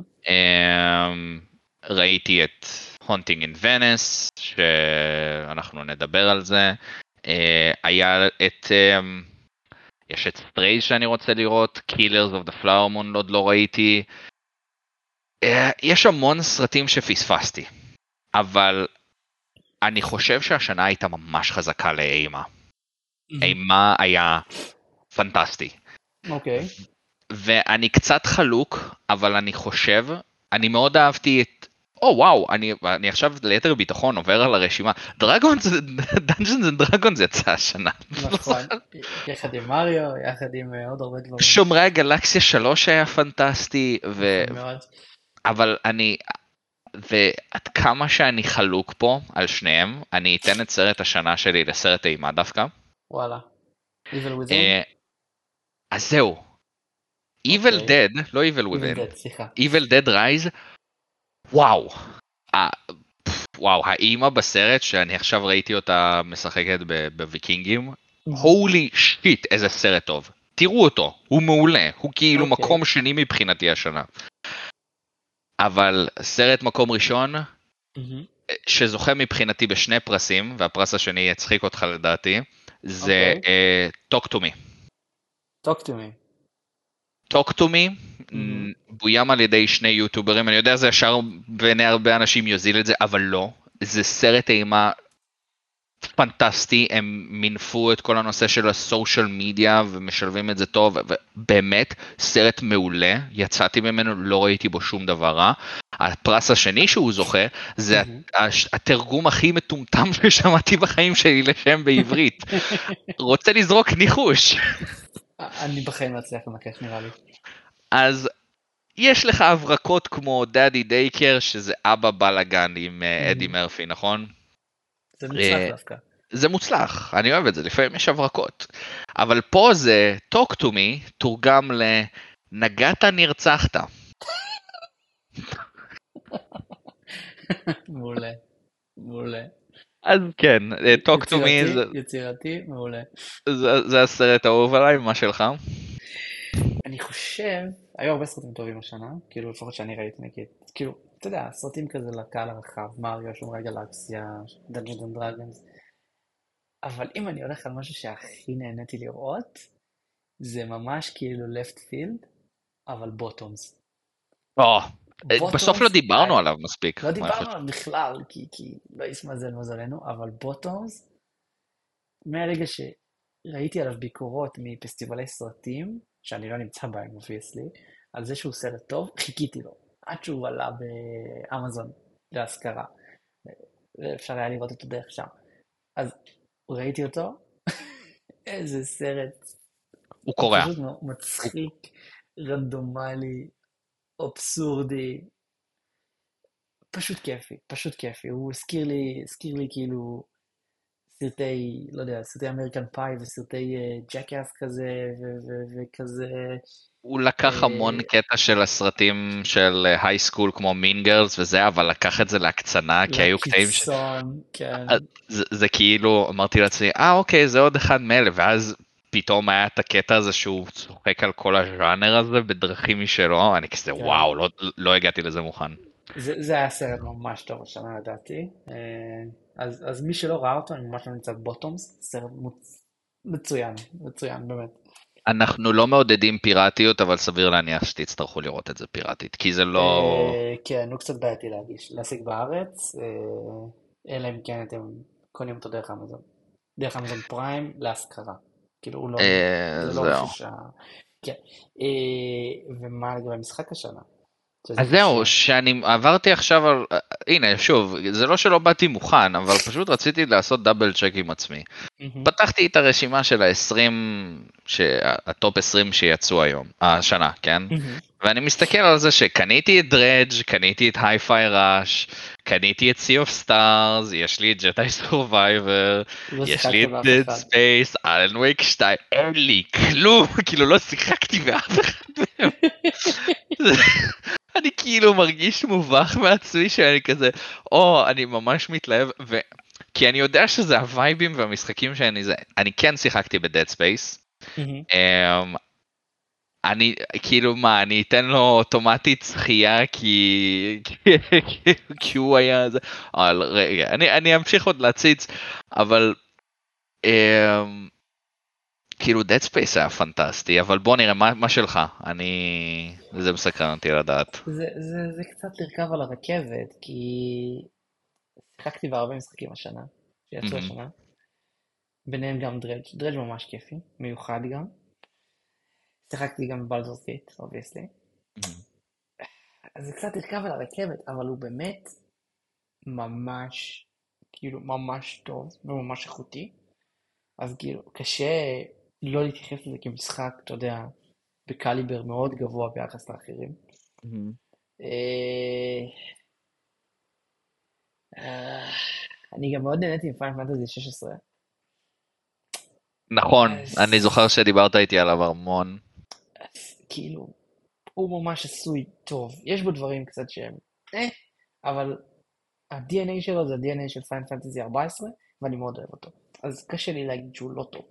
ראיתי את Haunting in Venice, שאנחנו נדבר על זה. היה את, יש את Stray שאני רוצה לראות, Killers of the Flower Moon עוד לא ראיתי. יש המון סרטים שפספסתי, אבל אני חושב שהשנה הייתה ממש חזקה לאימה. אימה היה פנטסטי. אוקיי. ואני קצת חלוק, אבל אני חושב, אני מאוד אהבתי את, או וואו, אני, אני עכשיו ליתר ביטחון עובר על הרשימה, דרגונס, דאנג'נס אנד דרגונס יצא השנה. נכון, יחד עם מריו, יחד עם עוד הרבה דברים. שומרי הגלקסיה שלוש היה פנטסטי, ו... אבל אני, ועד כמה שאני חלוק פה על שניהם, אני אתן את סרט השנה שלי לסרט אימה דווקא. וואלה. Evil Within? אז זהו. Evil Dead, לא Evil Within. Evil Dead Rise. וואו. וואו, האימא בסרט שאני עכשיו ראיתי אותה משחקת בוויקינגים. הולי שיט, איזה סרט טוב. תראו אותו, הוא מעולה. הוא כאילו מקום שני מבחינתי השנה. אבל סרט מקום ראשון, שזוכה מבחינתי בשני פרסים, והפרס השני יצחיק אותך לדעתי, זה Talk to me. Talk to me. Talk to me, בוים על ידי שני יוטוברים, אני יודע זה ישר בעיני הרבה אנשים יוזיל את זה, אבל לא, זה סרט אימה פנטסטי, הם מינפו את כל הנושא של הסושיאל מדיה ומשלבים את זה טוב, ובאמת סרט מעולה, יצאתי ממנו, לא ראיתי בו שום דבר רע. הפרס השני שהוא זוכה, זה התרגום הכי מטומטם ששמעתי בחיים שלי לשם בעברית. רוצה לזרוק ניחוש. אני בחיים לא אצליח למקש נראה לי. אז יש לך הברקות כמו דאדי דייקר, שזה אבא בלאגן עם אה, אדי מהמם. מרפי, נכון? זה מוצלח אה, דווקא. זה מוצלח, אני אוהב את זה, לפעמים יש הברקות. אבל פה זה talk to me, תורגם לנגעת נרצחת. מעולה, מעולה. אז כן, אה, talk to me זה, יצירתי, יצירתי, מעולה. זה, זה הסרט האהוב עליי, מה שלך? אני חושב, היו הרבה סרטים טובים השנה, כאילו לפחות שאני ראיתי נגיד, כאילו, אתה יודע, סרטים כזה לקהל הרחב, מריו, שומרי גלקסיה, דנג'נס אנד דרגונס, אבל אם אני הולך על משהו שהכי נהניתי לראות, זה ממש כאילו left field, אבל בוטומס. או, אה, בסוף לא בוטומס, דיברנו עליו מספיק, לא אני דיברנו חושב. עליו בכלל, כי, כי לא יתמזל מזלנו, אבל בוטומס, מהרגע שראיתי עליו ביקורות מפסטיבלי סרטים, שאני לא נמצא בהם, אובייסלי, על זה שהוא סרט טוב, חיכיתי לו, עד שהוא עלה באמזון להשכרה, ואפשר היה לראות אותו דרך שם. אז ראיתי אותו, איזה סרט, הוא קורע. פשוט מצחיק, רנדומלי, אבסורדי, פשוט כיפי, פשוט כיפי. הוא הזכיר לי, הזכיר לי כאילו סרטי, לא יודע, סרטי אמריקן פאי וסרטי ג'קאס כזה, ו- ו- וכזה. הוא לקח המון אה, קטע של הסרטים של היי סקול כמו מין גרלס וזה, אבל לקח את זה להקצנה, כי היו קטעים ש... לקיצון, כן. זה, זה כאילו, אמרתי לעצמי, אה אוקיי, זה עוד אחד מאלה, ואז פתאום היה את הקטע הזה שהוא צוחק על כל הז'אנר הזה בדרכים משלו, אני כזה כן. וואו, לא, לא הגעתי לזה מוכן. זה, זה היה סרט ממש טוב השנה לדעתי. אה, אז, אז מי שלא ראה אותו, אני ממש ממליץ על בוטומס, סרט מוצ... מצוין, מצוין, באמת. אנחנו לא מעודדים פיראטיות, אבל סביר להניח שתצטרכו לראות את זה פיראטית, כי זה לא... אה, כן, הוא קצת בעייתי להגיש, להשיג בארץ, אה, אלא אם כן אתם קונים אותו דרך אמזון. דרך אמזון פריים להשכרה. כאילו הוא לא, אה, זה לא זהו. רכישה. כן. אה, ומה לגבי המשחק השנה? שזה אז זהו, קשה. שאני עברתי עכשיו על... הנה, שוב, זה לא שלא באתי מוכן, אבל פשוט רציתי לעשות דאבל צ'ק עם עצמי. מהמם, פתחתי את הרשימה של ה-עשרים, הטופ עשרים שיצאו היום, השנה, כן? מהמם. ואני מסתכל על זה שקניתי את דרג', קניתי את היי-פיי ראש, קניתי את Sea of Stars, יש לי את ג'טאי סורווייבר, לא יש שיחקת לי את באף Dead אחד. Space, אלן וייק שתיים, אין לי כלום, כאילו לא שיחקתי באף אחד מהם. אני כאילו מרגיש מובך מעצמי שאני כזה, או, אני ממש מתלהב, ו... כי אני יודע שזה הווייבים והמשחקים שאני זה, אני כן שיחקתי בדד ספייס, מהמם. אני, כאילו מה, אני אתן לו אוטומטית זכייה כי, כי, כי הוא היה זה, אבל רגע, אני, אני אמשיך עוד להציץ, אבל אמ, כאילו Dead Space היה פנטסטי, אבל בוא נראה מה, מה שלך, אני, זה מסקרן אותי לדעת. זה, זה, זה קצת לרכב על הרכבת, כי שיחקתי בהרבה משחקים השנה, שיצאו מהמם, השנה. ביניהם גם דרג'. דרג' ממש כיפי, מיוחד גם. שיחקתי גם בבלדורס גייט, אובייסלי. מהמם. אז זה קצת לרכב על הרכבת, אבל הוא באמת ממש, כאילו, ממש טוב וממש איכותי. אז כאילו, קשה לא להתייחס לזה כמשחק, אתה יודע, בקליבר מאוד גבוה ביחס לאחרים. מהמם. אה, אה, אני גם מאוד נהניתי מפיינל פנטזי שש עשרה. נכון, אז, אני זוכר שדיברת איתי עליו המון. אז כאילו, הוא ממש עשוי טוב. יש בו דברים קצת שהם, אה, אבל ה-די אן איי שלו זה ה-די אן איי של פיינל פנטזי ארבע עשרה, ואני מאוד אוהב אותו. אז קשה לי להגיד שהוא לא טוב.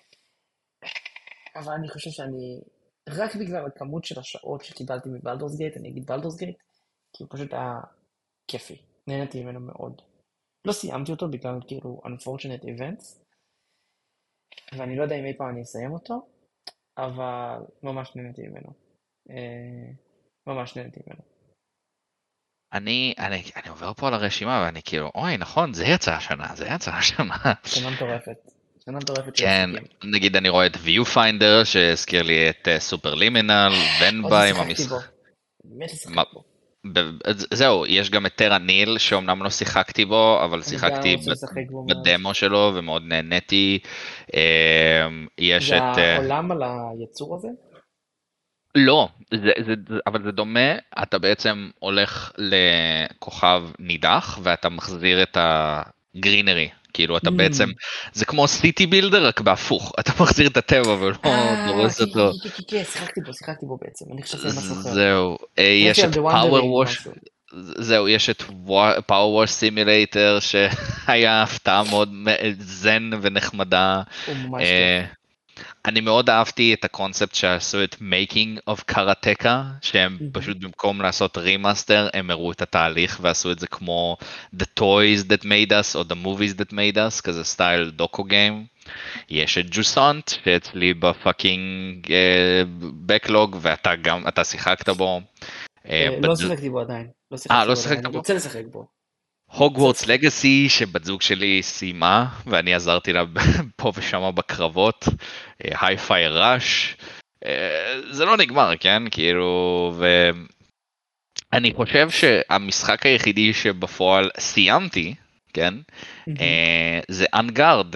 אבל אני חושב שאני, רק בגלל הכמות של השעות שקיבלתי מבלדורס גייט, אני אגיד בלדורס גייט, כי הוא פשוט היה כיפי. נהניתי ממנו מאוד. לא סיימתי אותו בגלל כאילו unfortunate events, ואני לא יודע אם אי פעם אני אסיים אותו, אבל ממש נהניתי ממנו. אה, ממש נהניתי ממנו. אני, אני, אני עובר פה על הרשימה ואני כאילו, אוי נכון, זה יצא השנה, זה יצא השנה. שנה מטורפת. שנה מטורפת של כן, משחקים. נגיד אני רואה את Viewfinder שהזכיר לי את סופר לימינל, עוד לא ונבה עם שיחקתי בו. המשחק. באמת לשחק מה- בו. ב- אז זהו, יש גם את טרה ניל שאומנם לא שיחקתי בו, אבל אני גם שיחקתי רוצה לשחק בו ב- מאוד. בדמו שלו ומאוד נהניתי. אמ, יש זה את... אה, העולם על היצור הזה? לא, זה, זה, זה, אבל זה דומה, אתה בעצם הולך לכוכב נידח ואתה מחזיר את הגרינרי, כאילו אתה בעצם, Mm. זה כמו סיטי בילדר רק בהפוך, אתה מחזיר את הטבע ולא אה, דורס כן, אותו. כן, כן, כן, כן, שיחקתי בו, שיחקתי בו בעצם, אני חשבתי על משהו אחר. זהו, אה, חשבתי יש על את The פאוור Wandering ווש, משהו. זהו, יש את פאוור ווש סימילייטר שהיה הפתעה מאוד זן ונחמדה. הוא ממש כיף. אה, אני מאוד אהבתי את הקונספט שעשו את Making of Karateka, שהם מהמם. פשוט במקום לעשות רימאסטר, הם הראו את התהליך ועשו את זה כמו The Toys That Made Us או The Movies That Made Us, כזה סטייל דוקו גיים. יש את ג'וסונט, שאצלי בפאקינג בקלוג, ואתה גם, אתה שיחקת בו. אה, אה, לא בד- שיחקתי בו עדיין, לא אה, שיחקתי לא בו עדיין, שיחקת אני בו? רוצה לשחק בו. אני רוצה הוגוורטס לשחק. לגאסי שבת זוג שלי סיימה ואני עזרתי לה פה ושמה בקרבות, היי-פיי ראש, זה לא נגמר, כן, כאילו, ואני חושב שהמשחק היחידי שבפועל סיימתי, כן, מהמם. אה, זה אנגארד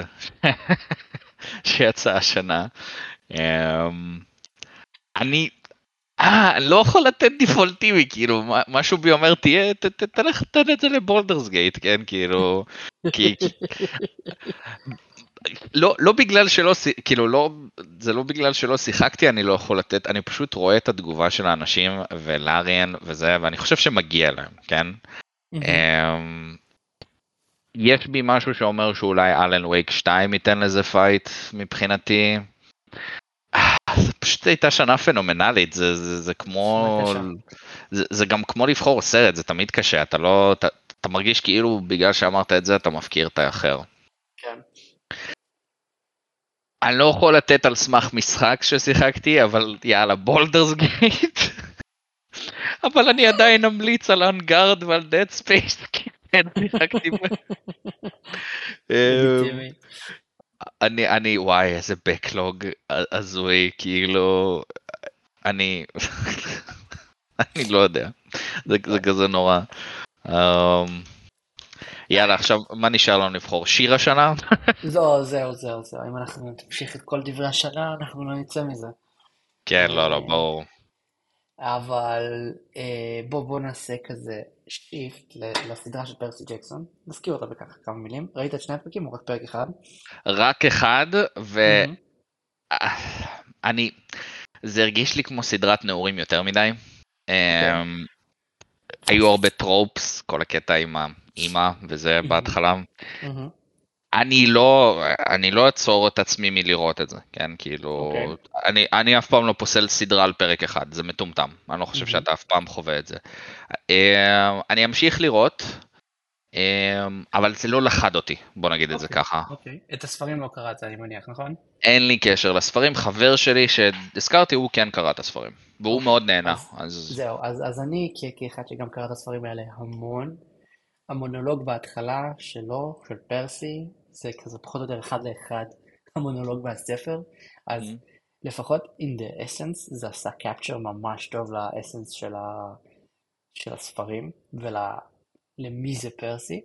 שיצא השנה. אה, אני אה, אני לא יכול לתת דיפולטיבי, כאילו, מה- משהו בי אומר, תהיה, ת- ת- תלך, תן את זה לבולדרס גייט, כן, כאילו, כי, כי, לא, לא בגלל שלא, שי- כאילו, לא, זה לא בגלל שלא שיחקתי, אני לא יכול לתת, אני פשוט רואה את התגובה של האנשים, ולאריאן וזה, ואני חושב שמגיע להם, כן? מהמם. אמ, יש בי משהו שאומר שאולי אלן וייק שתיים ייתן לזה פייט, מבחינתי. זה פשוט הייתה שנה פנומנלית, זה, זה, זה שנה כמו, קשה. זה, זה גם כמו לבחור סרט, זה תמיד קשה, אתה לא, אתה, אתה מרגיש כאילו בגלל שאמרת את זה אתה מפקיר את האחר. כן. אני לא יכול לתת על סמך משחק ששיחקתי, אבל יאללה, בולדרס גייט. אבל אני עדיין אמליץ על אנגארד ועל דד ספייס, כי כן שיחקתי ב... אמ, לגיטימי. אני, אני, וואי, איזה בקלוג הזוי, כאילו, אני, אני לא יודע, זה, זה כזה נורא. אמ, יאללה, עכשיו, מה נשאר לנו לבחור? שיר השנה? זהו, זהו, זהו, זהו. אם אנחנו נמשיך את כל דברי השנה, אנחנו לא נצא מזה. כן, לא, לא, אה, ברור. אבל אה, בוא, בוא נעשה כזה שיפט לסדרה של פרסי ג'קסון. נזכיר אותה בככה כמה מילים. ראית את שני הפרקים או רק פרק אחד? רק אחד, מהמם. ואני, זה הרגיש לי כמו סדרת נעורים יותר מדי. אוקיי. אמ, היו הרבה טרופס, כל הקטע עם האימא וזה מהמם. בהתחלה. מהמם. אני לא, אני לא אעצור את עצמי מלראות את זה, כן, כאילו, אוקיי. אני, אני אף פעם לא פוסל סדרה על פרק אחד, זה מטומטם, אני לא חושב מהמם. שאתה אף פעם חווה את זה. אמ, אני אמשיך לראות, אמ, אבל זה לא לחד אותי, בוא נגיד את זה אוקיי. ככה. אוקיי. את הספרים לא קראת, אני מניח, נכון? אין לי קשר לספרים, חבר שלי שהזכרתי, הוא כן קרא את הספרים, והוא אוקיי. מאוד נהנה, אז אז זהו, אז, אז אני כ- כאחד שגם קרא את הספרים האלה המון, המונולוג בהתחלה שלו, של פרסי, זה כזה פחות או יותר אחד לאחד המונולוג מהספר, אז לפחות in the essence זה עשה capture ממש טוב לאסנס של, ה, של הספרים ולמי זה פרסי.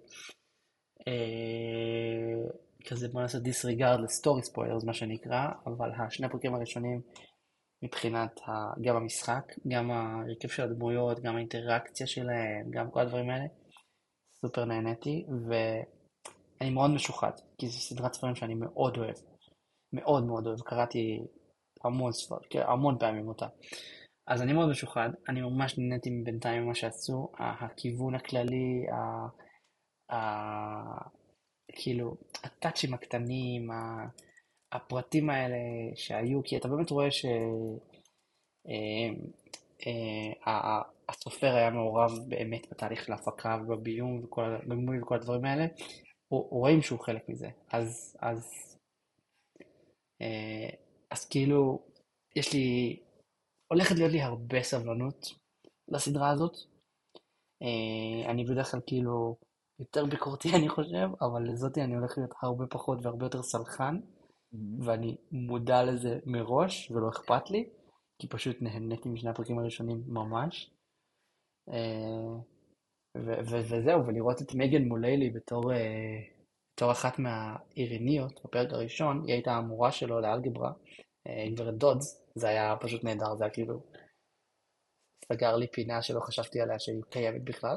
אה, כזה בוא נעשה disregard לסטורי ספוילרס מה שנקרא, אבל השני הפרקים הראשונים מבחינת ה, גם המשחק, גם הרכב של הדמויות, גם האינטראקציה שלהם, גם כל הדברים האלה, סופר נהניתי, ואני מאוד משוחד, כי זו סדרת ספרים שאני מאוד אוהב, מאוד מאוד אוהב, קראתי המון ספרים, כן, המון פעמים אותה. אז אני מאוד משוחד, אני ממש נהניתי בינתיים ממה שעשו, ה- הכיוון הכללי, ה- ה- כאילו, הטאצ'ים הקטנים, ה- הפרטים האלה שהיו, כי אתה באמת רואה ש... אה, אה, ה- הסופר היה מעורב באמת בתהליך של ההפקה ובביום וכל, ה- בבימוי וכל הדברים האלה, רו- רואים שהוא חלק מזה. אז, אז, אה, אז כאילו, יש לי, הולכת להיות לי הרבה סבלנות לסדרה הזאת. אה, אני בדרך כלל כאילו יותר ביקורתי אני חושב, אבל לזאתי אני הולך להיות הרבה פחות והרבה יותר סלחן, ואני מודע לזה מראש ולא אכפת לי, כי פשוט נהניתי משני הפרקים הראשונים ממש. אה, ו- ו- וזהו, ולראות את מגן מוליילי בתור, אה, בתור אחת מהעירניות בפרק הראשון, היא הייתה המורה שלו לאלגברה, אה, גברת דודס, זה היה פשוט נהדר, זה היה כאילו סגר לי פינה שלא חשבתי עליה שהיא קיימת בכלל.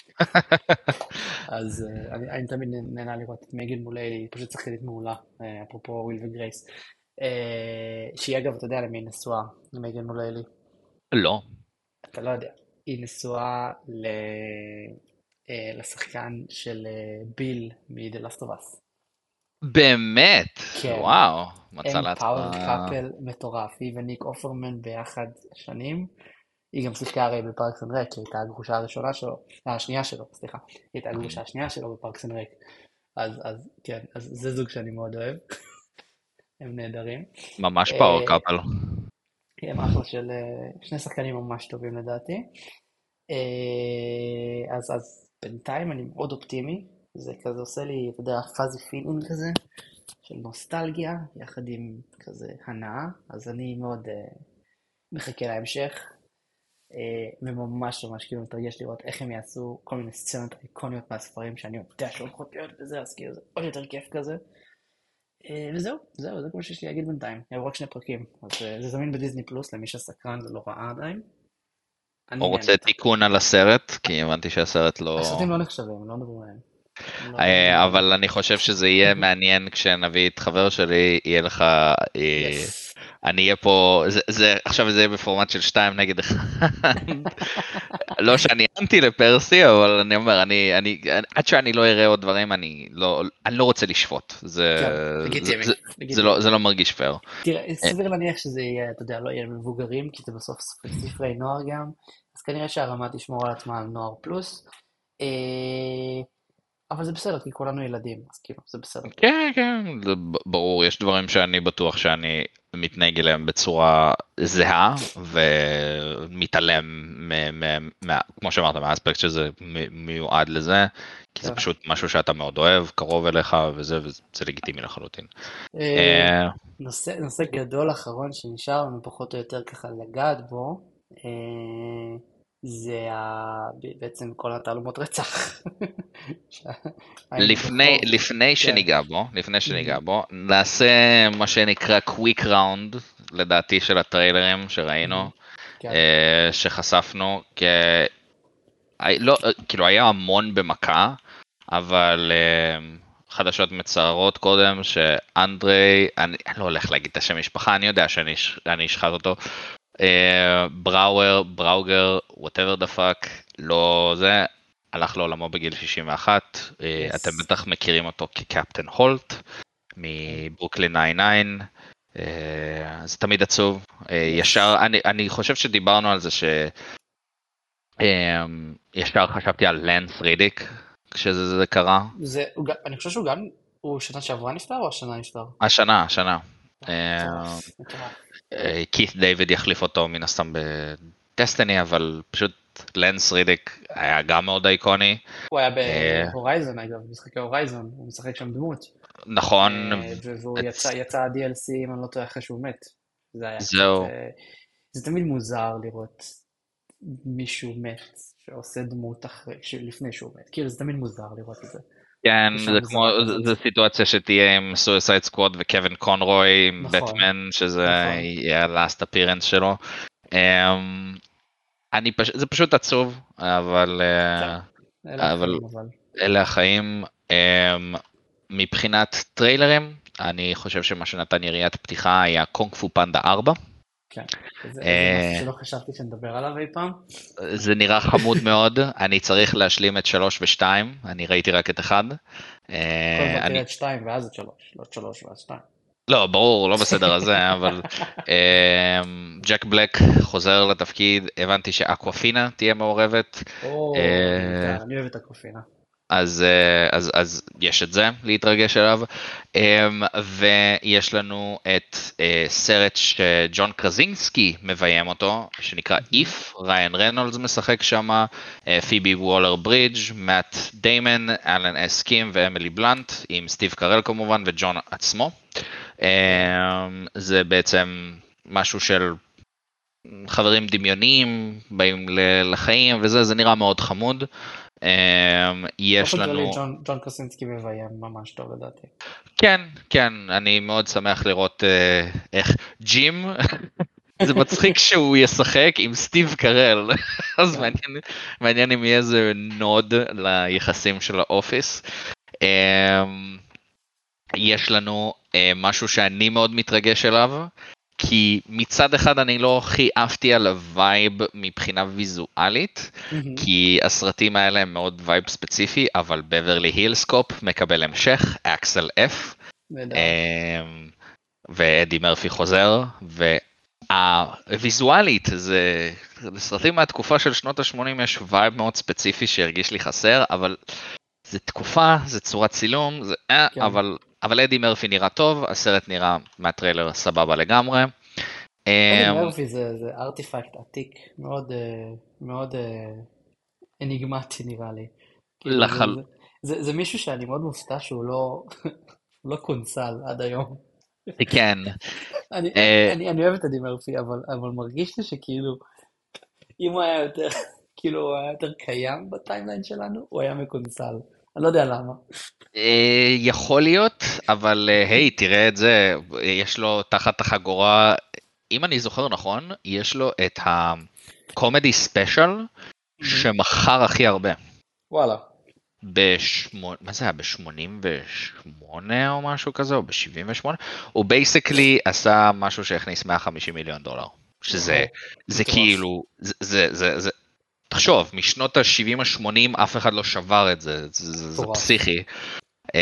אז uh, אני, אני תמיד נהנה לראות את מגן מול איילי, היא פשוט שחקנית מעולה, uh, אפרופו וויל וגרייס. Uh, שהיא אגב, אתה יודע למי היא נשואה, למגן מול איילי? לא. אתה לא יודע. היא נשואה ל... uh, לשחקן של uh, ביל מ-The Last of Us. באמת? כן. וואו, מצא הם לעצמה... פאוור קאפל מטורף, היא וניק אופרמן ביחד שנים. היא גם שיחקה הרי בפארקס אנד ריק, היא הייתה הגרושה הראשונה שלו, השנייה שלו, סליחה, היא הייתה הגרושה השנייה שלו בפארקס אנד ריק. אז, אז כן, אז זה זוג שאני מאוד אוהב. הם נהדרים. ממש פאוור אה, קאפל. הם אחלה של אה, שני שחקנים ממש טובים לדעתי. אה, אז, אז בינתיים אני מאוד אופטימי, זה כזה עושה לי, אתה יודע, פאזי פילינג כזה, של נוסטלגיה, יחד עם כזה הנאה, אז אני מאוד אה, מחכה להמשך. וממש ממש כאילו מתרגש לראות איך הם יעשו כל מיני סצנות איקוניות מהספרים שאני יודע שהולכות להיות בזה, אז כאילו זה עוד יותר כיף כזה. וזהו, זהו, זה כמו שיש לי להגיד בינתיים. היו רק שני פרקים, אז זה זמין בדיזני פלוס למי שסקרן ולא ראה עדיין. הוא רוצה תיקון על הסרט, כי הבנתי שהסרט לא... הסרטים לא נחשבים, לא מדברים עליהם. אבל אני חושב שזה יהיה מעניין כשנביא את חבר שלי, יהיה לך... אני אהיה פה, זה, זה, עכשיו זה יהיה בפורמט של שתיים נגד אחד. לא שאני אנטי לפרסי, אבל אני אומר, אני, אני, עד שאני לא אראה עוד דברים, אני לא, אני לא רוצה לשפוט. זה, לגיטימי, זה, לגיטימי. זה לא, זה לא מרגיש פייר. תראה, סביר להניח שזה יהיה, אתה יודע, לא יהיה מבוגרים, כי זה בסוף ספרי נוער גם, אז כנראה שהרמה תשמור על עצמה על נוער פלוס. אבל זה בסדר, כי כולנו ילדים, אז כאילו, זה בסדר. כן, כן, זה ברור, יש דברים שאני בטוח שאני מתנהג אליהם בצורה זהה, ומתעלם, כמו שאמרת, מהאספקט שזה מיועד לזה, כי זה פשוט משהו שאתה מאוד אוהב, קרוב אליך, וזה, וזה לגיטימי לחלוטין. נושא גדול אחרון שנשאר לנו פחות או יותר ככה לגעת בו, זה בעצם כל התעלומות רצח. לפני, לפני שניגע בו, לפני שניגע בו, נעשה מה שנקרא קוויק ראונד, לדעתי של הטריילרים שראינו, שחשפנו, כאילו היה המון במכה, אבל חדשות מצערות קודם, שאנדרי, אני לא הולך להגיד את השם משפחה, אני יודע שאני אשחט אותו, בראואר, בראוגר, whatever the fuck, לא זה, הלך לעולמו בגיל שישים ואחת, yes. אתם בטח מכירים אותו כקפטן הולט, מברוקלין תשע תשע, זה תמיד עצוב, yes. ישר, אני, אני חושב שדיברנו על זה ש... ישר חשבתי על לנס רידיק, כשזה זה קרה. זה, אני חושב שהוא גם, הוא שנה שעברה נפטר או השנה נפטר? השנה, השנה. כית דיוויד יחליף אותו מן הסתם בדסטיני, אבל פשוט לנס רידיק היה גם מאוד איקוני. הוא היה בהורייזון אגב, משחקי הורייזון, הוא משחק שם דמות. נכון. והוא יצא די אל סי אם אני לא טועה אחרי שהוא מת. זהו. זה תמיד מוזר לראות מישהו מת שעושה דמות לפני שהוא מת, כאילו זה תמיד מוזר לראות את זה. כן, זה כמו, זו סיטואציה שתהיה עם סויסייד סקוואד וקווין קונרוי, עם בטמן, שזה יהיה ה-last appearance שלו. זה פשוט עצוב, אבל אלה החיים. מבחינת טריילרים, אני חושב שמה שנתן יריית פתיחה היה קונג פו פנדה ארבע. כן, זה משהו שלא חשבתי שנדבר עליו אי פעם. זה נראה חמוד מאוד, אני צריך להשלים את שלוש ושתיים, אני ראיתי רק את אחד. קודם כל תראה את שתיים ואז את שלוש, לא את שלוש ואז שתיים. לא, ברור, לא בסדר הזה, אבל ג'ק בלק חוזר לתפקיד, הבנתי שאקוופינה תהיה מעורבת. או, אני אוהב את אקוופינה. אז, אז, אז יש את זה להתרגש אליו, ויש לנו את סרט שג'ון קרזינסקי מביים אותו, שנקרא If, ריין רנולדס משחק שם, פיבי וולר ברידג', מאט דיימן, אלן אס קים ואמילי בלנט, עם סטיב קרל כמובן וג'ון עצמו. זה בעצם משהו של חברים דמיוניים, באים לחיים וזה, זה נראה מאוד חמוד. יש לנו... ג'ון קרסינסקי מביים ממש טוב לדעתי. כן, כן, אני מאוד שמח לראות איך ג'ים זה מצחיק שהוא ישחק עם סטיב קרל, אז כן. מעניין, מעניין אם יהיה איזה נוד ליחסים של האופיס. אמ, יש לנו אה, משהו שאני מאוד מתרגש אליו, כי מצד אחד אני לא הכי אהבתי על הווייב מבחינה ויזואלית, מהמם. כי הסרטים האלה הם מאוד וייב ספציפי, אבל בברלי הילסקופ מקבל המשך, אקסל אף, נהדר. אמ, ואדי מרפי חוזר, והוויזואלית, זה לסרטים מהתקופה של שנות ה-שמונים יש וייב מאוד ספציפי שהרגיש לי חסר, אבל זה תקופה, זה צורת צילום, זה, אה, כן. אבל, אבל אדי מרפי נראה טוב, הסרט נראה מהטריילר סבבה לגמרי. אדי אמ, מרפי זה, זה ארטיפקט עתיק, מאוד, אה, מאוד אה, אניגמטי נראה לי. כאילו זה, לחל... זה, זה, זה מישהו שאני מאוד מופתע שהוא לא, הוא לא קונסל עד היום. כן, אני, אה, אני, אני אוהב את אדי מרפי, אבל, אבל מרגיש לי שכאילו, אם הוא היה יותר, כאילו הוא היה יותר קיים בטיימליין שלנו, הוא היה מקונסל. אני לא יודע למה. אה, יכול להיות, אבל אה, היי, תראה את זה, יש לו תחת החגורה, אם אני זוכר נכון, יש לו את הקומדי ספיישל שמכר הכי הרבה. וואלה. בשמונה, מה זה היה? ב-שמונים ושמונה או משהו כזה, או ב-שבעים ושמונה? הוא בייסיקלי עשה משהו שהכניס מאה וחמישים מיליון דולר. שזה, וואו, זה מטורף. כאילו, זה, זה, זה, זה, תחשוב, משנות ה-שבעים ה-שמונים אף אחד לא שבר את זה, זה, זה, זה מטורף. פסיכי. Um,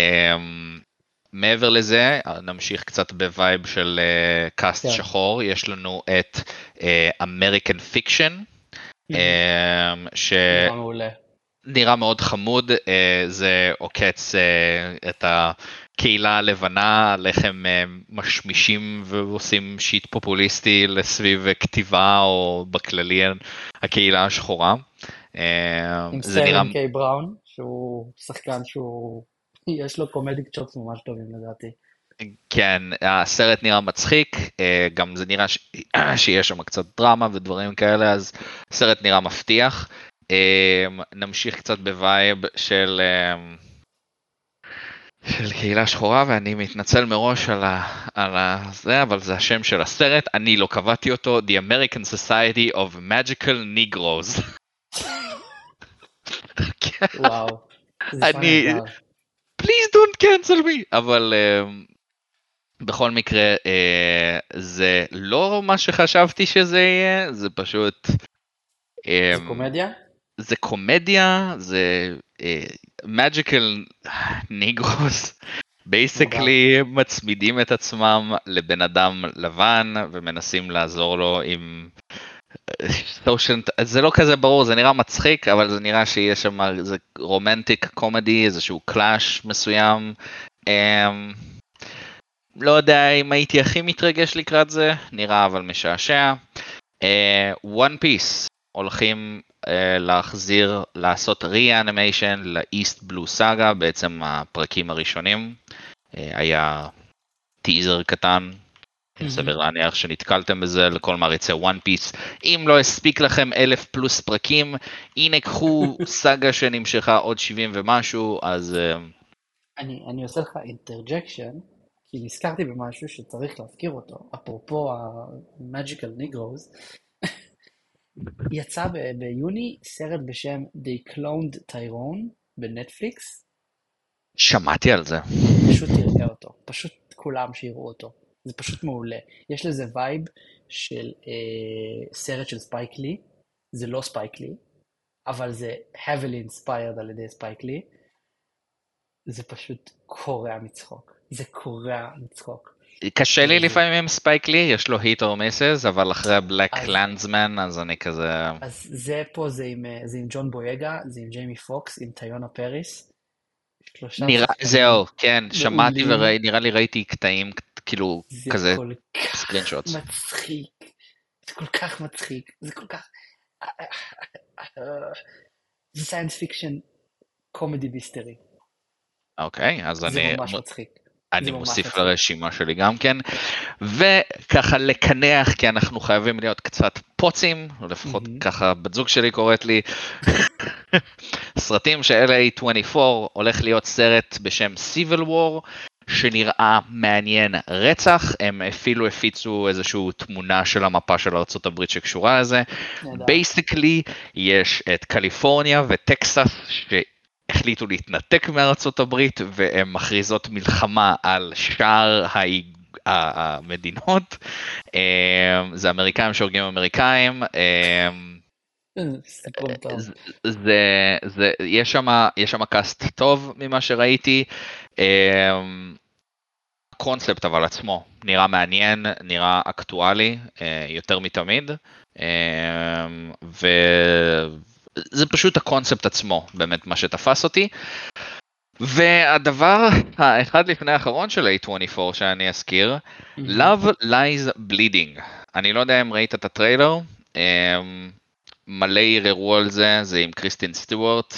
מעבר לזה, נמשיך קצת בווייב של uh, קאסט כן. שחור, יש לנו את uh, American Fiction, um, ש... נראה מעולה. נראה מאוד חמוד, זה עוקץ את הקהילה הלבנה, על איך הם משמישים ועושים שיט פופוליסטי לסביב כתיבה או בכללי הקהילה השחורה. עם זה נראה... סטרלינג קיי בראון, שהוא שחקן שהוא, יש לו קומדיק צ'ופס ממש טובים לדעתי. כן, הסרט נראה מצחיק, גם זה נראה ש... שיש שם קצת דרמה ודברים כאלה, אז הסרט נראה מבטיח. נמשיך קצת בווייב של של קהילה שחורה, ואני מתנצל מראש על ה, על ה, זה, אבל זה השם של הסרט, אני לא קבעתי אותו, The American Society of Magical Negroes. וואו, זה אני, נהדר. please don't cancel me, אבל uh, בכל מקרה, uh, זה לא מה שחשבתי שזה יהיה, זה פשוט... זה um, קומדיה? זה קומדיה, זה uh, Magical Negroes. בייסקלי מצמידים את עצמם לבן אדם לבן ומנסים לעזור לו עם סושן, זה לא כזה ברור, זה נראה מצחיק, אבל זה נראה שיש שם איזה רומנטיק קומדי, איזשהו קלאש מסוים. Um, לא יודע אם הייתי הכי מתרגש לקראת זה, נראה אבל משעשע. uh, One Piece הולכים uh, להחזיר, לעשות re-animation ל-East Blue Saga, בעצם הפרקים הראשונים. Uh, היה טיזר קטן, סביר להניח שנתקלתם בזה לכל מעריצי One Piece. אם לא הספיק לכם אלף פלוס פרקים, הנה קחו סאגה שנמשכה עוד שבעים ומשהו, אז... Uh, אני, אני עושה לך אינטרג'קשן, כי נזכרתי במשהו שצריך להזכיר אותו, אפרופו ה-Magical Negroes. יצא ב- ביוני סרט בשם They Cloned Tyrone בנטפליקס, שמעתי על זה. פשוט תראה אותו, פשוט כולם שיראו אותו, זה פשוט מעולה. יש לזה וייב של אה, סרט של ספייק לי, זה לא ספייק לי, אבל זה heavily inspired על ידי ספייק לי, זה פשוט קורע מצחוק, זה קורע מצחוק. קשה לי לפעמים עם ספייק לי, יש לו היט או מיסס, אבל אחרי בלק קלאנסמן, אז אני כזה... אז זה פה, זה עם, זה עם ג'ון בויגה, זה עם ג'יימי פוקס, עם טיונה פריס. נראה, זהו, כן, שמעתי ונראה לי ראיתי קטעים, כאילו, כזה, סקרין שוט. זה כל כך מצחיק, זה כל כך מצחיק, זה כל כך... זה סיינס פיקשן קומדי ביסטרי. אוקיי, אז אני... זה ממש מצחיק. אני מוסיף לרשימה שלי גם כן, וככה לקנח, כי אנחנו חייבים להיות קצת פוצים, או לפחות ככה בת זוג שלי קוראת לי, סרטים של אל איי עשרים וארבע הולך להיות סרט בשם Civil War, שנראה מעניין רצח, הם אפילו הפיצו איזושהי תמונה של המפה של ארצות הברית שקשורה לזה. בייסיקלי יש את קליפורניה וטקסס שהחליטו להתנתק מארצות הברית, והן מכריזות מלחמה על שאר המדינות. זה אמריקאים שהורגים אמריקאים. זה, זה, יש שמה, יש שמה קאסט טוב ממה שראיתי. הקונספט אבל עצמו נראה מעניין, נראה אקטואלי יותר מתמיד, וזה פשוט הקונספט עצמו באמת מה שתפס אותי. והדבר האחד לפני האחרון של איי עשרים וארבע שאני אזכיר, Love Lies Bleeding. אני לא יודע אם ראית את הטריילר, מלא יררו על זה, זה עם קריסטין סטיוארט,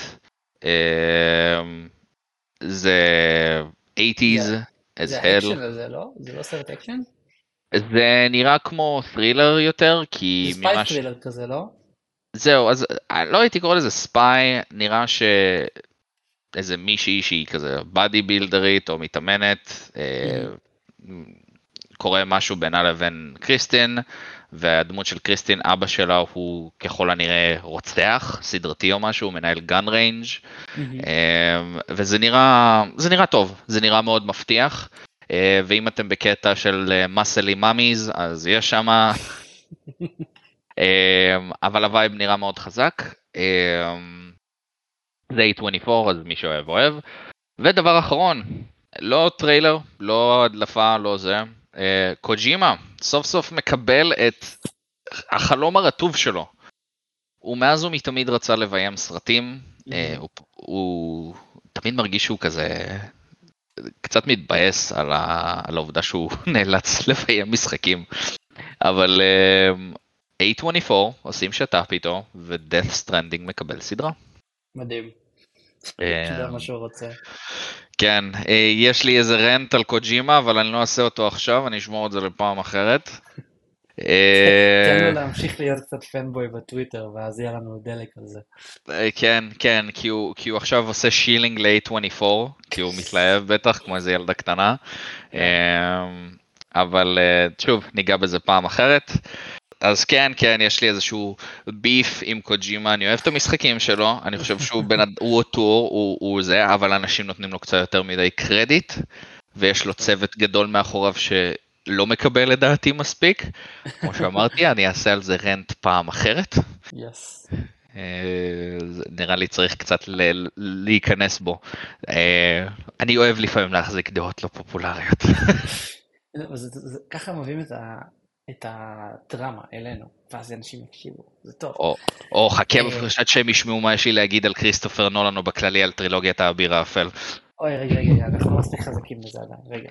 זה שמונים as זה hell. אקשן הזה, לא? זה לא סרט אקשן? זה נראה כמו ת'רילר יותר, כי זה ספייס ממש... ת'רילר כזה, לא? זהו, אז לא הייתי קורא לזה ספיי, נראה ש... איזה מישהי שהיא כזה בדי בילדרית או מתאמנת, קורה משהו בינה לבין קריסטין, והדמות של קריסטין, אבא שלה הוא ככל הנראה רוצח, סדרתי או משהו, מנהל גן ריינג', וזה נראה, זה נראה טוב, זה נראה מאוד מבטיח, ואם אתם בקטע של מסלי מאמיז, אז יש שמה, אבל הווייב נראה מאוד חזק, זה איי עשרים וארבע, אז מי שאוהב אוהב. ודבר אחרון, לא טריילר, לא הדלפה, לא זה, קוג'ימה סוף סוף מקבל את החלום הרטוב שלו. הוא מאז ומתמיד רצה לביים סרטים, הוא, הוא תמיד מרגיש שהוא כזה קצת מתבאס על, ה, על העובדה שהוא נאלץ לביים משחקים, אבל איי עשרים וארבע עושים שת"פ איתו, ו-Death Stranding מקבל סדרה. מדהים. זה מה שהוא רוצה. כן, יש לי איזה רנט על קוג'ימה, אבל אני לא אעשה אותו עכשיו, אני אשמור את זה לפעם אחרת. תן לו להמשיך להיות קצת פנבוי בטוויטר, ואז יהיה לנו דלק על זה. כן, כן, כי הוא, כי הוא עכשיו עושה שילינג ל-איי עשרים וארבע, כי הוא מתלהב בטח, כמו איזה ילדה קטנה. אבל שוב, ניגע בזה פעם אחרת. אז כן, כן, יש לי איזשהו ביף עם קוג'ימה, אני אוהב את המשחקים שלו, אני חושב שהוא בין, הוא אוטור, הוא, הוא זה, אבל אנשים נותנים לו קצת יותר מדי קרדיט, ויש לו צוות גדול מאחוריו שלא מקבל לדעתי מספיק. כמו שאמרתי, אני אעשה על זה רנט פעם אחרת. Yes. נראה לי צריך קצת ל- להיכנס בו. אני אוהב לפעמים להחזיק דעות לא פופולריות. ככה מביאים את ה... את הדרמה אלינו, ואז אנשים יקשיבו, זה טוב. או, או חכה בפרשת שהם ישמעו מה יש לי להגיד על כריסטופר נולן, או בכללי על טרילוגיית האביר האפל. אוי, רגע, רגע, אנחנו לא מספיק חזקים בזה עדיין, רגע.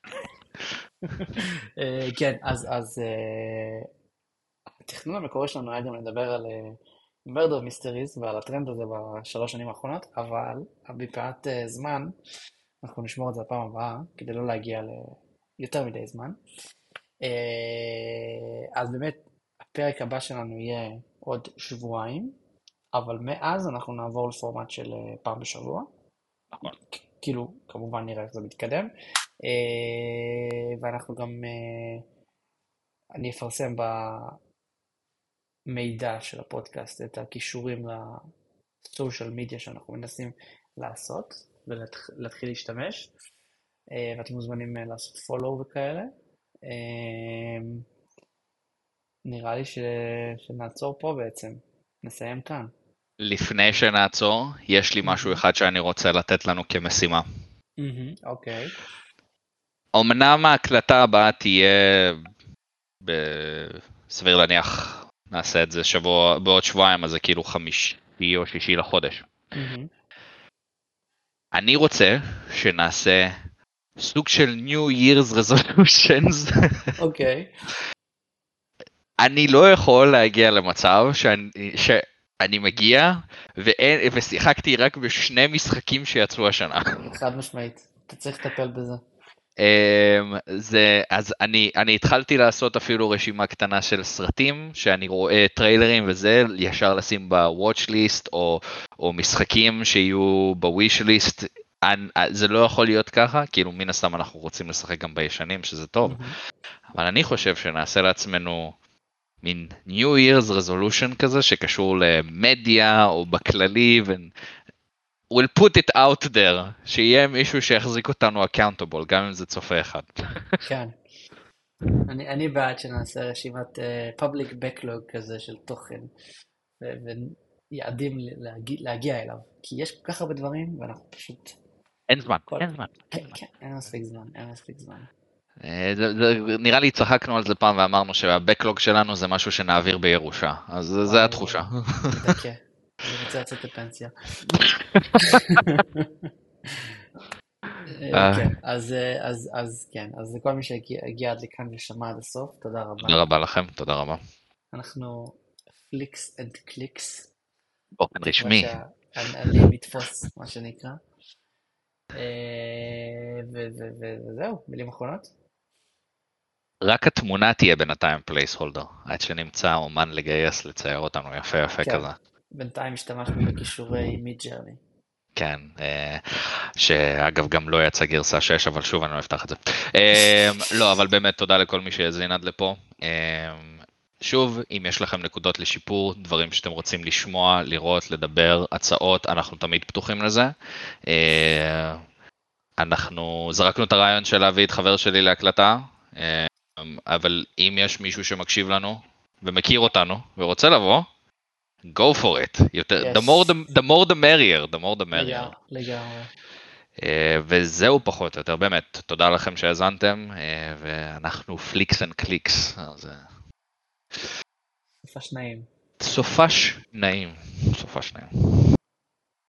כן, אז, אז התכנון המקורי שלנו היה גם לדבר על Murder Mysteries, ועל הטרנד הזה בשלוש שנים האחרונות, אבל מפאת זמן, אנחנו נשמור את זה הפעם הבאה, כדי לא להגיע ליותר מדי זמן. אז באמת הפרק הבא שלנו יהיה עוד שבועיים, אבל מאז אנחנו נעבור לפורמט של פעם בשבוע. נכון. כאילו, כמובן נראה איך זה מתקדם. ואנחנו גם, אני אפרסם במידע של הפודקאסט את הכישורים לסושיאל מדיה שאנחנו מנסים לעשות ולהתחיל להשתמש. ואתם מוזמנים לעשות פולו וכאלה. נראה לי ש... שנעצור פה בעצם, נסיים כאן. לפני שנעצור, יש לי משהו אחד שאני רוצה לתת לנו כמשימה. אוקיי. אמנם ההקלטה הבאה תהיה, בסביר להניח, נעשה את זה שבוע, בעוד שבועיים, אז זה כאילו חמישי או שישי לחודש. אני רוצה שנעשה סוג של New Year's Resolutions. אוקיי. אני לא יכול להגיע למצב שאני, שאני מגיע ואין, ושיחקתי רק בשני משחקים שיצאו השנה. חד משמעית, אתה צריך לטפל בזה. זה, אז אני, אני התחלתי לעשות אפילו רשימה קטנה של סרטים, שאני רואה טריילרים וזה, ישר לשים ב-watch list, או, או משחקים שיהיו ב-wish list. זה לא יכול להיות ככה, כאילו מן הסתם אנחנו רוצים לשחק גם בישנים, שזה טוב, אבל אני חושב שנעשה לעצמנו מין New Year's Resolution כזה, שקשור למדיה או בכללי, ו... we'll put it out there, שיהיה מישהו שיחזיק אותנו accountable, גם אם זה צופה אחד. כן. אני, אני בעד שנעשה רשימת uh, public backlog כזה של תוכן, ו- ויעדים להגיע, להגיע אליו, כי יש כל כך הרבה דברים, ואנחנו פשוט... אין זמן, כל... אין זמן. כן, כן, אין מספיק זמן, אין מספיק זמן. זה, זה, נראה לי צחקנו על זה פעם ואמרנו שהבקלוג שלנו זה משהו שנעביר בירושה, אז וואי, זה התחושה. מדכא, אני רוצה לצאת לפנסיה. כן, אז, אז, אז כן, אז לכל מי שהגיע עד לכאן ושמע עד הסוף, תודה רבה. תודה רבה לכם, תודה רבה. אנחנו פליקס אנד קליקס. באופן רשמי. אני מתפוס, מה שנקרא. וזהו, מילים אחרונות. רק התמונה תהיה בינתיים פלייסהולדר, עד שנמצא אומן לגייס לצייר אותנו יפה יפה כזה. בינתיים השתמשנו בכישורי מידג'רני. כן, שאגב גם לא יצא גרסה שש, אבל שוב אני לא אפתח את זה. לא, אבל באמת תודה לכל מי שהזין עד לפה. שוב, אם יש לכם נקודות לשיפור, דברים שאתם רוצים לשמוע, לראות, לדבר, הצעות, אנחנו תמיד פתוחים לזה. אנחנו זרקנו את הרעיון של להביא את חבר שלי להקלטה, אבל אם יש מישהו שמקשיב לנו ומכיר אותנו ורוצה לבוא, go for it. יותר, yes. the, more the, the more the merrier, the more the merrier. לגמרי. וזהו פחות או יותר, באמת, תודה לכם שהאזנתם, ואנחנו פליקס אנד קליקס. סופש נעים. סופש נעים. סופש נעים.